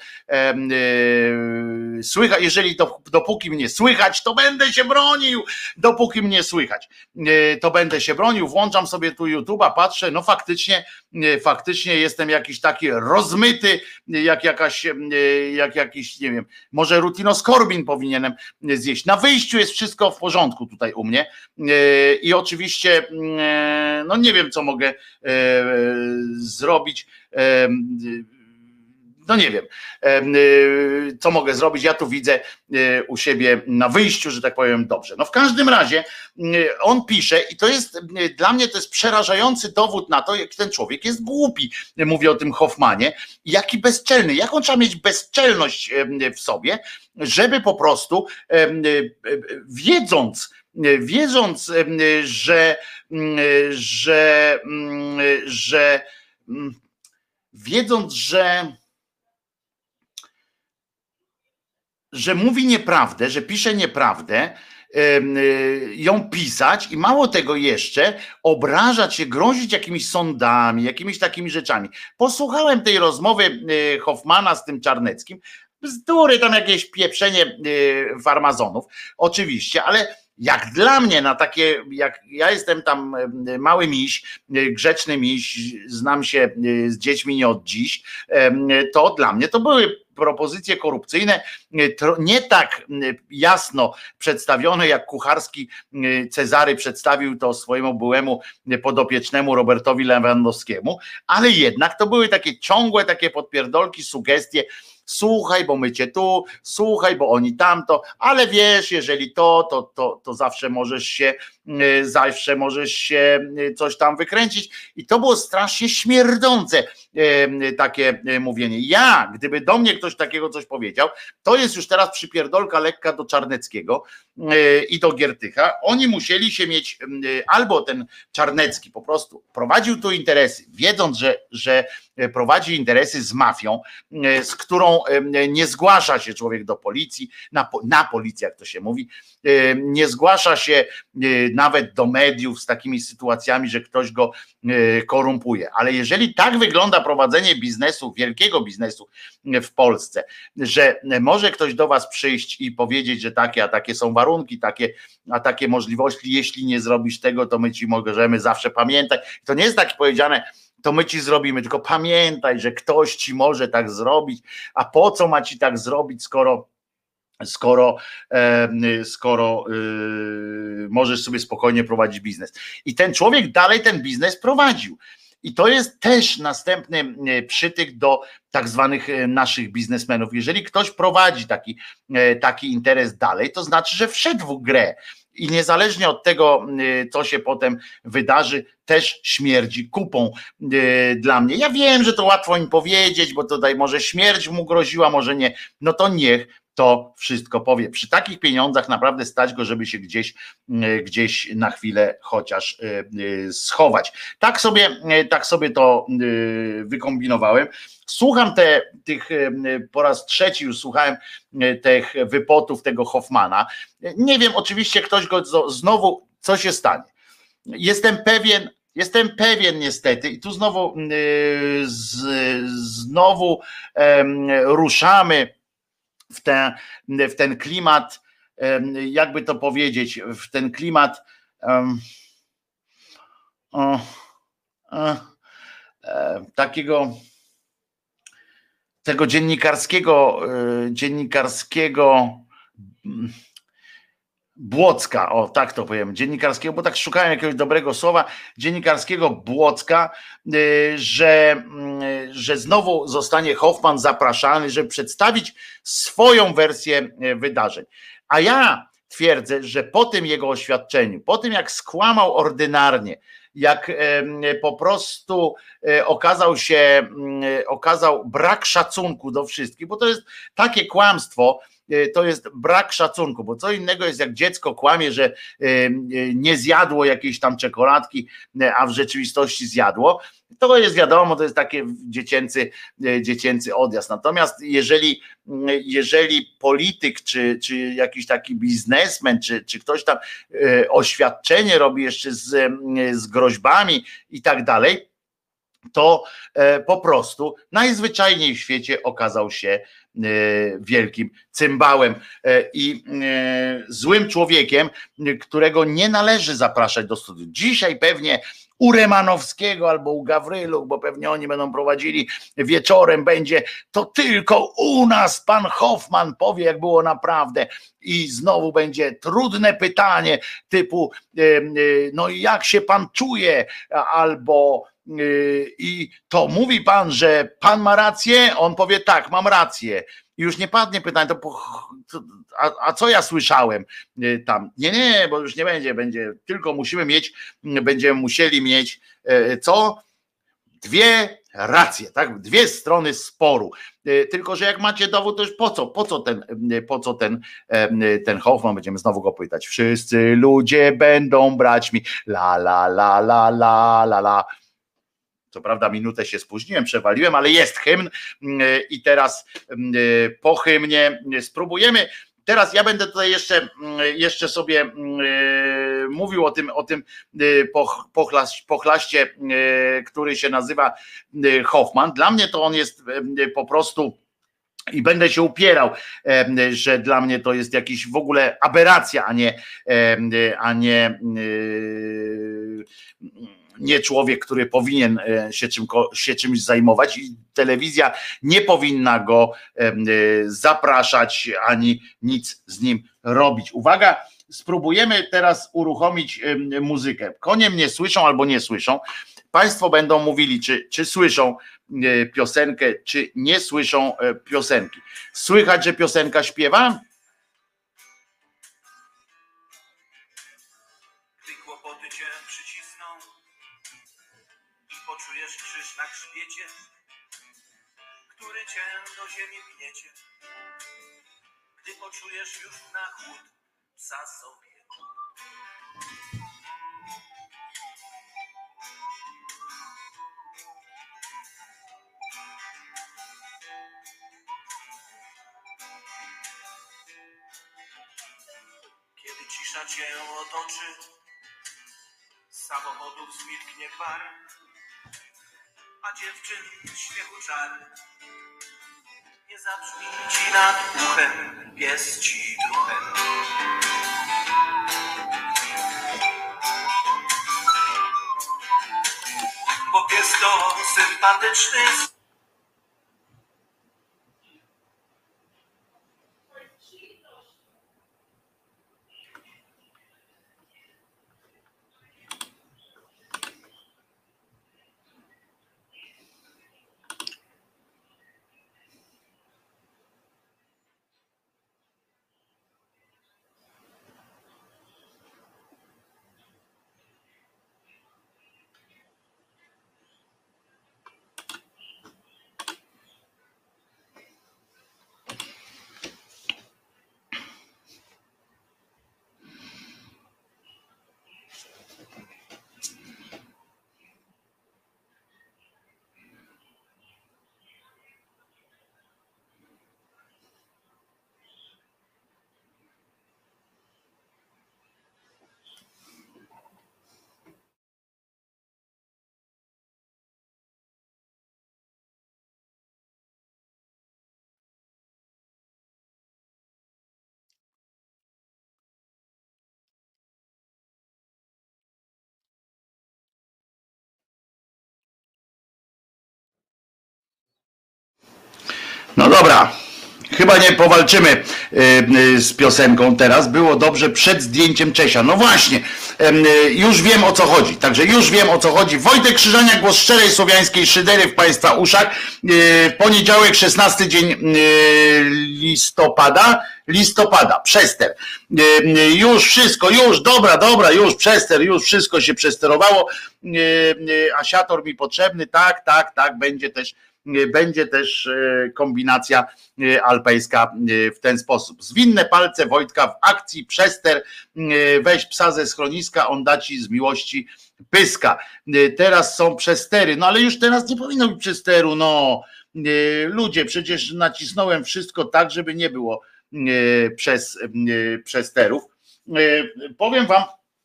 Słychać, jeżeli dopóki mnie słychać, to będę się bronił. Dopóki mnie słychać, to będę się bronił. Włączam sobie tu YouTube'a, patrzę, no faktycznie, faktycznie jestem jakiś taki rozmyty, jak jakaś, jak jakiś, nie wiem, może rutinoskorbin powinienem zjeść. Na wyjściu jest wszystko w porządku tutaj u mnie i oczywiście no nie wiem, co mogę zrobić, no nie wiem, co mogę zrobić, ja tu widzę u siebie na wyjściu, że tak powiem, dobrze. No w każdym razie on pisze i to jest, dla mnie to jest przerażający dowód na to, jak ten człowiek jest głupi, mówię o tym Hoffmanie, jaki bezczelny, jaką trzeba mieć bezczelność w sobie, żeby po prostu wiedząc, wiedząc, że, że, że wiedząc, że że mówi nieprawdę, że pisze nieprawdę, ją pisać i mało tego jeszcze obrażać się, grozić jakimiś sądami, jakimiś takimi rzeczami. Posłuchałem tej rozmowy Hoffmana z tym Czarneckim, bzdury, tam jakieś pieprzenie farmazonów, oczywiście, ale jak dla mnie na takie, jak ja jestem tam mały miś, grzeczny miś, znam się z dziećmi nie od dziś, to dla mnie to były propozycje korupcyjne, nie tak jasno przedstawione, jak Kucharski Cezary przedstawił to swojemu byłemu podopiecznemu Robertowi Lewandowskiemu, ale jednak to były takie ciągłe, takie podpierdolki, sugestie. Słuchaj, bo my cię tu, słuchaj, bo oni tamto, ale wiesz, jeżeli to, to, to, to zawsze możesz się, zawsze możesz się coś tam wykręcić. I to było strasznie śmierdzące takie mówienie. Ja, gdyby do mnie ktoś takiego coś powiedział, to jest już teraz przypierdolka lekka do Czarneckiego i do Giertycha. Oni musieli się mieć, albo ten Czarnecki po prostu prowadził tu interesy, wiedząc, że, że prowadzi interesy z mafią, z którą nie zgłasza się człowiek do policji, na, na policję, jak to się mówi, nie zgłasza się nawet do mediów z takimi sytuacjami, że ktoś go korumpuje. Ale jeżeli tak wygląda prowadzenie biznesu, wielkiego biznesu w Polsce, że może ktoś do was przyjść i powiedzieć, że takie, a takie są warunki, takie, a takie możliwości, jeśli nie zrobisz tego, to my ci możemy zawsze pamiętać. To nie jest tak powiedziane, to my ci zrobimy, tylko pamiętaj, że ktoś ci może tak zrobić, a po co ma ci tak zrobić, skoro skoro, skoro możesz sobie spokojnie prowadzić biznes. I ten człowiek dalej ten biznes prowadził. I to jest też następny przytyk do tak zwanych naszych biznesmenów. Jeżeli ktoś prowadzi taki, taki interes dalej, to znaczy, że wszedł w grę. I niezależnie od tego, co się potem wydarzy, też śmierdzi kupą dla mnie. Ja wiem, że to łatwo im powiedzieć, bo tutaj może śmierć mu groziła, może nie. No to niech to wszystko powie. Przy takich pieniądzach naprawdę stać go, żeby się gdzieś, gdzieś na chwilę chociaż schować. Tak sobie, tak sobie to wykombinowałem. Słucham te, tych, po raz trzeci już słuchałem tych wypotów tego Hoffmana. Nie wiem, oczywiście ktoś go znowu, co się stanie. Jestem pewien, jestem pewien niestety i tu znowu, z, znowu ruszamy w ten, w ten klimat, jakby to powiedzieć, w ten klimat um, o, o, e, takiego tego dziennikarskiego, dziennikarskiego Błocka, o tak to powiem, dziennikarskiego, bo tak szukałem jakiegoś dobrego słowa, dziennikarskiego Błocka, y, że, y, że znowu zostanie Hoffman zapraszany, żeby przedstawić swoją wersję y, wydarzeń. A ja twierdzę, że po tym jego oświadczeniu, po tym jak skłamał ordynarnie, jak y, po prostu y, okazał się, y, okazał brak szacunku do wszystkich, bo to jest takie kłamstwo, to jest brak szacunku, bo co innego jest jak dziecko kłamie, że nie zjadło jakiejś tam czekoladki, a w rzeczywistości zjadło. To jest wiadomo, to jest taki dziecięcy, dziecięcy odjazd. Natomiast jeżeli, jeżeli polityk, czy, czy jakiś taki biznesmen, czy, czy ktoś tam oświadczenie robi jeszcze z, z groźbami i tak dalej, to po prostu najzwyczajniej w świecie okazał się wielkim cymbałem i złym człowiekiem, którego nie należy zapraszać do studiów. Dzisiaj pewnie u Remanowskiego albo u Gawrylu, bo pewnie oni będą prowadzili wieczorem, będzie to tylko u nas pan Hoffman powie, jak było naprawdę, i znowu będzie trudne pytanie typu no i jak się pan czuje, albo i to mówi pan, że pan ma rację, on powie tak, mam rację. I już nie padnie pytanie, to po, a, a co ja słyszałem tam? Nie, nie, bo już nie będzie, będzie, tylko musimy mieć, będziemy musieli mieć co? Dwie racje, tak? Dwie strony sporu. Tylko że jak macie dowód, to już po co? Po co ten, po co ten, ten Hoffman? Będziemy znowu go pytać. Wszyscy ludzie będą braćmi. La, la, la, la, la, la, la. Co prawda minutę się spóźniłem, przewaliłem, ale jest hymn i teraz po hymnie spróbujemy. Teraz ja będę tutaj jeszcze, jeszcze sobie mówił o tym, o tym pochlaście, który się nazywa Hoffman. Dla mnie to on jest po prostu, i będę się upierał, że dla mnie to jest jakiś w ogóle aberracja, a nie, a nie nie człowiek, który powinien się, czym, się czymś zajmować, i telewizja nie powinna go zapraszać ani nic z nim robić. Uwaga, spróbujemy teraz uruchomić muzykę. Konie mnie słyszą albo nie słyszą. Państwo będą mówili, czy, czy słyszą piosenkę, czy nie słyszą piosenki. Słychać, że piosenka śpiewa? Poczujesz krzyż na grzbiecie, który cię do ziemi gniecie. Gdy poczujesz już na chłód psa sobie. Kiedy cisza cię otoczy, z samochodów zmilknie gwar, a dziewczyn śmiechu czar nie zabrzmi ci nad uchem, pies ci druhem. Bo pies to sympatyczny. No dobra, Chyba nie powalczymy z piosenką teraz. Było dobrze przed zdjęciem Czesia. No właśnie, już wiem o co chodzi. Także już wiem o co chodzi. Wojtek Krzyżania, głos szczerej słowiańskiej szydery w Państwa uszach. Poniedziałek, szesnasty dzień listopada. Listopada, przester. Już wszystko, już, dobra, dobra, już przester, już wszystko się przesterowało. Asiator mi potrzebny, tak, tak, tak, będzie też będzie też kombinacja alpejska w ten sposób. Zwinne palce Wojtka w akcji przester, weź psa ze schroniska, on da ci z miłości pyska. Teraz są przestery, no ale już teraz nie powinno być przesteru, no ludzie, przecież nacisnąłem wszystko tak, żeby nie było przez przesterów. Powiem wam,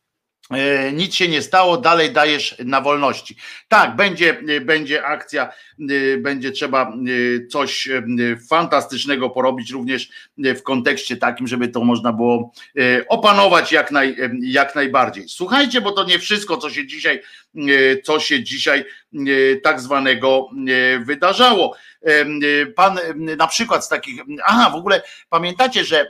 nic się nie stało, dalej dajesz na wolności. Tak, będzie, będzie akcja, będzie trzeba coś fantastycznego porobić również w kontekście takim, żeby to można było opanować jak, naj, jak najbardziej. Słuchajcie, bo to nie wszystko, co się dzisiaj, co się dzisiaj tak zwanego wydarzało. Pan na przykład z takich, aha, w ogóle pamiętacie, że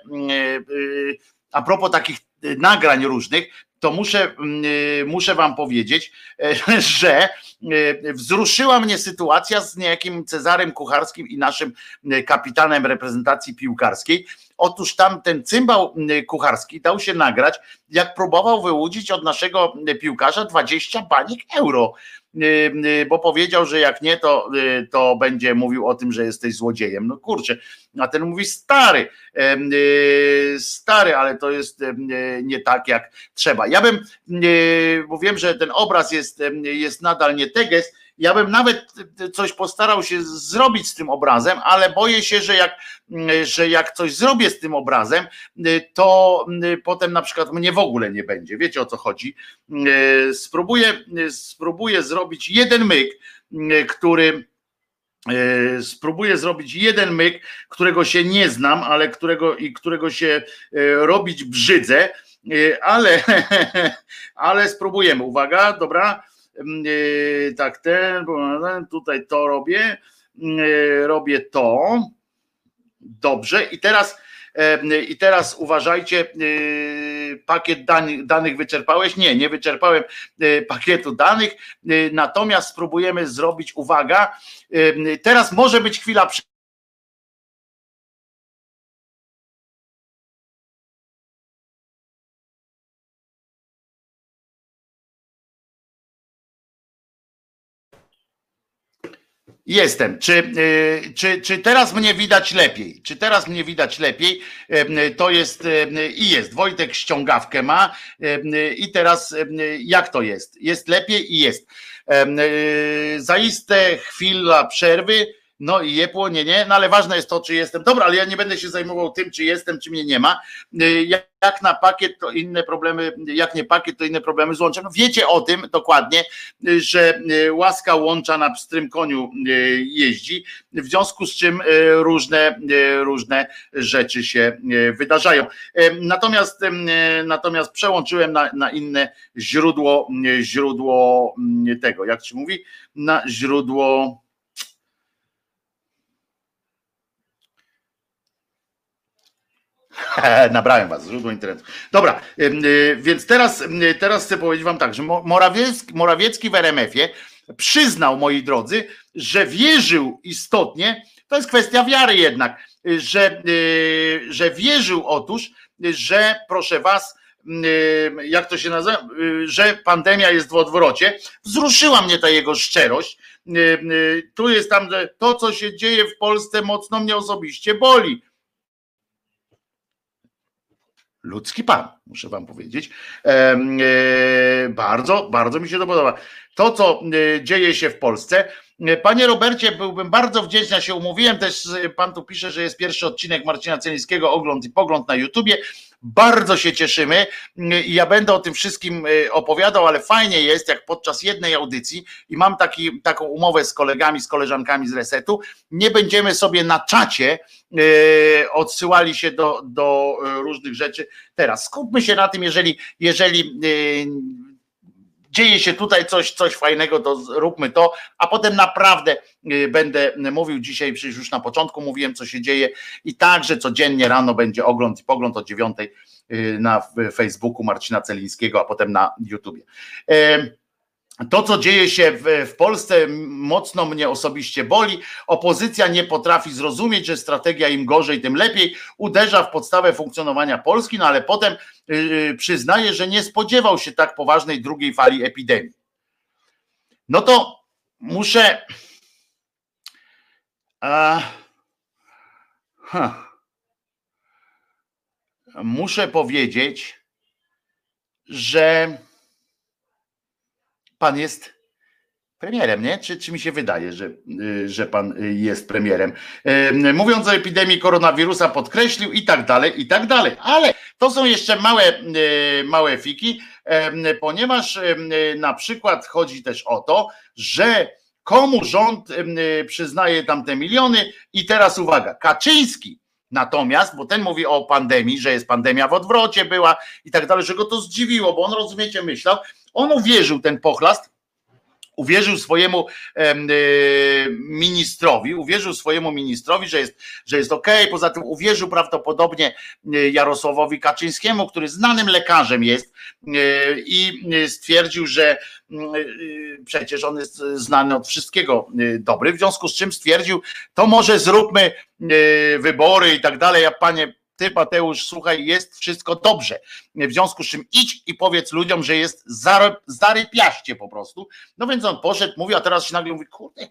a propos takich nagrań różnych, to muszę, muszę wam powiedzieć, że wzruszyła mnie sytuacja z niejakim Cezarem Kucharskim i naszym kapitanem reprezentacji piłkarskiej. Otóż tam ten cymbał Kucharski dał się nagrać, jak próbował wyłudzić od naszego piłkarza dwadzieścia baniek euro, bo powiedział, że jak nie, to, to będzie mówił o tym, że jesteś złodziejem. No kurczę, a ten mówi stary, stary, ale to jest nie tak jak trzeba. Ja bym, bo wiem, że ten obraz jest, jest nadal nie teges, ja bym nawet coś postarał się zrobić z tym obrazem, ale boję się, że jak, że jak coś zrobię z tym obrazem, to potem na przykład mnie w ogóle nie będzie. Wiecie, o co chodzi? Spróbuję, spróbuję zrobić jeden myk, który spróbuję zrobić jeden myk, którego się nie znam, ale którego i którego się robić brzydzę, ale, ale spróbujemy. Uwaga, dobra. Tak, ten, tutaj to robię, robię to, dobrze i teraz i teraz uważajcie, pakiet danych, danych wyczerpałeś? Nie, nie wyczerpałem pakietu danych, natomiast spróbujemy zrobić, uwaga, teraz może być chwila przy Jestem. Czy, czy, czy teraz mnie widać lepiej? Czy teraz mnie widać lepiej? To jest i jest. Wojtek ściągawkę ma i teraz jak to jest? Jest lepiej i jest. Zaiste chwila przerwy. No i jepło, nie, nie, no ale ważne jest to, czy jestem. Dobra, ale ja nie będę się zajmował tym, czy jestem, czy mnie nie ma. Jak na pakiet, to inne problemy, jak nie pakiet, to inne problemy z łączem. No wiecie o tym dokładnie, że łaska łącza na pstrym koniu jeździ, w związku z czym różne, różne rzeczy się wydarzają. Natomiast, natomiast przełączyłem na, na inne źródło, źródło tego, jak się mówi, na źródło. Nabrałem was, źródło internetu. Dobra, więc teraz, teraz chcę powiedzieć wam tak, że Morawiecki, Morawiecki w er em efie przyznał, moi drodzy, że wierzył istotnie, to jest kwestia wiary jednak, że, że wierzył otóż, że proszę was, jak to się nazywa, że pandemia jest w odwrocie. Wzruszyła mnie ta jego szczerość. Tu jest tam, że to, co się dzieje w Polsce, mocno mnie osobiście boli. Ludzki pan, muszę wam powiedzieć. E, e, bardzo, bardzo mi się to podoba. To, co dzieje się w Polsce. Panie Robercie, byłbym bardzo wdzięczny, ja się umówiłem też, pan tu pisze, że jest pierwszy odcinek Marcina Celińskiego, ogląd i pogląd na YouTubie. Bardzo się cieszymy i ja będę o tym wszystkim opowiadał, ale fajnie jest, jak podczas jednej audycji, i mam taki, taką umowę z kolegami, z koleżankami z Resetu, nie będziemy sobie na czacie e, odsyłali się do, do różnych rzeczy. Teraz skupmy się na tym, jeżeli, jeżeli e, dzieje się tutaj coś, coś fajnego, to róbmy to, a potem naprawdę będę mówił dzisiaj, przecież już na początku mówiłem, co się dzieje i także codziennie rano będzie ogląd i pogląd o dziewiątej na Facebooku Marcina Celińskiego, a potem na YouTubie. To, co dzieje się w, w Polsce, mocno mnie osobiście boli. Opozycja nie potrafi zrozumieć, że strategia im gorzej, tym lepiej. Uderza w podstawę funkcjonowania Polski, no ale potem yy, przyznaje, że nie spodziewał się tak poważnej drugiej fali epidemii. No to muszę... A, huh, muszę powiedzieć, że pan jest premierem, nie? Czy, czy mi się wydaje, że, że pan jest premierem? Mówiąc o epidemii koronawirusa podkreślił i tak dalej, i tak dalej. Ale to są jeszcze małe, małe fiki, ponieważ na przykład chodzi też o to, że komu rząd przyznaje tam te miliony i teraz uwaga, Kaczyński natomiast, bo ten mówi o pandemii, że jest pandemia w odwrocie była i tak dalej, że go to zdziwiło, bo on, rozumiecie, myślał, on uwierzył, ten pochlast, uwierzył swojemu e, ministrowi, uwierzył swojemu ministrowi, że jest, że jest okej, okay. Poza tym uwierzył prawdopodobnie Jarosławowi Kaczyńskiemu, który znanym lekarzem jest e, i stwierdził, że e, przecież on jest znany od wszystkiego dobry, w związku z czym stwierdził, to może zróbmy e, wybory i tak dalej, a panie ty, Mateusz, słuchaj, jest wszystko dobrze. W związku z czym idź i powiedz ludziom, że jest zarypiaście po prostu. No więc on poszedł, mówi, a teraz się nagle mówi, kurde,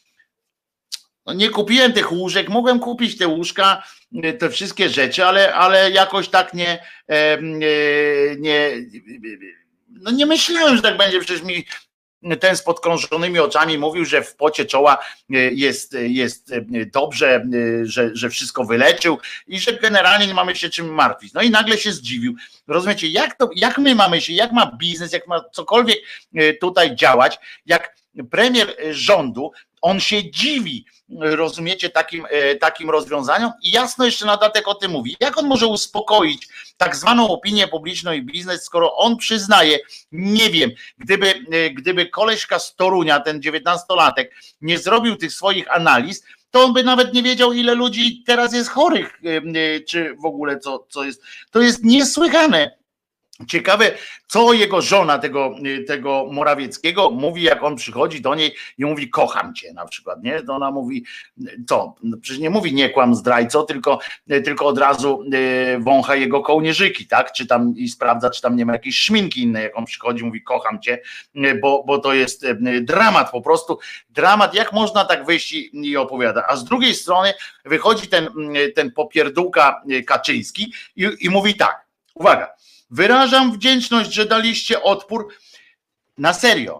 no nie kupiłem tych łóżek, mogłem kupić te łóżka, te wszystkie rzeczy, ale, ale jakoś tak nie, nie, nie, no nie myślałem, że tak będzie, przecież mi ten z podkrążonymi oczami mówił, że w pocie czoła jest, jest dobrze, że, że wszystko wyleczył i że generalnie nie mamy się czym martwić. No i nagle się zdziwił. Rozumiecie, jak to, jak my mamy się, jak ma biznes, jak ma cokolwiek tutaj działać, jak premier rządu, on się dziwi, rozumiecie, takim, takim rozwiązaniom i jasno jeszcze na dodatek o tym mówi. Jak on może uspokoić tak zwaną opinię publiczną i biznes, skoro on przyznaje, nie wiem, gdyby, gdyby koleżka z Torunia, ten dziewiętnastolatek, nie zrobił tych swoich analiz, to on by nawet nie wiedział, ile ludzi teraz jest chorych, czy w ogóle co, co jest. To jest niesłychane. Ciekawe, co jego żona tego, tego Morawieckiego mówi, jak on przychodzi do niej i mówi, kocham cię na przykład, nie? To ona mówi, co? No przecież nie mówi nie kłam zdrajco, tylko, tylko od razu wącha jego kołnierzyki, tak? Czy tam i sprawdza, czy tam nie ma jakiejś szminki innej, jak on przychodzi, mówi kocham cię, bo, bo to jest dramat po prostu, dramat, jak można tak wyjść i, i opowiada. A z drugiej strony wychodzi ten, ten popierdółka Kaczyński i, i mówi tak, uwaga, wyrażam wdzięczność, że daliście odpór. Na serio.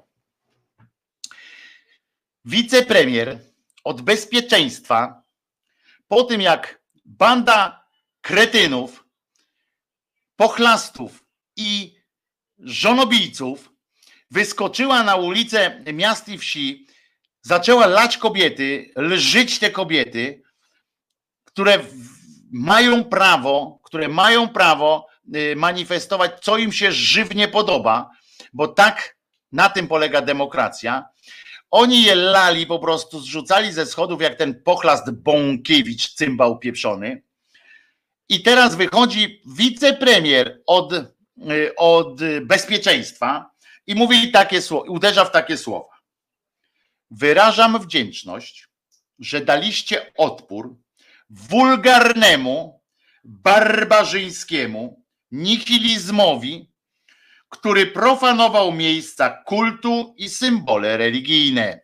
Wicepremier od bezpieczeństwa, po tym jak banda kretynów, pochlastów i żonobijców wyskoczyła na ulicę miast i wsi, zaczęła lać kobiety, lżyć te kobiety, które mają prawo, które mają prawo manifestować, co im się żywnie podoba, bo tak na tym polega demokracja. Oni je lali po prostu, zrzucali ze schodów jak ten pochlast Bąkiewicz, cymbał pieprzony. I teraz wychodzi wicepremier od, od bezpieczeństwa i mówi takie słowa, uderza w takie słowa. Wyrażam wdzięczność, że daliście odpór wulgarnemu, barbarzyńskiemu nihilizmowi, który profanował miejsca kultu i symbole religijne.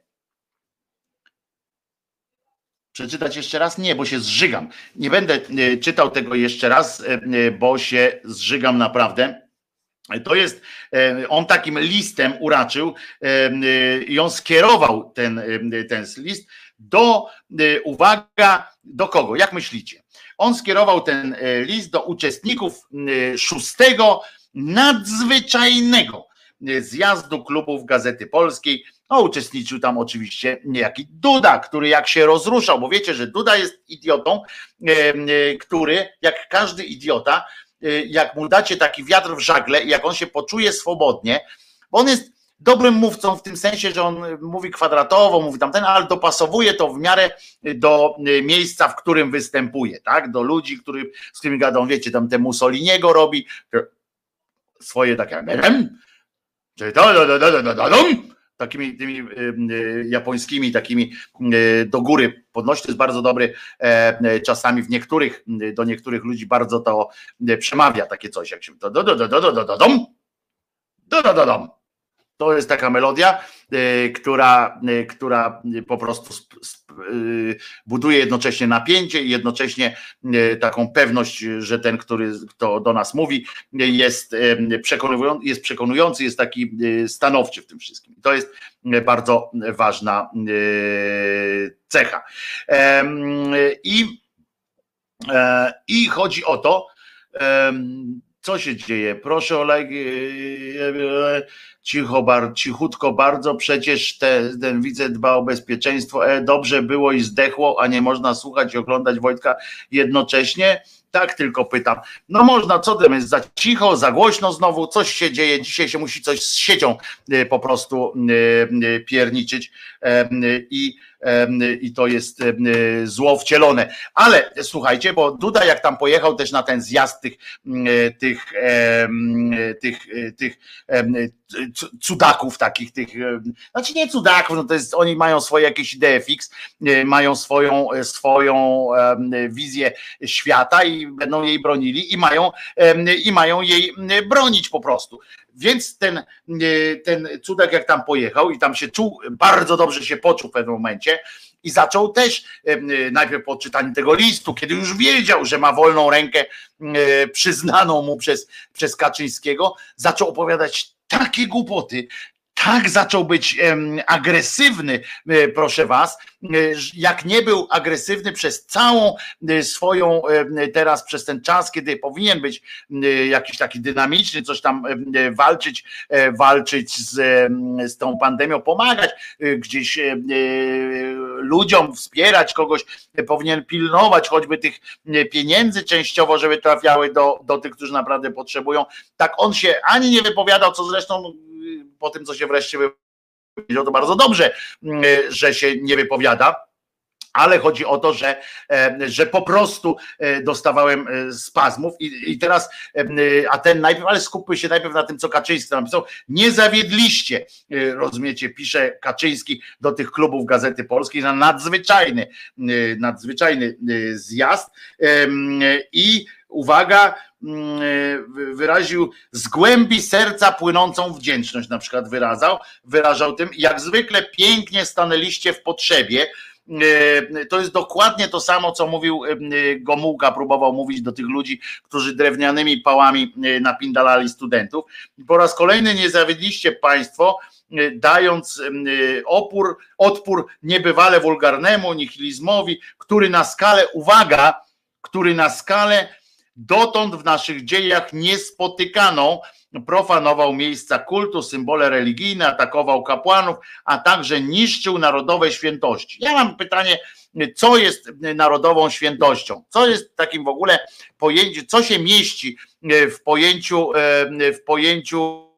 Przeczytać jeszcze raz? Nie, bo się zżygam. Nie będę czytał tego jeszcze raz, bo się zżygam naprawdę. To jest, on takim listem uraczył i on skierował ten, ten list do, uwaga, do kogo? Jak myślicie? On skierował ten list do uczestników szóstego nadzwyczajnego zjazdu klubów Gazety Polskiej. No, uczestniczył tam oczywiście niejaki Duda, który jak się rozruszał, bo wiecie, że Duda jest idiotą, który jak każdy idiota, jak mu dacie taki wiatr w żagle i jak on się poczuje swobodnie, bo on jest dobrym mówcą w tym sensie, że on mówi kwadratowo, mówi tamten, ale dopasowuje to w miarę do miejsca, w którym występuje, tak? Do ludzi, który, z którymi gadą, wiecie, tam te Mussoliniego robi swoje takie takimi tymi japońskimi, takimi do góry podnosi, to jest bardzo dobry, czasami w niektórych, do niektórych ludzi bardzo to przemawia takie coś, jak się to do do do do do do dom do do do dom. To jest taka melodia, która, która po prostu buduje jednocześnie napięcie i jednocześnie taką pewność, że ten, który kto do nas mówi, jest przekonujący, jest przekonujący, jest taki stanowczy w tym wszystkim. To jest bardzo ważna cecha. I, i chodzi o to, co się dzieje? Proszę o like. Cicho, bar, cichutko bardzo, przecież te, ten wice dba o bezpieczeństwo. E, dobrze było i zdechło, a nie można słuchać i oglądać Wojtka jednocześnie? Tak tylko pytam. No można, co tam jest za cicho, za głośno znowu, coś się dzieje, dzisiaj się musi coś z siecią po prostu pierniczyć i, i to jest zło wcielone. Ale słuchajcie, bo Duda jak tam pojechał też na ten zjazd tych tych, tych, tych cudaków takich, tych, znaczy nie cudaków, no to jest, oni mają swoje jakieś idee fix, mają swoją, swoją wizję świata i będą jej bronili i mają, i mają jej bronić po prostu. Więc ten, ten cudak jak tam pojechał i tam się czuł, bardzo dobrze się poczuł w pewnym momencie i zaczął też najpierw po czytaniu tego listu, kiedy już wiedział, że ma wolną rękę przyznaną mu przez, przez Kaczyńskiego, zaczął opowiadać takie głupoty, tak zaczął być agresywny, proszę was, jak nie był agresywny przez całą swoją, teraz przez ten czas, kiedy powinien być jakiś taki dynamiczny, coś tam walczyć, walczyć z, z tą pandemią, pomagać gdzieś ludziom, wspierać kogoś, powinien pilnować choćby tych pieniędzy częściowo, żeby trafiały do, do tych, którzy naprawdę potrzebują. Tak on się ani nie wypowiadał, co zresztą po tym, co się wreszcie wypowiedział, to bardzo dobrze, że się nie wypowiada, ale chodzi o to, że, że po prostu dostawałem spazmów i, i teraz, a ten najpierw, ale skupmy się najpierw na tym, co Kaczyński napisał, nie zawiedliście, rozumiecie, pisze Kaczyński do tych klubów Gazety Polskiej na nadzwyczajny, nadzwyczajny zjazd i uwaga, wyraził z głębi serca płynącą wdzięczność, na przykład wyrażał, wyrażał tym, jak zwykle pięknie stanęliście w potrzebie. To jest dokładnie to samo, co mówił Gomułka, próbował mówić do tych ludzi, którzy drewnianymi pałami napindalali studentów. Po raz kolejny nie zawiedliście państwo, dając opór, odpór niebywale wulgarnemu nihilizmowi, który na skalę, uwaga, który na skalę dotąd w naszych dziejach niespotykaną profanował miejsca kultu, symbole religijne, atakował kapłanów, a także niszczył narodowe świętości. Ja mam pytanie, co jest narodową świętością? Co jest takim w ogóle pojęciem, co się mieści w pojęciu, w pojęciu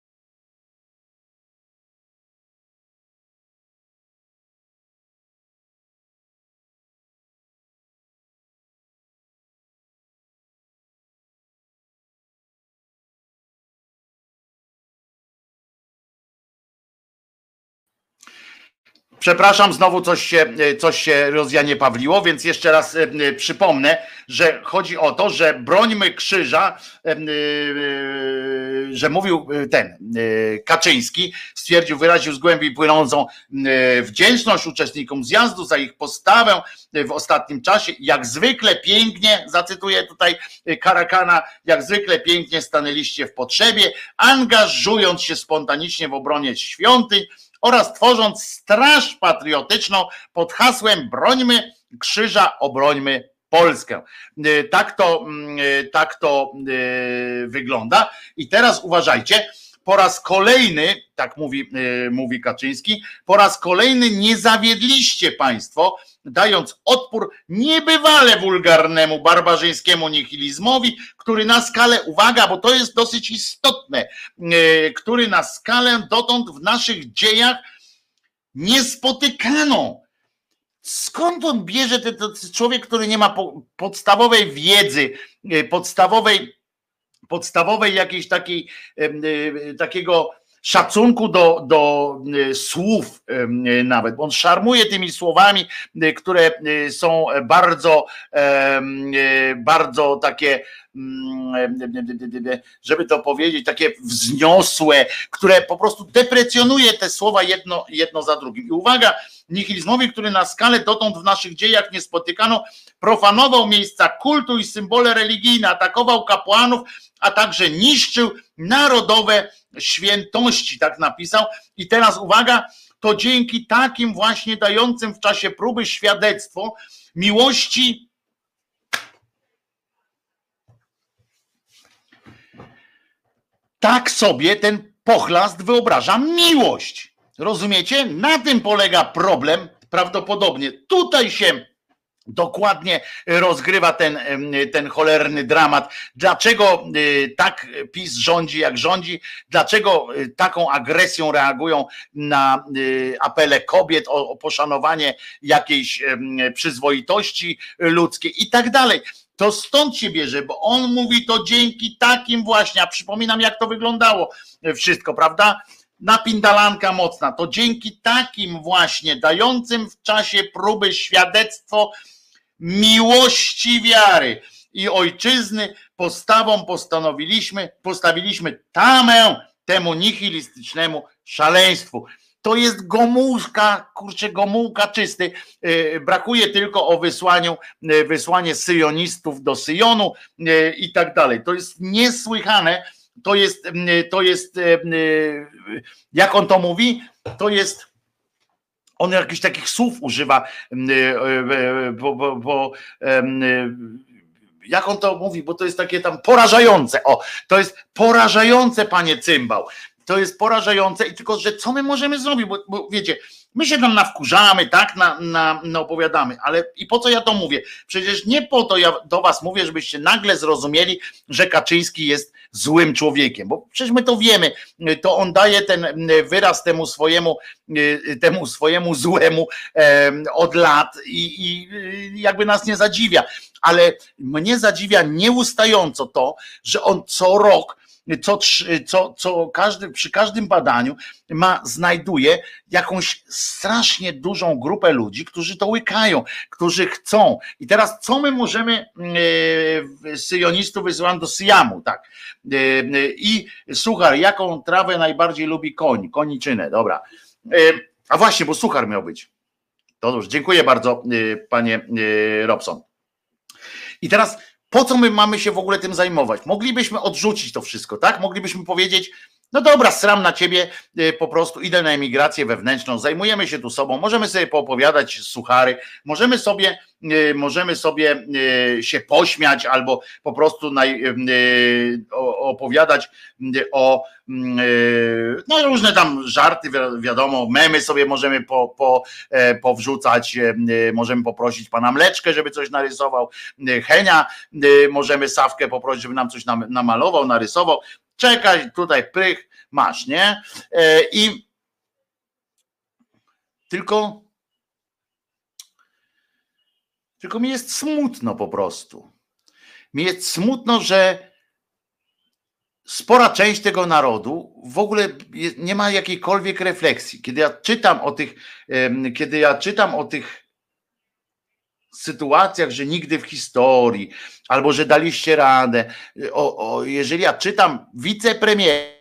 Przepraszam, znowu coś się, coś się Rosjanie pawliło, więc jeszcze raz przypomnę, że chodzi o to, że brońmy krzyża, że mówił ten Kaczyński, stwierdził, wyraził z głębi płynącą wdzięczność uczestnikom zjazdu za ich postawę w ostatnim czasie. Jak zwykle pięknie, zacytuję tutaj Karakana, jak zwykle pięknie stanęliście w potrzebie, angażując się spontanicznie w obronie świątyń, oraz tworząc straż patriotyczną pod hasłem brońmy krzyża, obrońmy Polskę. Tak to, tak to wygląda. I teraz uważajcie, po raz kolejny, tak mówi, mówi Kaczyński, po raz kolejny nie zawiedliście państwo, dając odpór niebywale wulgarnemu, barbarzyńskiemu nihilizmowi, który na skalę, uwaga, bo to jest dosyć istotne, który na skalę dotąd w naszych dziejach nie spotykano. Skąd on bierze ten, ten człowiek, który nie ma po, podstawowej wiedzy, podstawowej, podstawowej jakiejś takiej, takiego szacunku do, do słów nawet. On szarmuje tymi słowami, które są bardzo, bardzo takie, żeby to powiedzieć, takie wzniosłe, które po prostu deprecjonuje te słowa jedno, jedno za drugim. I uwaga, nihilizmowi, który na skalę dotąd w naszych dziejach nie spotykano, profanował miejsca kultu i symbole religijne, atakował kapłanów, a także niszczył narodowe świętości, tak napisał. I teraz uwaga, to dzięki takim właśnie dającym w czasie próby świadectwo miłości tak sobie ten pochlast wyobraża miłość. Rozumiecie? Na tym polega problem prawdopodobnie. Tutaj się dokładnie rozgrywa ten, ten cholerny dramat. Dlaczego tak PiS rządzi, jak rządzi? Dlaczego taką agresją reagują na apele kobiet o, o poszanowanie jakiejś przyzwoitości ludzkiej i tak dalej? To stąd się bierze, bo on mówi to dzięki takim właśnie, a przypominam, jak to wyglądało wszystko, prawda? Napindalanka mocna, to dzięki takim właśnie dającym w czasie próby świadectwo miłości wiary i ojczyzny postawą postanowiliśmy, postawiliśmy tamę temu nihilistycznemu szaleństwu. To jest Gomułka, kurczę, Gomułka czysty. Brakuje tylko o wysłaniu, wysłanie syjonistów do Syjonu i tak dalej. To jest niesłychane. To jest, to jest, jak on to mówi, to jest, on jakichś takich słów używa, bo, bo, bo jak on to mówi, bo to jest takie tam porażające, o, to jest porażające, panie cymbał. To jest porażające i tylko, że co my możemy zrobić, bo, bo wiecie, my się tam nawkurzamy, tak, na, na, na opowiadamy, ale i po co ja to mówię? Przecież nie po to ja do was mówię, żebyście nagle zrozumieli, że Kaczyński jest złym człowiekiem, bo przecież my to wiemy, to on daje ten wyraz temu swojemu, temu swojemu złemu od lat i, i jakby nas nie zadziwia, ale mnie zadziwia nieustająco to, że on co rok Co, co, co każdy, przy każdym badaniu ma, znajduje jakąś strasznie dużą grupę ludzi, którzy to łykają, którzy chcą. I teraz co my możemy e, syjonistów wysyłać do Syjamu, tak? E, I suchar, jaką trawę najbardziej lubi koń? Koniczynę, dobra. E, a właśnie, bo suchar miał być. To dobrze, dziękuję bardzo, e, panie e, Robson. I teraz po co my mamy się w ogóle tym zajmować? Moglibyśmy odrzucić to wszystko, tak? Moglibyśmy powiedzieć, no dobra, sram na ciebie, po prostu idę na emigrację wewnętrzną, zajmujemy się tu sobą, możemy sobie poopowiadać suchary, możemy sobie, możemy sobie się pośmiać albo po prostu naj, opowiadać o no różne tam żarty, wiadomo, memy sobie możemy po, po, powrzucać, możemy poprosić pana Mleczkę, żeby coś narysował, Henia, możemy Sawkę poprosić, żeby nam coś namalował, narysował. Czekaj, tutaj prych, masz, nie? I tylko tylko mi jest smutno po prostu. Mi jest smutno, że spora część tego narodu w ogóle nie ma jakiejkolwiek refleksji. Kiedy ja czytam o tych, kiedy ja czytam o tych sytuacjach, że nigdy w historii, albo że daliście radę, o, o, jeżeli ja czytam wicepremiera,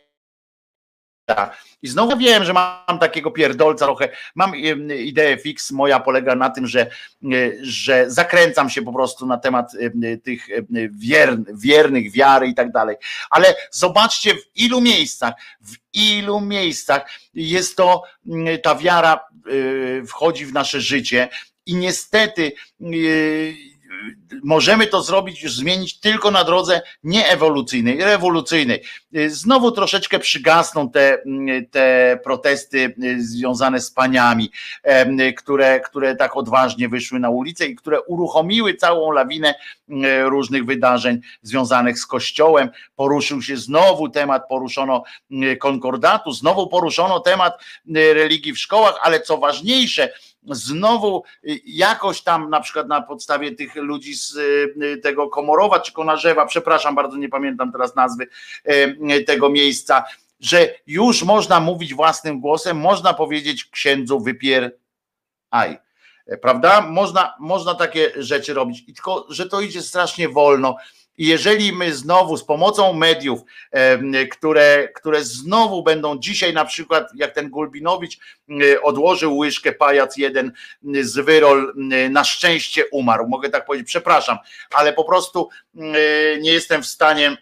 i znowu wiem, że mam takiego pierdolca trochę, mam ideę fix, moja polega na tym, że, że zakręcam się po prostu na temat tych wiernych, wiary i tak dalej, ale zobaczcie w ilu miejscach, w ilu miejscach jest to, ta wiara wchodzi w nasze życie i niestety możemy to zrobić, już zmienić tylko na drodze nie ewolucyjnej, rewolucyjnej. Znowu troszeczkę przygasną te, te protesty związane z paniami, które, które tak odważnie wyszły na ulicę i które uruchomiły całą lawinę różnych wydarzeń związanych z Kościołem. Poruszył się znowu temat, poruszono konkordatu, znowu poruszono temat religii w szkołach, ale co ważniejsze, znowu jakoś tam na przykład na podstawie tych ludzi z tego Komorowa czy Konarzewa, przepraszam bardzo, nie pamiętam teraz nazwy tego miejsca, że już można mówić własnym głosem, można powiedzieć księdzu wypier aj, prawda? Można, można takie rzeczy robić, i tylko, że to idzie strasznie wolno. I jeżeli my znowu z pomocą mediów, które, które znowu będą dzisiaj na przykład, jak ten Gulbinowicz odłożył łyżkę, pajac jeden z Wyrol, na szczęście umarł, mogę tak powiedzieć, przepraszam, ale po prostu nie jestem w stanie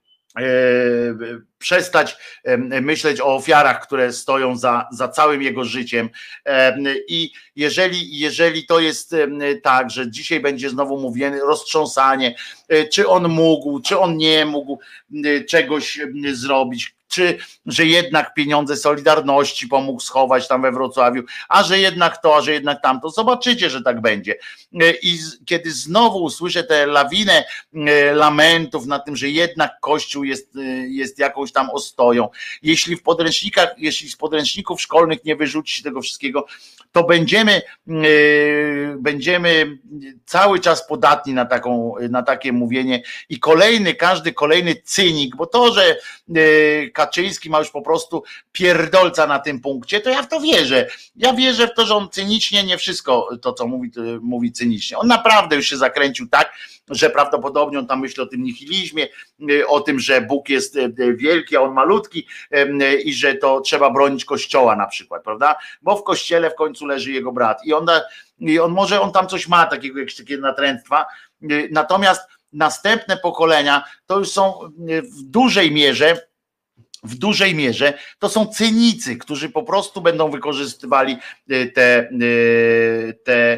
przestać myśleć o ofiarach, które stoją za, za całym jego życiem. I jeżeli, jeżeli to jest tak, że dzisiaj będzie znowu mówione roztrząsanie, czy on mógł, czy on nie mógł czegoś zrobić, czy że jednak pieniądze Solidarności pomógł schować tam we Wrocławiu, a że jednak to, a że jednak tamto, zobaczycie, że tak będzie. I kiedy znowu usłyszę tę lawinę lamentów na tym, że jednak Kościół jest, jest jakąś tam ostoją, jeśli w podręcznikach, jeśli z podręczników szkolnych nie wyrzuci tego wszystkiego, to będziemy, będziemy cały czas podatni na, taką, na takie mówienie i kolejny, każdy kolejny cynik, bo to, że Kaczyński ma już po prostu pierdolca na tym punkcie, to ja w to wierzę. Ja wierzę w to, że on cynicznie, nie wszystko to, co mówi, to mówi cynicznie. On naprawdę już się zakręcił tak, że prawdopodobnie on tam myśli o tym nihilizmie, o tym, że Bóg jest wielki, a on malutki i że to trzeba bronić Kościoła na przykład, prawda? Bo w Kościele w końcu leży jego brat i on, i on może on tam coś ma takiego, jakieś takie natręctwa, natomiast następne pokolenia to już są w dużej mierze w dużej mierze to są cynicy, którzy po prostu będą wykorzystywali te te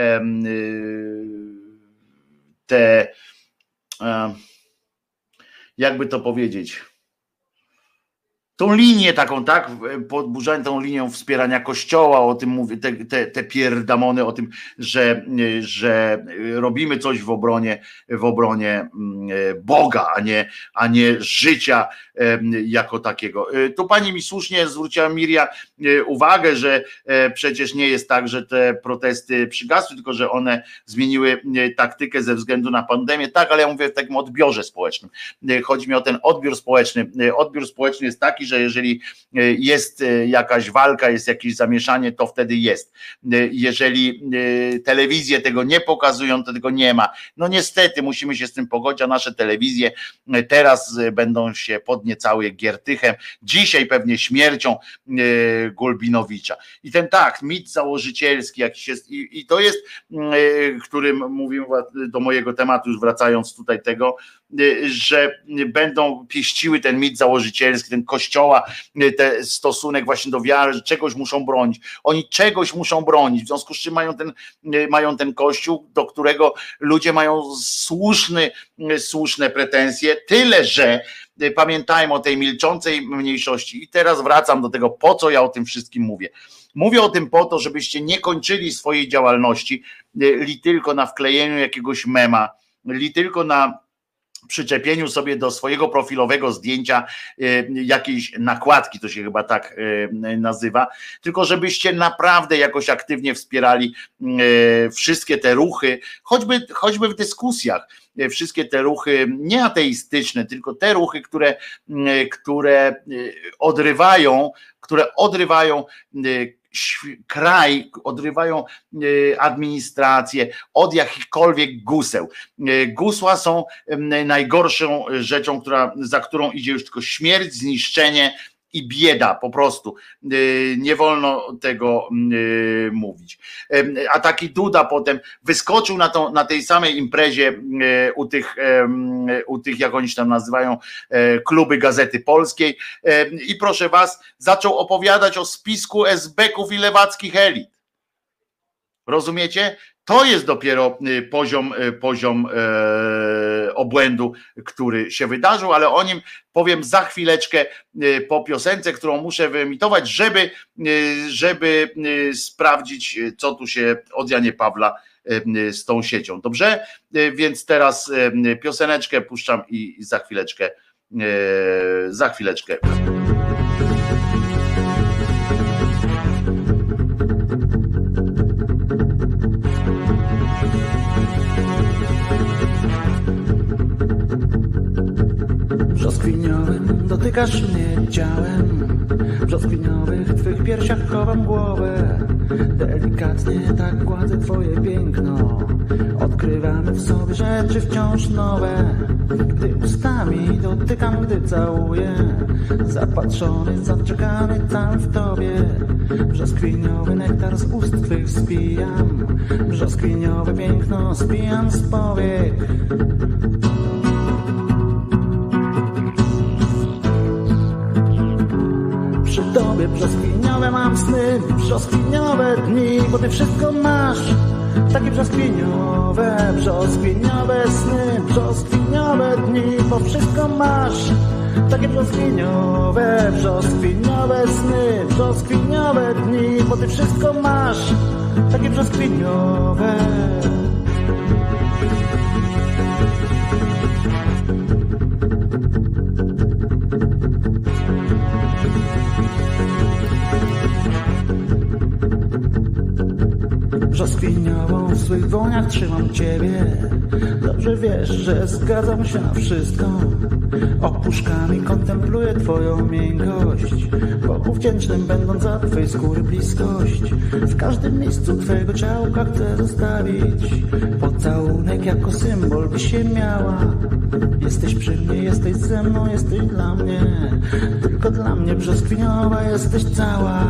te jakby to powiedzieć, tą linię taką, tak, podburzając tą linią wspierania Kościoła, o tym mówię, te, te, te pierdamony o tym, że, że robimy coś w obronie, w obronie Boga, a nie, a nie życia jako takiego. Tu pani mi słusznie zwróciła, Miria, uwagę, że przecież nie jest tak, że te protesty przygasły, tylko że one zmieniły taktykę ze względu na pandemię. Tak, ale ja mówię w takim odbiorze społecznym. Chodzi mi o ten odbiór społeczny. Odbiór społeczny jest taki, że jeżeli jest jakaś walka, jest jakieś zamieszanie, to wtedy jest. Jeżeli telewizje tego nie pokazują, to tego nie ma. No niestety musimy się z tym pogodzić, a nasze telewizje teraz będą się podniecały Giertychem, dzisiaj pewnie śmiercią Gulbinowicza. I ten tak, mit założycielski jakiś jest, i, i to jest, którym mówię do mojego tematu, już wracając tutaj tego, że będą pieściły ten mit założycielski, ten Kościoła, ten stosunek właśnie do wiary, że czegoś muszą bronić. Oni czegoś muszą bronić, w związku z czym mają ten, mają ten Kościół, do którego ludzie mają słuszny, słuszne pretensje, tyle że pamiętajmy o tej milczącej mniejszości. I teraz wracam do tego, po co ja o tym wszystkim mówię. Mówię o tym po to, żebyście nie kończyli swojej działalności li tylko na wklejeniu jakiegoś mema, li tylko na przyczepieniu sobie do swojego profilowego zdjęcia jakiejś nakładki, to się chyba tak nazywa, tylko żebyście naprawdę jakoś aktywnie wspierali wszystkie te ruchy, choćby, choćby w dyskusjach, wszystkie te ruchy nieateistyczne, tylko te ruchy, które, które odrywają, które odrywają kraj, odrywają administrację od jakichkolwiek guseł. Gusła są najgorszą rzeczą, która, za którą idzie już tylko śmierć, zniszczenie i bieda, po prostu. Nie wolno tego mówić. A taki Duda potem wyskoczył na, tą, na tej samej imprezie u tych, u tych, jak oni się tam nazywają, kluby Gazety Polskiej i proszę was, zaczął opowiadać o spisku esbeków i lewackich elit. Rozumiecie? To jest dopiero poziom, poziom e, obłędu, który się wydarzył, ale o nim powiem za chwileczkę po piosence, którą muszę wyemitować, żeby, żeby sprawdzić, co tu się od Janie Pawla z tą siecią. Dobrze? Więc teraz pioseneczkę puszczam i za chwileczkę, za chwileczkę. Brzoskwiniowym dotykasz mnie ciałem, w brzoskwiniowych twych piersiach chowam głowę. Delikatnie tak gładzę twoje piękno, odkrywamy w sobie rzeczy wciąż nowe. Gdy ustami dotykam, gdy całuję, zapatrzony, zaczekany cały w tobie. Brzoskwiniowy nektar z ust twych spijam, brzoskwiniowe piękno spijam z powiek. Przy tobie brzoskwiniowe mam sny, brzoskwiniowe dni, bo ty wszystko masz. Takie brzoskwiniowe, brzoskwiniowe sny, brzoskwiniowe dni, bo wszystko masz. Takie brzoskwiniowe, brzoskwiniowe sny, brzoskwiniowe dni, bo ty wszystko masz. Takie brzoskwiniowe. Brzoskwiniową w swych dłoniach trzymam ciebie. Dobrze wiesz, że zgadzam się na wszystko. Opuszkami kontempluję twoją miękkość, Bogu wdzięcznym będąc za twej skóry bliskość. W każdym miejscu twojego ciałka chcę zostawić pocałunek jako symbol, by się miała. Jesteś przy mnie, jesteś ze mną, jesteś dla mnie, tylko dla mnie brzoskwiniowa jesteś cała.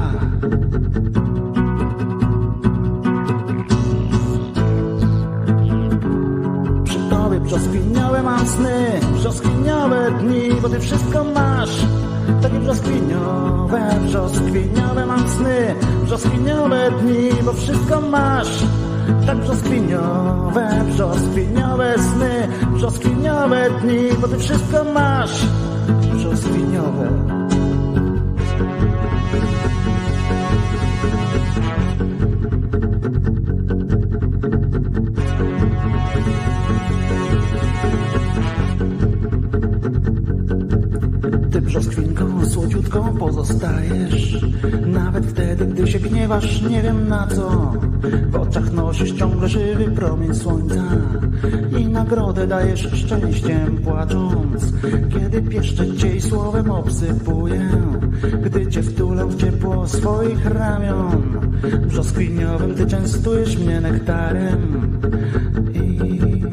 Brzoskwiniowe mam sny, brzoskwiniowe dni, bo ty wszystko masz. Takie brzoskwiniowe, brzoskwiniowe mam sny, brzoskwiniowe dni, bo wszystko masz. Tak brzoskwiniowe, brzoskwiniowe sny, brzoskwiniowe dni, bo ty wszystko masz. Brzoskwiniowe. Brzoskwinką słodziutką pozostajesz, nawet wtedy, gdy się gniewasz, nie wiem na co. W oczach nosisz ciągle żywy promień słońca i nagrodę dajesz szczęściem płacząc. Kiedy pieszczę cię i słowem obsypuję, gdy cię wtulę w ciepło swoich ramion. Brzoskwiniowym ty częstujesz mnie nektarem i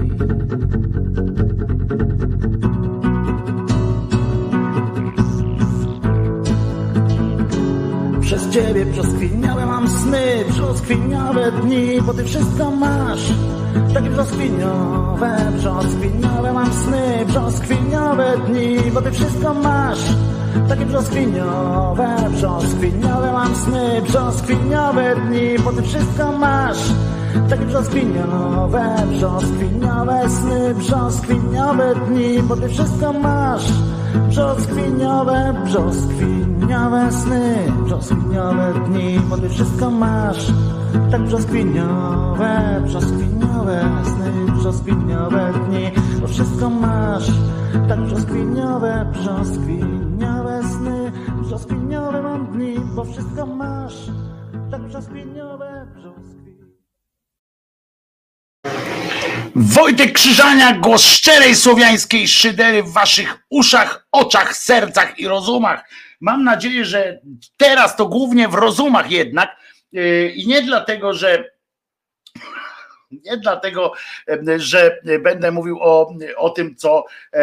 przez ciebie brzoskwiniowe mam sny, brzoskwiniowe dni, bo ty wszystko masz. Takie brzoskwiniowe, brzoskwiniowe mam sny, brzoskwiniowe dni, bo ty wszystko masz. Takie brzoskwiniowe, brzoskwiniowe mam sny, brzoskwiniowe dni, bo ty wszystko masz. Takie brzoskwiniowe, brzoskwiniowe sny, brzoskwiniowe dni, bo ty wszystko masz. Brzoskwiniowe, brzoskwiniowe sny, brzoskwiniowe dni, bo ty wszystko masz. Tak brzoskwiniowe, brzoskwiniowe sny, brzoskwiniowe dni, bo wszystko masz. Tak brzoskwiniowe, brzoskwiniowe sny, brzoskwiniowe mam dni, bo wszystko masz. Tak brzoskwiniowe, brzoskwiniowe. Wojtek Krzyżania, głos szczerej słowiańskiej szydery w waszych uszach, oczach, sercach i rozumach. Mam nadzieję, że teraz to głównie w rozumach jednak i nie dlatego, że Nie dlatego, że będę mówił o, o tym, co,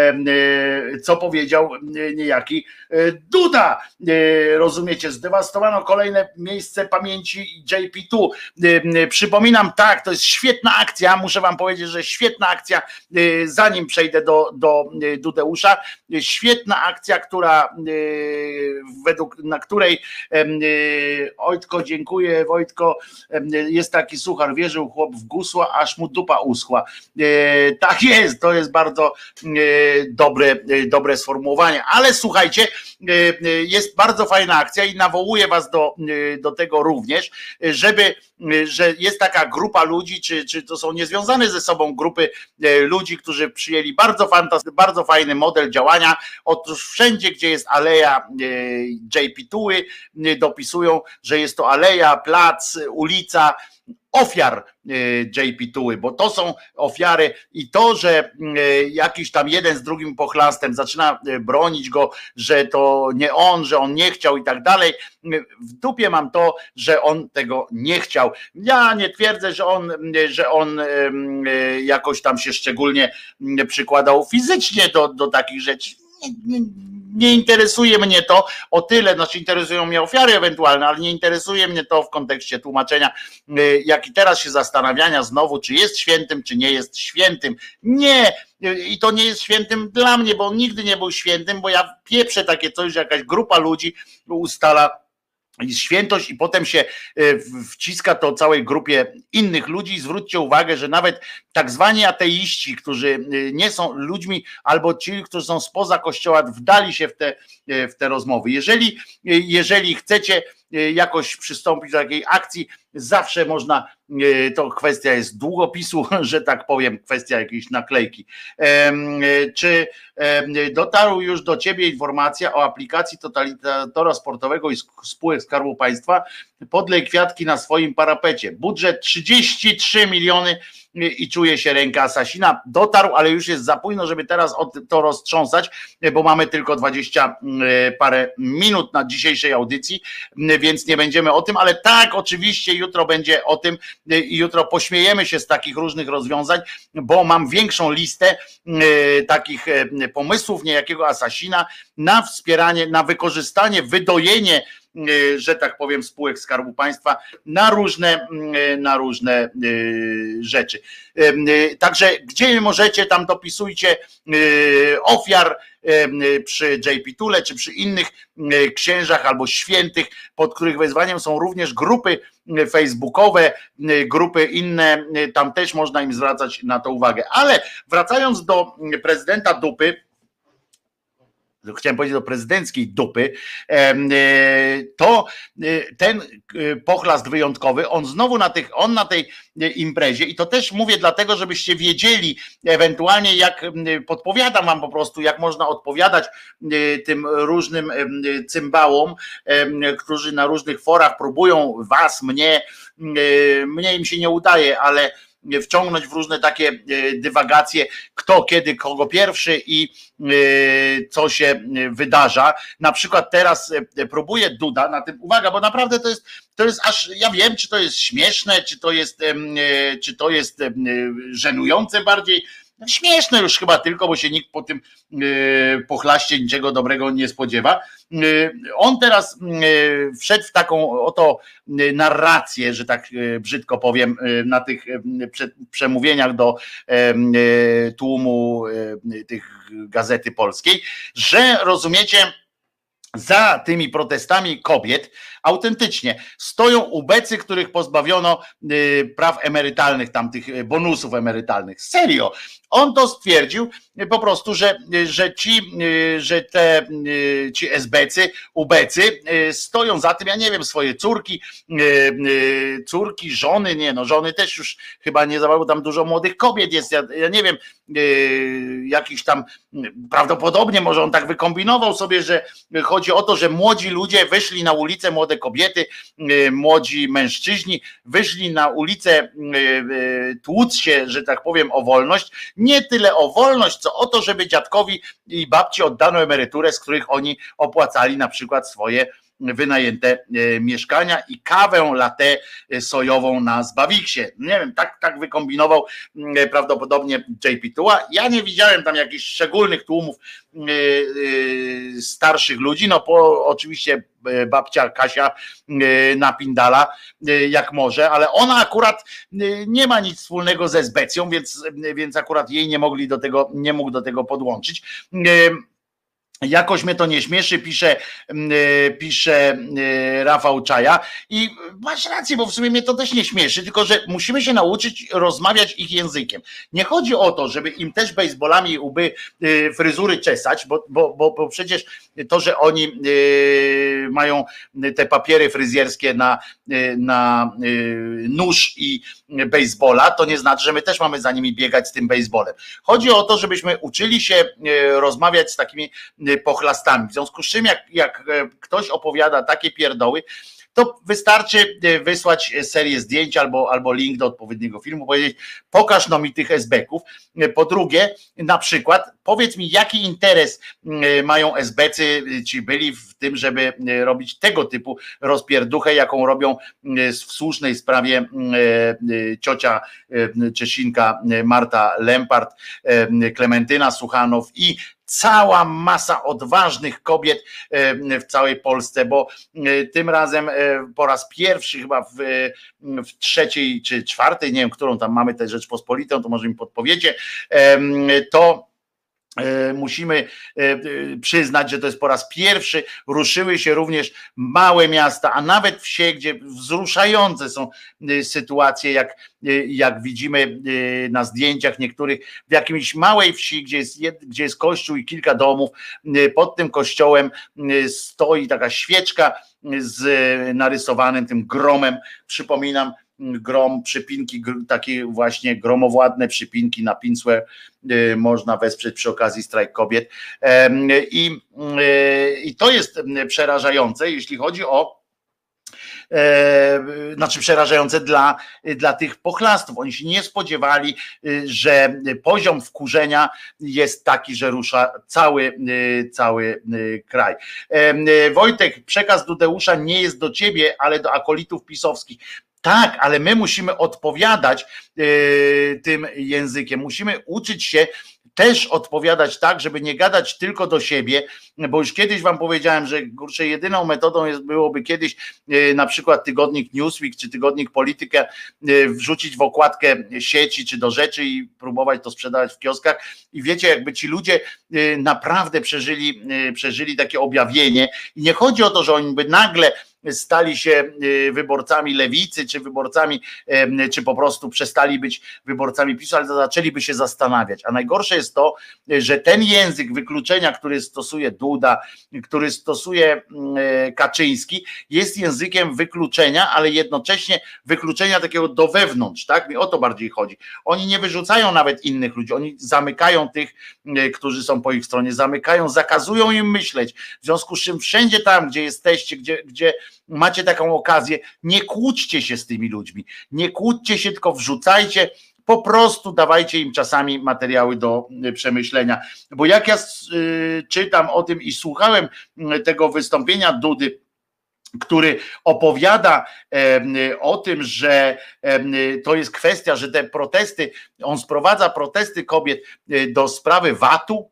co powiedział niejaki Duda. Rozumiecie, zdewastowano kolejne miejsce pamięci J P two. Przypominam, tak, to jest świetna akcja, muszę wam powiedzieć, że świetna akcja, zanim przejdę do, do Dudeusza, świetna akcja, która według, na której Wojtko, dziękuję Wojtko, jest taki suchar, wierzył chłop w gusła, aż mu dupa uschła. Tak jest, to jest bardzo dobre, dobre sformułowanie, ale słuchajcie, jest bardzo fajna akcja i nawołuję was do, do tego również, żeby, że jest taka grupa ludzi, czy, czy to są niezwiązane ze sobą grupy ludzi, którzy przyjęli bardzo fantastyczny, bardzo fajny model działania. Otóż wszędzie, gdzie jest aleja J P two, dopisują, że jest to aleja, plac, ulica ofiar J P two, bo to są ofiary i to, że jakiś tam jeden z drugim pochlastem zaczyna bronić go, że to nie on, że on nie chciał i tak dalej. W dupie mam to, że on tego nie chciał. Ja nie twierdzę, że on, że on jakoś tam się szczególnie przykładał fizycznie do, do takich rzeczy. Nie, nie, nie interesuje mnie to o tyle, znaczy interesują mnie ofiary ewentualne, ale nie interesuje mnie to w kontekście tłumaczenia, jak i teraz się zastanawiania znowu, czy jest świętym, czy nie jest świętym. Nie, i to nie jest świętym dla mnie, bo on nigdy nie był świętym, bo ja pieprzę takie coś, że jakaś grupa ludzi ustala świętość i potem się wciska to całej grupie innych ludzi. Zwróćcie uwagę, że nawet tak zwani ateiści, którzy nie są ludźmi, albo ci, którzy są spoza kościoła, wdali się w te, w te rozmowy. Jeżeli, jeżeli chcecie jakoś przystąpić do takiej akcji, zawsze można, to kwestia jest długopisu, że tak powiem, kwestia jakiejś naklejki. Czy dotarł już do ciebie informacja o aplikacji totalizatora sportowego i spółek Skarbu Państwa? Podlej kwiatki na swoim parapecie. Budżet trzydzieści trzy miliony i czuje się ręka asasina. Dotarł, ale już jest za późno, żeby teraz to roztrząsać, bo mamy tylko dwadzieścia parę minut na dzisiejszej audycji, więc nie będziemy o tym, ale tak, oczywiście jutro będzie o tym i jutro pośmiejemy się z takich różnych rozwiązań, bo mam większą listę takich pomysłów niejakiego asasina na wspieranie, na wykorzystanie, wydojenie, że tak powiem, spółek Skarbu Państwa na różne, na różne rzeczy. Także gdzie możecie, tam dopisujcie ofiar przy J P two czy przy innych księżach albo świętych, pod których wezwaniem są również grupy facebookowe, grupy inne, tam też można im zwracać na to uwagę. Ale wracając do prezydenta dupy, chciałem powiedzieć do prezydenckiej dupy, to ten pochlast wyjątkowy, on znowu na tych, on na tej imprezie, i to też mówię dlatego, żebyście wiedzieli ewentualnie, jak podpowiadam wam po prostu, jak można odpowiadać tym różnym cymbałom, którzy na różnych forach próbują was, mnie, mnie im się nie udaje, ale wciągnąć w różne takie dywagacje, kto, kiedy, kogo pierwszy i co się wydarza. Na przykład teraz próbuje Duda na tym, uwaga, bo naprawdę to jest, to jest aż, ja wiem, czy to jest śmieszne, czy to jest, czy to jest żenujące bardziej. Śmieszne już chyba tylko, bo się nikt po tym pochlaście niczego dobrego nie spodziewa. On teraz wszedł w taką oto narrację, że tak brzydko powiem, na tych przemówieniach do tłumu tych Gazety Polskiej, że rozumiecie, za tymi protestami kobiet autentycznie stoją ubecy, których pozbawiono praw emerytalnych, tam tych bonusów emerytalnych. Serio. On to stwierdził po prostu, że, że ci, że te ci esbecy, ubecy stoją za tym, ja nie wiem, swoje córki, córki, żony, nie no, żony też już chyba nie za mało, tam dużo młodych kobiet jest, ja, ja nie wiem, jakiś tam, prawdopodobnie może on tak wykombinował sobie, że chodzi o to, że młodzi ludzie wyszli na ulicę, młode młode kobiety, młodzi mężczyźni wyszli na ulicę tłuc się, że tak powiem, o wolność. Nie tyle o wolność, co o to, żeby dziadkowi i babci oddano emeryturę, z których oni opłacali na przykład swoje wynajęte mieszkania i kawę latte sojową na Zbawiksie. Nie wiem, tak, tak wykombinował prawdopodobnie J P Tuła. Ja nie widziałem tam jakichś szczególnych tłumów starszych ludzi, no po oczywiście babcia Kasia napindala jak może, ale ona akurat nie ma nic wspólnego ze Zbecją, więc, więc akurat jej nie mogli do tego, nie mógł do tego podłączyć. Jakoś mnie to nie śmieszy, pisze, pisze Rafał Czaja i masz rację, bo w sumie mnie to też nie śmieszy, tylko że musimy się nauczyć rozmawiać ich językiem. Nie chodzi o to, żeby im też bejsbolami łby, fryzury czesać, bo, bo, bo, bo przecież to, że oni mają te papiery fryzjerskie na, na nóż i bejsbola, to nie znaczy, że my też mamy za nimi biegać z tym bejsbolem. Chodzi o to, żebyśmy uczyli się rozmawiać z takimi pochlastami. W związku z czym jak, jak ktoś opowiada takie pierdoły, to wystarczy wysłać serię zdjęć albo, albo link do odpowiedniego filmu, powiedzieć, pokaż no mi tych esbeków. Po drugie, na przykład powiedz mi, jaki interes mają esbecy, ci byli w tym, żeby robić tego typu rozpierduchę, jaką robią w słusznej sprawie ciocia Czesinka Marta Lempart, Klementyna Suchanow i cała masa odważnych kobiet w całej Polsce, bo tym razem po raz pierwszy chyba w, w trzeciej czy czwartej, nie wiem, którą tam mamy tę Rzeczpospolitą, to może mi podpowiecie, to musimy przyznać, że to jest po raz pierwszy, ruszyły się również małe miasta, a nawet wsie, gdzie wzruszające są sytuacje, jak, jak widzimy na zdjęciach niektórych, w jakiejś małej wsi, gdzie jest, gdzie jest kościół i kilka domów, pod tym kościołem stoi taka świeczka z narysowanym tym gromem, przypominam, grom, przypinki, takie właśnie gromowładne przypinki na Pinsware można wesprzeć przy okazji strajk kobiet i, i to jest przerażające, jeśli chodzi o znaczy przerażające dla, dla tych pochlastów. Oni się nie spodziewali, że poziom wkurzenia jest taki, że rusza cały, cały kraj. Wojtek, przekaz Dudeusza nie jest do ciebie, ale do akolitów pisowskich. Tak, ale my musimy odpowiadać yy, tym językiem, musimy uczyć się też odpowiadać tak, żeby nie gadać tylko do siebie, bo już kiedyś wam powiedziałem, że kurczę, jedyną metodą jest, byłoby kiedyś yy, na przykład tygodnik Newsweek czy tygodnik Politykę yy, wrzucić w okładkę sieci czy do rzeczy i próbować to sprzedawać w kioskach i wiecie, jakby ci ludzie yy, naprawdę przeżyli, yy, przeżyli takie objawienie i nie chodzi o to, że oni by nagle stali się wyborcami lewicy, czy wyborcami, czy po prostu przestali być wyborcami PiSu, ale zaczęliby się zastanawiać. A najgorsze jest to, że ten język wykluczenia, który stosuje Duda, który stosuje Kaczyński, jest językiem wykluczenia, ale jednocześnie wykluczenia takiego do wewnątrz, tak? Mi o to bardziej chodzi. Oni nie wyrzucają nawet innych ludzi, oni zamykają tych, którzy są po ich stronie, zamykają, zakazują im myśleć. W związku z czym wszędzie tam, gdzie jesteście, gdzie, gdzie macie taką okazję, nie kłóćcie się z tymi ludźmi, nie kłóćcie się, tylko wrzucajcie, po prostu dawajcie im czasami materiały do przemyślenia, bo jak ja czytam o tym i słuchałem tego wystąpienia Dudy, który opowiada o tym, że to jest kwestia, że te protesty, on sprowadza protesty kobiet do sprawy vatu.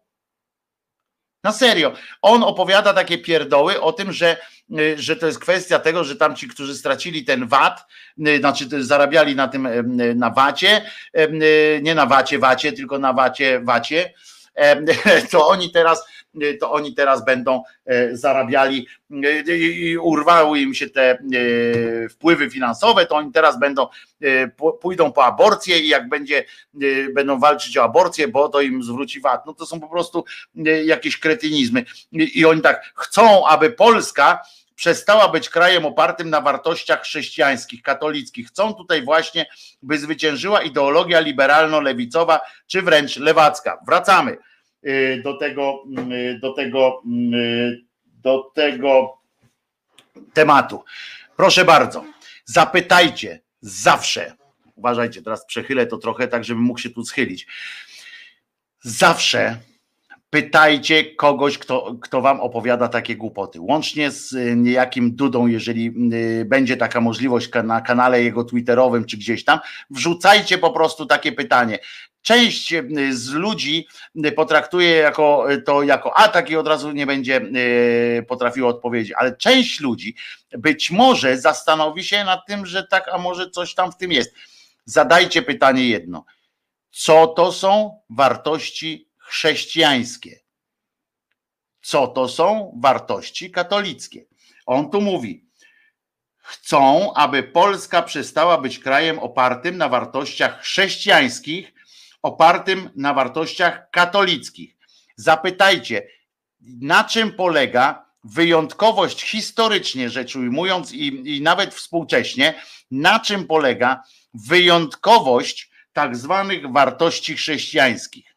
Na serio, on opowiada takie pierdoły o tym, że, że to jest kwestia tego, że tam ci, którzy stracili ten VAT, znaczy zarabiali na tym, na vacie, nie na vacie, vacie, tylko na vacie, vacie, to oni teraz, to oni teraz będą zarabiali i urwały im się te wpływy finansowe, to oni teraz będą, pójdą po aborcję i jak będzie, będą walczyć o aborcję, bo to im zwróci VAT. No to są po prostu jakieś kretynizmy. I oni tak chcą, aby Polska przestała być krajem opartym na wartościach chrześcijańskich, katolickich. Chcą tutaj właśnie, by zwyciężyła ideologia liberalno-lewicowa, czy wręcz lewacka. Wracamy do tego, do tego, do tego tematu. Proszę bardzo, zapytajcie zawsze, uważajcie, teraz przechylę to trochę tak, żebym mógł się tu schylić. Zawsze pytajcie kogoś, kto, kto wam opowiada takie głupoty. Łącznie z niejakim Dudą, jeżeli będzie taka możliwość na kanale jego twitterowym czy gdzieś tam, wrzucajcie po prostu takie pytanie. Część z ludzi potraktuje jako, to jako atak i od razu nie będzie potrafiło odpowiedzieć, ale część ludzi być może zastanowi się nad tym, że tak, a może coś tam w tym jest. Zadajcie pytanie jedno. Co to są wartości chrześcijańskie? Co to są wartości katolickie? On tu mówi, chcą, aby Polska przestała być krajem opartym na wartościach chrześcijańskich, opartym na wartościach katolickich. Zapytajcie, na czym polega wyjątkowość historycznie rzecz ujmując i, i nawet współcześnie, na czym polega wyjątkowość tak zwanych wartości chrześcijańskich.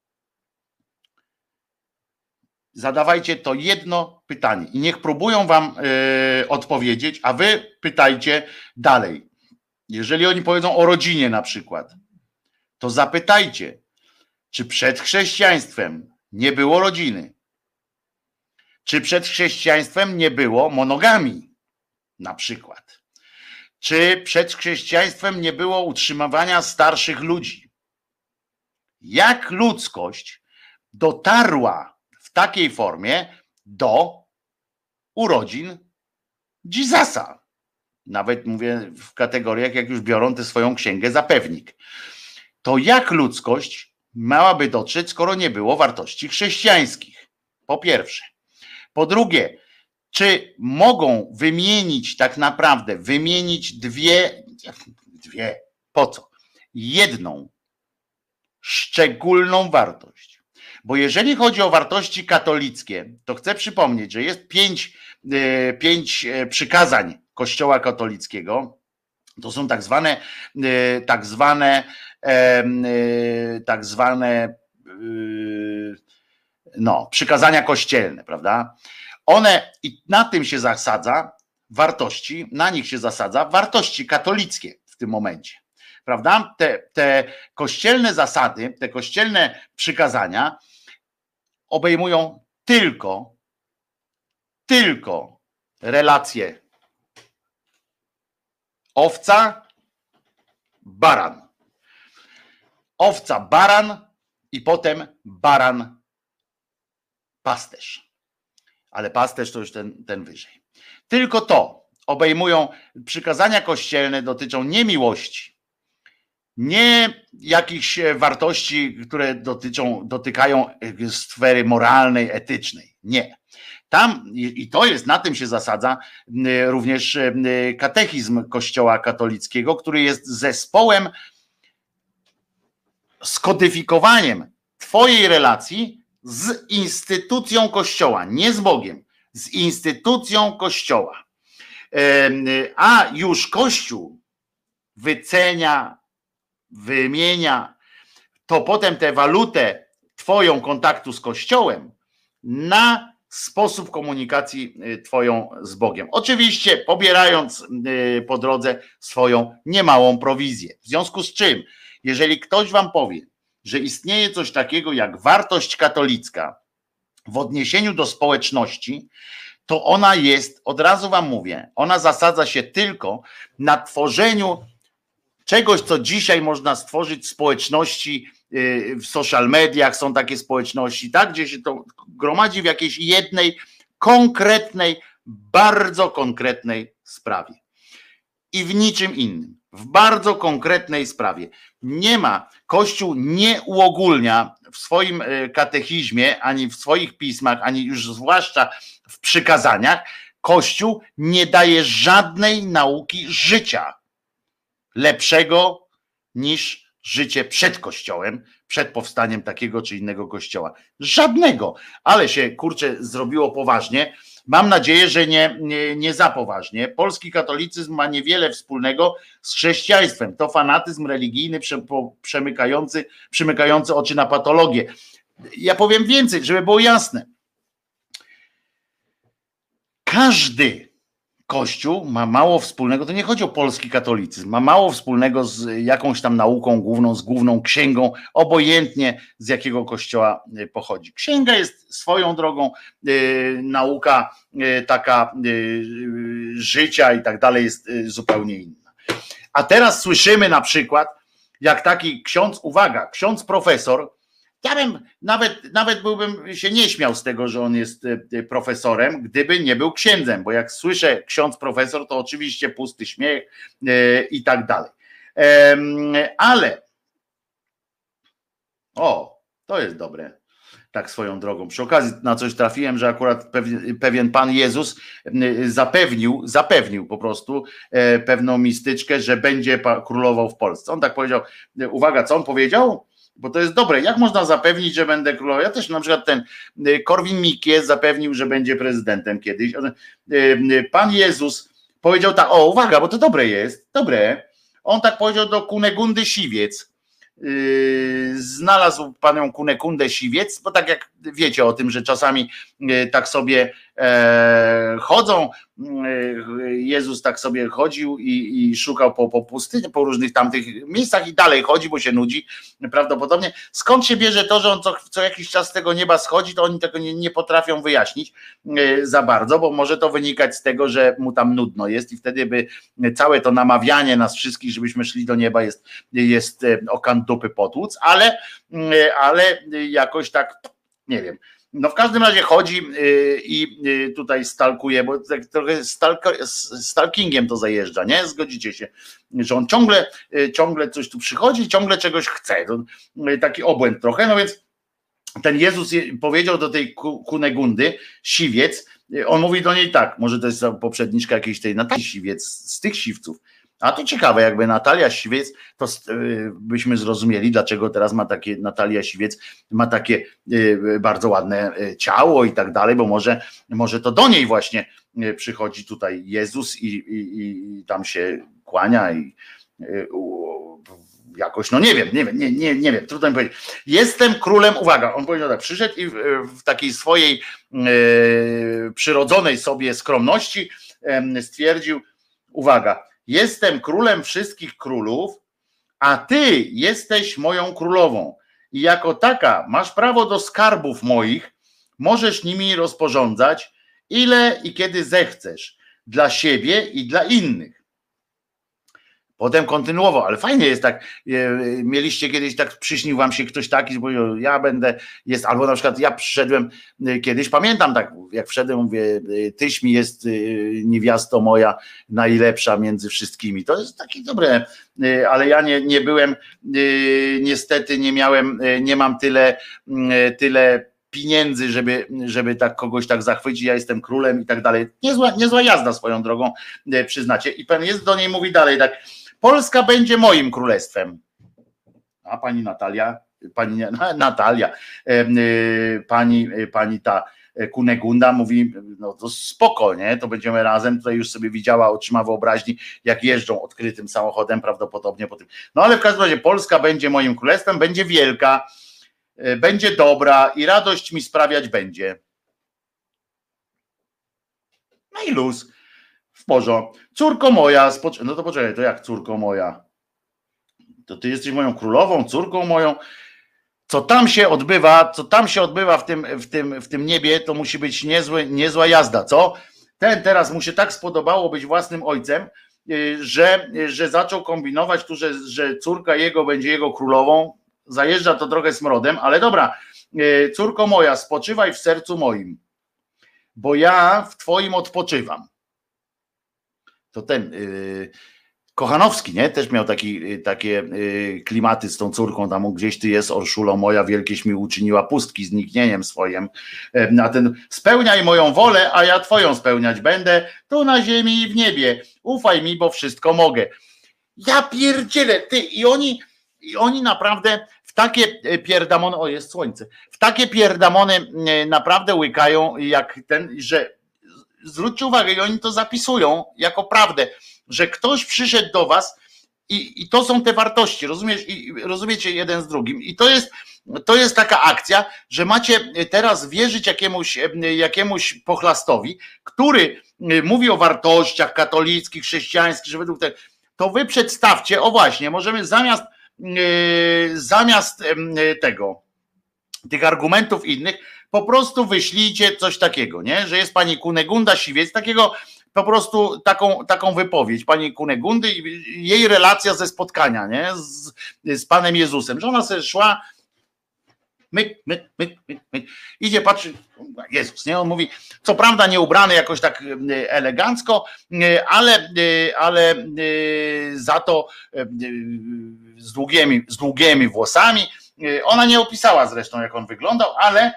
Zadawajcie to jedno pytanie i niech próbują wam yy, odpowiedzieć, a wy pytajcie dalej. Jeżeli oni powiedzą o rodzinie na przykład, to zapytajcie, czy przed chrześcijaństwem nie było rodziny? Czy przed chrześcijaństwem nie było monogamii na przykład? Czy przed chrześcijaństwem nie było utrzymywania starszych ludzi? Jak ludzkość dotarła w takiej formie do urodzin Jezusa? Nawet mówię w kategoriach, jak już biorą tę swoją księgę za pewnik. To jak ludzkość miałaby dotrzeć, skoro nie było wartości chrześcijańskich? Po pierwsze. Po drugie, czy mogą wymienić tak naprawdę, wymienić dwie, dwie, po co? Jedną szczególną wartość. Bo jeżeli chodzi o wartości katolickie, to chcę przypomnieć, że jest pięć, pięć przykazań Kościoła katolickiego. To są tak zwane, tak zwane, tak zwane no, przykazania kościelne, prawda? One i na tym się zasadza wartości, na nich się zasadza wartości katolickie w tym momencie, prawda? Te, te kościelne zasady, te kościelne przykazania obejmują tylko, tylko relacje owca, baran. Owca, baran i potem baran, pasterz. Ale pasterz to już ten, ten wyżej. Tylko to obejmują przykazania kościelne, dotyczą nie miłości, nie jakichś wartości, które dotyczą, dotykają sfery moralnej, etycznej. Nie. Tam, i to jest, na tym się zasadza również katechizm Kościoła katolickiego, który jest zespołem, skodyfikowaniem twojej relacji z instytucją Kościoła, nie z Bogiem, z instytucją Kościoła. A już Kościół wycenia, wymienia to potem tę walutę twoją kontaktu z Kościołem na sposób komunikacji twoją z Bogiem. Oczywiście pobierając po drodze swoją niemałą prowizję. W związku z czym, jeżeli ktoś wam powie, że istnieje coś takiego jak wartość katolicka w odniesieniu do społeczności, to ona jest, od razu wam mówię, ona zasadza się tylko na tworzeniu czegoś, co dzisiaj można stworzyć, społeczności w social mediach, są takie społeczności, tak, gdzie się to gromadzi w jakiejś jednej, konkretnej, bardzo konkretnej sprawie. I w niczym innym. W bardzo konkretnej sprawie. Nie ma, Kościół nie uogólnia w swoim katechizmie, ani w swoich pismach, ani już zwłaszcza w przykazaniach, Kościół nie daje żadnej nauki życia lepszego niż życie przed Kościołem, przed powstaniem takiego czy innego kościoła. Żadnego, ale się, kurczę, zrobiło poważnie. Mam nadzieję, że nie, nie, nie za poważnie. Polski katolicyzm ma niewiele wspólnego z chrześcijaństwem. To fanatyzm religijny przemykający, przymykający oczy na patologię. Ja powiem więcej, żeby było jasne. Każdy, Kościół ma mało wspólnego, to nie chodzi o polski katolicyzm, ma mało wspólnego z jakąś tam nauką główną, z główną księgą, obojętnie z jakiego kościoła pochodzi. Księga jest swoją drogą, yy, nauka yy, taka yy, życia i tak dalej jest yy, zupełnie inna. A teraz słyszymy na przykład, jak taki ksiądz, uwaga, ksiądz profesor, ja bym nawet, nawet byłbym się nie śmiał z tego, że on jest profesorem, gdyby nie był księdzem, bo jak słyszę ksiądz profesor, to oczywiście pusty śmiech i tak dalej. Ale o, to jest dobre, tak swoją drogą. Przy okazji na coś trafiłem, że akurat pewien, pewien Pan Jezus zapewnił, zapewnił po prostu pewną mistyczkę, że będzie królował w Polsce. On tak powiedział, uwaga, co on powiedział? Bo to jest dobre. Jak można zapewnić, że będę królował? Ja też na przykład ten Korwin-Mikke zapewnił, że będzie prezydentem kiedyś. Pan Jezus powiedział tak, o uwaga, bo to dobre jest, dobre. On tak powiedział do Kunegundy Siwiec. Znalazł panią Kunekundę Siwiec, bo tak jak wiecie o tym, że czasami tak sobie chodzą, Jezus tak sobie chodził i, i szukał po, po pustyni, po różnych tamtych miejscach i dalej chodzi, bo się nudzi prawdopodobnie. Skąd się bierze to, że on co, co jakiś czas z tego nieba schodzi, to oni tego nie, nie potrafią wyjaśnić za bardzo, bo może to wynikać z tego, że mu tam nudno jest i wtedy by całe to namawianie nas wszystkich, żebyśmy szli do nieba jest, jest o kant dupy potłuc, ale, ale jakoś tak, nie wiem. No w każdym razie chodzi i tutaj stalkuje, bo tak trochę stalkingiem to zajeżdża, nie? Zgodzicie się, że on ciągle, ciągle coś tu przychodzi, ciągle czegoś chce. To taki obłęd trochę, no więc ten Jezus powiedział do tej Kunegundy Siwiec, on mówi do niej tak, może to jest poprzedniczka jakiejś tej Natalii Siwiec, z tych siwców. A to ciekawe, jakby Natalia Siwiec, to byśmy zrozumieli, dlaczego teraz ma takie, Natalia Siwiec ma takie bardzo ładne ciało i tak dalej, bo może, może to do niej właśnie przychodzi tutaj Jezus i, i, i tam się kłania i jakoś, no nie wiem, nie wiem, nie, nie, nie wiem, trudno mi powiedzieć. Jestem królem, uwaga, on powiedział tak, przyszedł i w, w takiej swojej e, przyrodzonej sobie skromności e, stwierdził, uwaga, jestem królem wszystkich królów, a ty jesteś moją królową i jako taka masz prawo do skarbów moich, możesz nimi rozporządzać ile i kiedy zechcesz, dla siebie i dla innych. Potem kontynuował, ale fajnie jest tak, mieliście kiedyś tak, przyśnił wam się ktoś taki, bo ja będę, jest, albo na przykład ja przyszedłem kiedyś, pamiętam tak, jak wszedłem, mówię, tyś mi jest niewiasto moja najlepsza między wszystkimi, to jest takie dobre, ale ja nie, nie byłem, niestety nie miałem, nie mam tyle, tyle pieniędzy, żeby, żeby tak kogoś tak zachwycić, ja jestem królem i tak dalej, niezła, niezła jazda swoją drogą, przyznacie, i pan jest do niej mówi dalej tak, Polska będzie moim królestwem. A pani Natalia, pani Natalia, pani, pani ta Kunegunda mówi, no to spoko, nie? To będziemy razem, tutaj już sobie widziała oczyma wyobraźni, jak jeżdżą odkrytym samochodem prawdopodobnie po tym. No ale w każdym razie Polska będzie moim królestwem, będzie wielka, będzie dobra i radość mi sprawiać będzie. No i luz. W porządku. Córko moja, spoczy- no to poczekaj, to jak córko moja? To ty jesteś moją królową, córką moją. Co tam się odbywa, co tam się odbywa w tym, w tym, w tym niebie, to musi być niezły, niezła jazda, co? Ten teraz mu się tak spodobało być własnym ojcem, że, że zaczął kombinować tu, że, że córka jego będzie jego królową. Zajeżdża to trochę smrodem, ale dobra, córko moja, spoczywaj w sercu moim, bo ja w twoim odpoczywam. To ten yy, Kochanowski, nie? Też miał taki, yy, takie yy, klimaty z tą córką, tam gdzieś ty jest, Orszulo moja, wielkieś mi uczyniła pustki zniknieniem swoim, yy, a ten spełniaj moją wolę, a ja twoją spełniać będę, tu na ziemi i w niebie, ufaj mi, bo wszystko mogę. Ja pierdzielę, ty, i oni, i oni naprawdę w takie pierdamony, o jest słońce, w takie pierdamony naprawdę łykają, jak ten, że zwróćcie uwagę, i oni to zapisują jako prawdę, że ktoś przyszedł do was i, i to są te wartości, rozumiesz, i rozumiecie jeden z drugim. I to jest, to jest taka akcja, że macie teraz wierzyć jakiemuś, jakiemuś pochlastowi, który mówi o wartościach katolickich, chrześcijańskich, że według tego, to wy przedstawcie, o właśnie, możemy zamiast, zamiast tego, tych argumentów innych, po prostu wyślijcie coś takiego, nie? Że jest pani Kunegunda Siwiec, takiego po prostu taką, taką wypowiedź pani Kunegundy i jej relacja ze spotkania, nie? Z, z Panem Jezusem, że ona sobie szła, myk, myk, myk, myk, myk. Idzie, patrzy, Jezus, nie? On mówi, co prawda nie ubrany jakoś tak elegancko, ale, ale za to z długimi, z długimi włosami. Ona nie opisała zresztą, jak on wyglądał, ale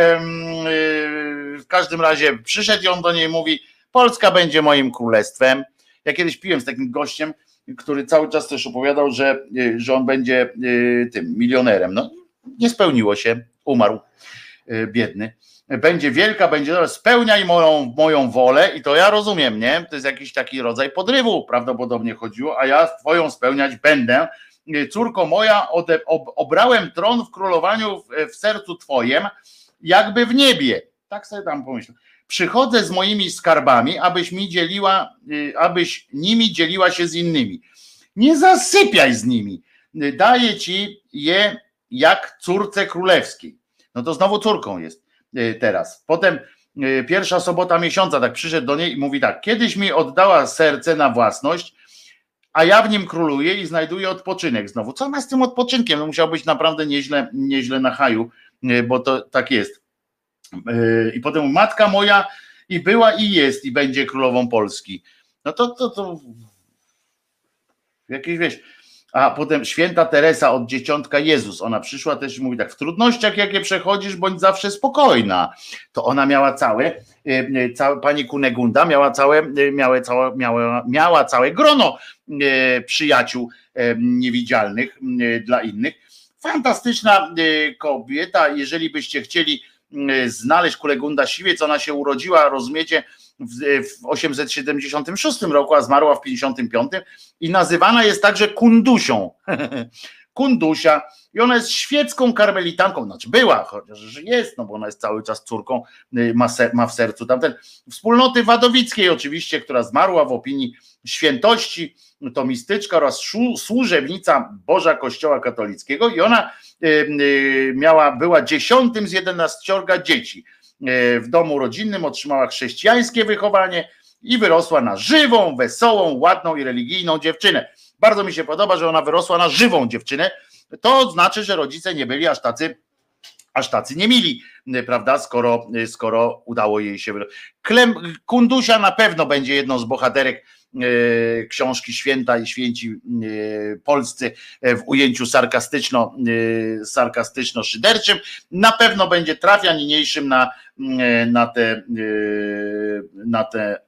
w każdym razie przyszedł i on do niej mówi, Polska będzie moim królestwem. Ja kiedyś piłem z takim gościem, który cały czas też opowiadał, że, że on będzie tym milionerem. No nie spełniło się, umarł biedny. Będzie wielka, będzie, spełniaj moją, moją wolę i to ja rozumiem, nie? To jest jakiś taki rodzaj podrywu prawdopodobnie chodziło, a ja twoją spełniać będę. Córko moja, ode, ob, obrałem tron w królowaniu w, w sercu twojem, jakby w niebie. Tak sobie tam pomyślę. Przychodzę z moimi skarbami, abyś mi dzieliła, abyś nimi dzieliła się z innymi. Nie zasypiaj z nimi. Daję ci je jak córce królewskiej. No to znowu córką jest teraz. Potem pierwsza sobota miesiąca, tak przyszedł do niej i mówi tak, kiedyś mi oddała serce na własność, a ja w nim króluję i znajduję odpoczynek znowu. Co ma z tym odpoczynkiem? No musiał być naprawdę nieźle, nieźle na haju, bo to tak jest. I potem matka moja i była i jest i będzie królową Polski. No to to, to jakieś wieś. A potem święta Teresa od dzieciątka Jezus, ona przyszła też i mówi tak, w trudnościach jakie przechodzisz, bądź zawsze spokojna. To ona miała całe, całe pani Kunegunda miała całe, miała całe, miała, miała całe grono przyjaciół niewidzialnych dla innych. Fantastyczna kobieta, jeżeli byście chcieli znaleźć Kunegunda Siwiec, ona się urodziła, rozumiecie, w osiemset siedemdziesiątym szóstym roku, a zmarła w pięćdziesiątym piątym i nazywana jest także Kundusią. Kundusia i ona jest świecką karmelitanką, znaczy była, chociaż jest, no bo ona jest cały czas córką, ma, se, ma w sercu tamten wspólnoty wadowickiej oczywiście, która zmarła w opinii świętości, to mistyczka oraz służebnica Boża Kościoła katolickiego i ona y, y, miała, była dziesiątym z jedenaściorga dzieci. W domu rodzinnym otrzymała chrześcijańskie wychowanie i wyrosła na żywą, wesołą, ładną i religijną dziewczynę. Bardzo mi się podoba, że ona wyrosła na żywą dziewczynę. To znaczy, że rodzice nie byli aż tacy, aż tacy niemili, prawda, skoro, skoro udało jej się. Klem, Kundusia na pewno będzie jedną z bohaterek e, książki Święta i Święci e, Polscy w ujęciu sarkastyczno, e, sarkastyczno-szyderczym. Na pewno będzie trafia niniejszym na, e, na te, e, na te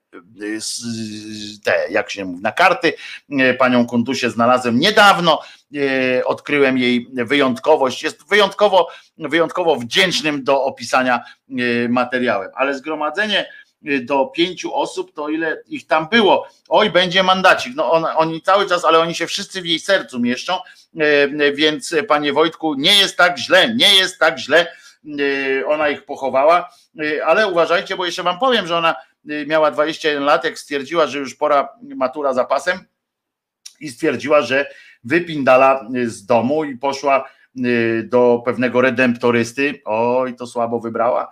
te, jak się mówi, na karty. Panią Kundusię znalazłem niedawno, odkryłem jej wyjątkowość, jest wyjątkowo, wyjątkowo wdzięcznym do opisania materiałem, ale zgromadzenie do pięciu osób, to ile ich tam było? Oj, będzie mandacik. No on, oni cały czas, ale oni się wszyscy w jej sercu mieszczą, więc panie Wojtku, nie jest tak źle, nie jest tak źle, ona ich pochowała, ale uważajcie, bo jeszcze wam powiem, że ona miała dwadzieścia jeden lat, jak stwierdziła, że już pora matura za pasem i stwierdziła, że wypindala z domu i poszła do pewnego redemptorysty, oj, to słabo wybrała,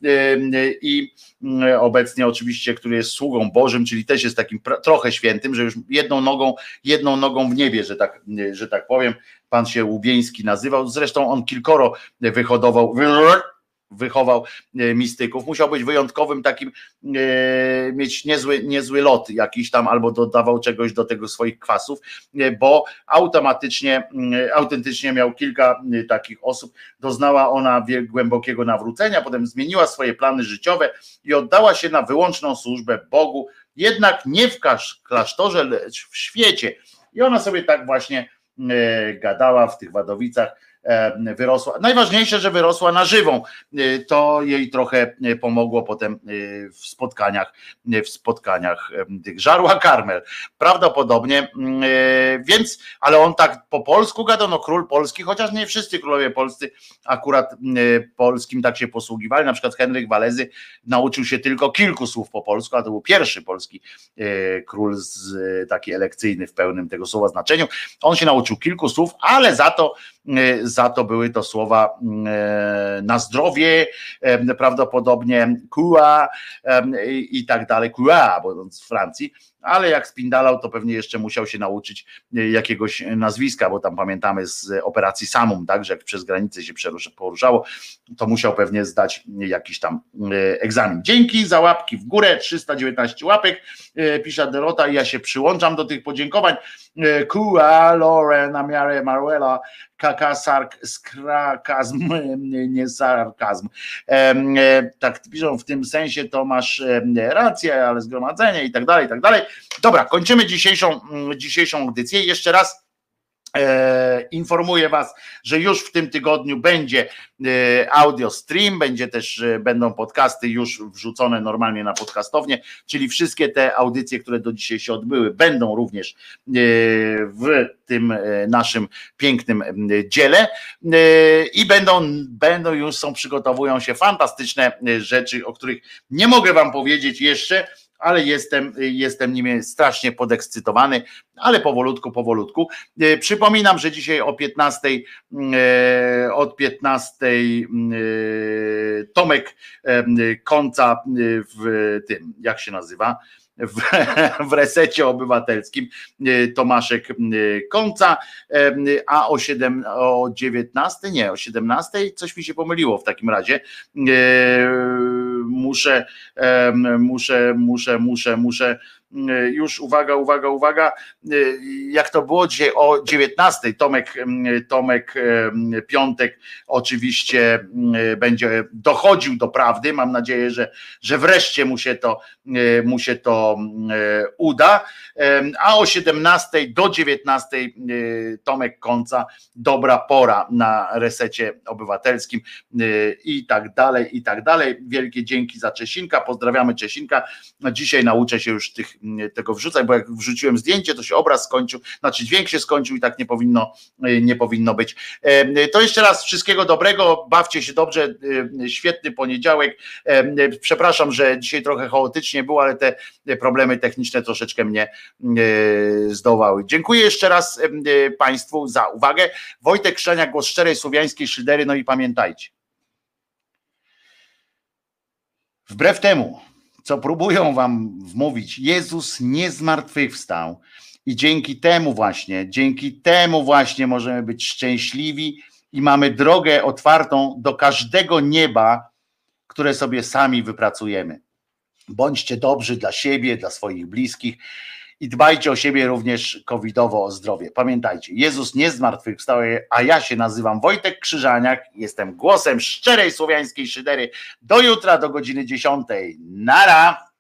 i obecnie oczywiście, który jest sługą Bożym, czyli też jest takim trochę świętym, że już jedną nogą, jedną nogą w niebie, że tak, że tak powiem, pan się Łubieński nazywał, zresztą on kilkoro wyhodował, wychował mistyków, musiał być wyjątkowym takim, e, mieć niezły, niezły lot jakiś tam, albo dodawał czegoś do tego swoich kwasów, bo automatycznie, autentycznie miał kilka takich osób, doznała ona głębokiego nawrócenia, potem zmieniła swoje plany życiowe i oddała się na wyłączną służbę Bogu, jednak nie w klasztorze, lecz w świecie. I ona sobie tak właśnie e, gadała w tych Wadowicach, wyrosła. Najważniejsze, że wyrosła na żywą. To jej trochę pomogło potem w spotkaniach, w spotkaniach tych. Żarła karmel. Prawdopodobnie, więc, ale on tak po polsku gadał, no król polski, chociaż nie wszyscy królowie polscy akurat polskim tak się posługiwali. Na przykład Henryk Walezy nauczył się tylko kilku słów po polsku, a to był pierwszy polski król z, taki elekcyjny w pełnym tego słowa znaczeniu. On się nauczył kilku słów, ale za to za to były to słowa na zdrowie, prawdopodobnie kua i tak dalej, kua, bo on z Francji, ale jak spindalał, to pewnie jeszcze musiał się nauczyć jakiegoś nazwiska, bo tam pamiętamy z operacji Samum, tak, że jak przez granicę się poruszało, to musiał pewnie zdać jakiś tam egzamin. Dzięki za łapki w górę, trzysta dziewiętnaście łapek, pisze Dorota i ja się przyłączam do tych podziękowań. Kua, Loren, Amiare, Maruela, Kaka, sarkazm, nie sarkazm. Tak piszą, w tym sensie to masz rację, ale zgromadzenie i tak dalej, i tak dalej. Dobra, kończymy dzisiejszą, dzisiejszą audycję. Jeszcze raz E, informuję was, że już w tym tygodniu będzie e, audio stream, będzie też, e, będą podcasty już wrzucone normalnie na podcastownię, czyli wszystkie te audycje, które do dzisiaj się odbyły, będą również e, w tym e, naszym pięknym e, dziele e, i będą, będą już są, przygotowują się fantastyczne e, rzeczy, o których nie mogę wam powiedzieć jeszcze, ale jestem, jestem nimi strasznie podekscytowany, ale powolutku, powolutku. Przypominam, że dzisiaj o piętnastej, od piętnastej Tomek Końca w tym, jak się nazywa, w, w Resecie Obywatelskim, Tomaszek Końca, a o, siedem, o dziewiętnastej, nie, o siedemnastej, coś mi się pomyliło w takim razie. Muszę, muszę, muszę, muszę, muszę, już uwaga, uwaga, uwaga, jak to było dzisiaj o dziewiętnastej, Tomek, Tomek Piątek oczywiście będzie dochodził do prawdy, mam nadzieję, że, że wreszcie mu się to, mu się to uda, a o siedemnastej do dziewiętnastej Tomek Końca, dobra pora na Resecie Obywatelskim i tak dalej, i tak dalej. Wielkie dzięki za Czesinka, pozdrawiamy Czesinka, dzisiaj nauczę się już tych tego wrzucać, bo jak wrzuciłem zdjęcie, to się obraz skończył, znaczy dźwięk się skończył i tak nie powinno, nie powinno być. To jeszcze raz wszystkiego dobrego, bawcie się dobrze, świetny poniedziałek. Przepraszam, że dzisiaj trochę chaotycznie było, ale te problemy techniczne troszeczkę mnie zdołały. Dziękuję jeszcze raz Państwu za uwagę. Wojtek Krzaniak, głos szczerej słowiańskiej szydery, no i pamiętajcie, wbrew temu, co próbują wam wmówić, Jezus nie zmartwychwstał i dzięki temu właśnie, dzięki temu właśnie możemy być szczęśliwi i mamy drogę otwartą do każdego nieba, które sobie sami wypracujemy. Bądźcie dobrzy dla siebie, dla swoich bliskich i dbajcie o siebie również covidowo, o zdrowie. Pamiętajcie, Jezus nie zmartwychwstał, a ja się nazywam Wojtek Krzyżaniak, jestem głosem szczerej słowiańskiej szydery. Do jutra, do godziny dziesiątej. Nara!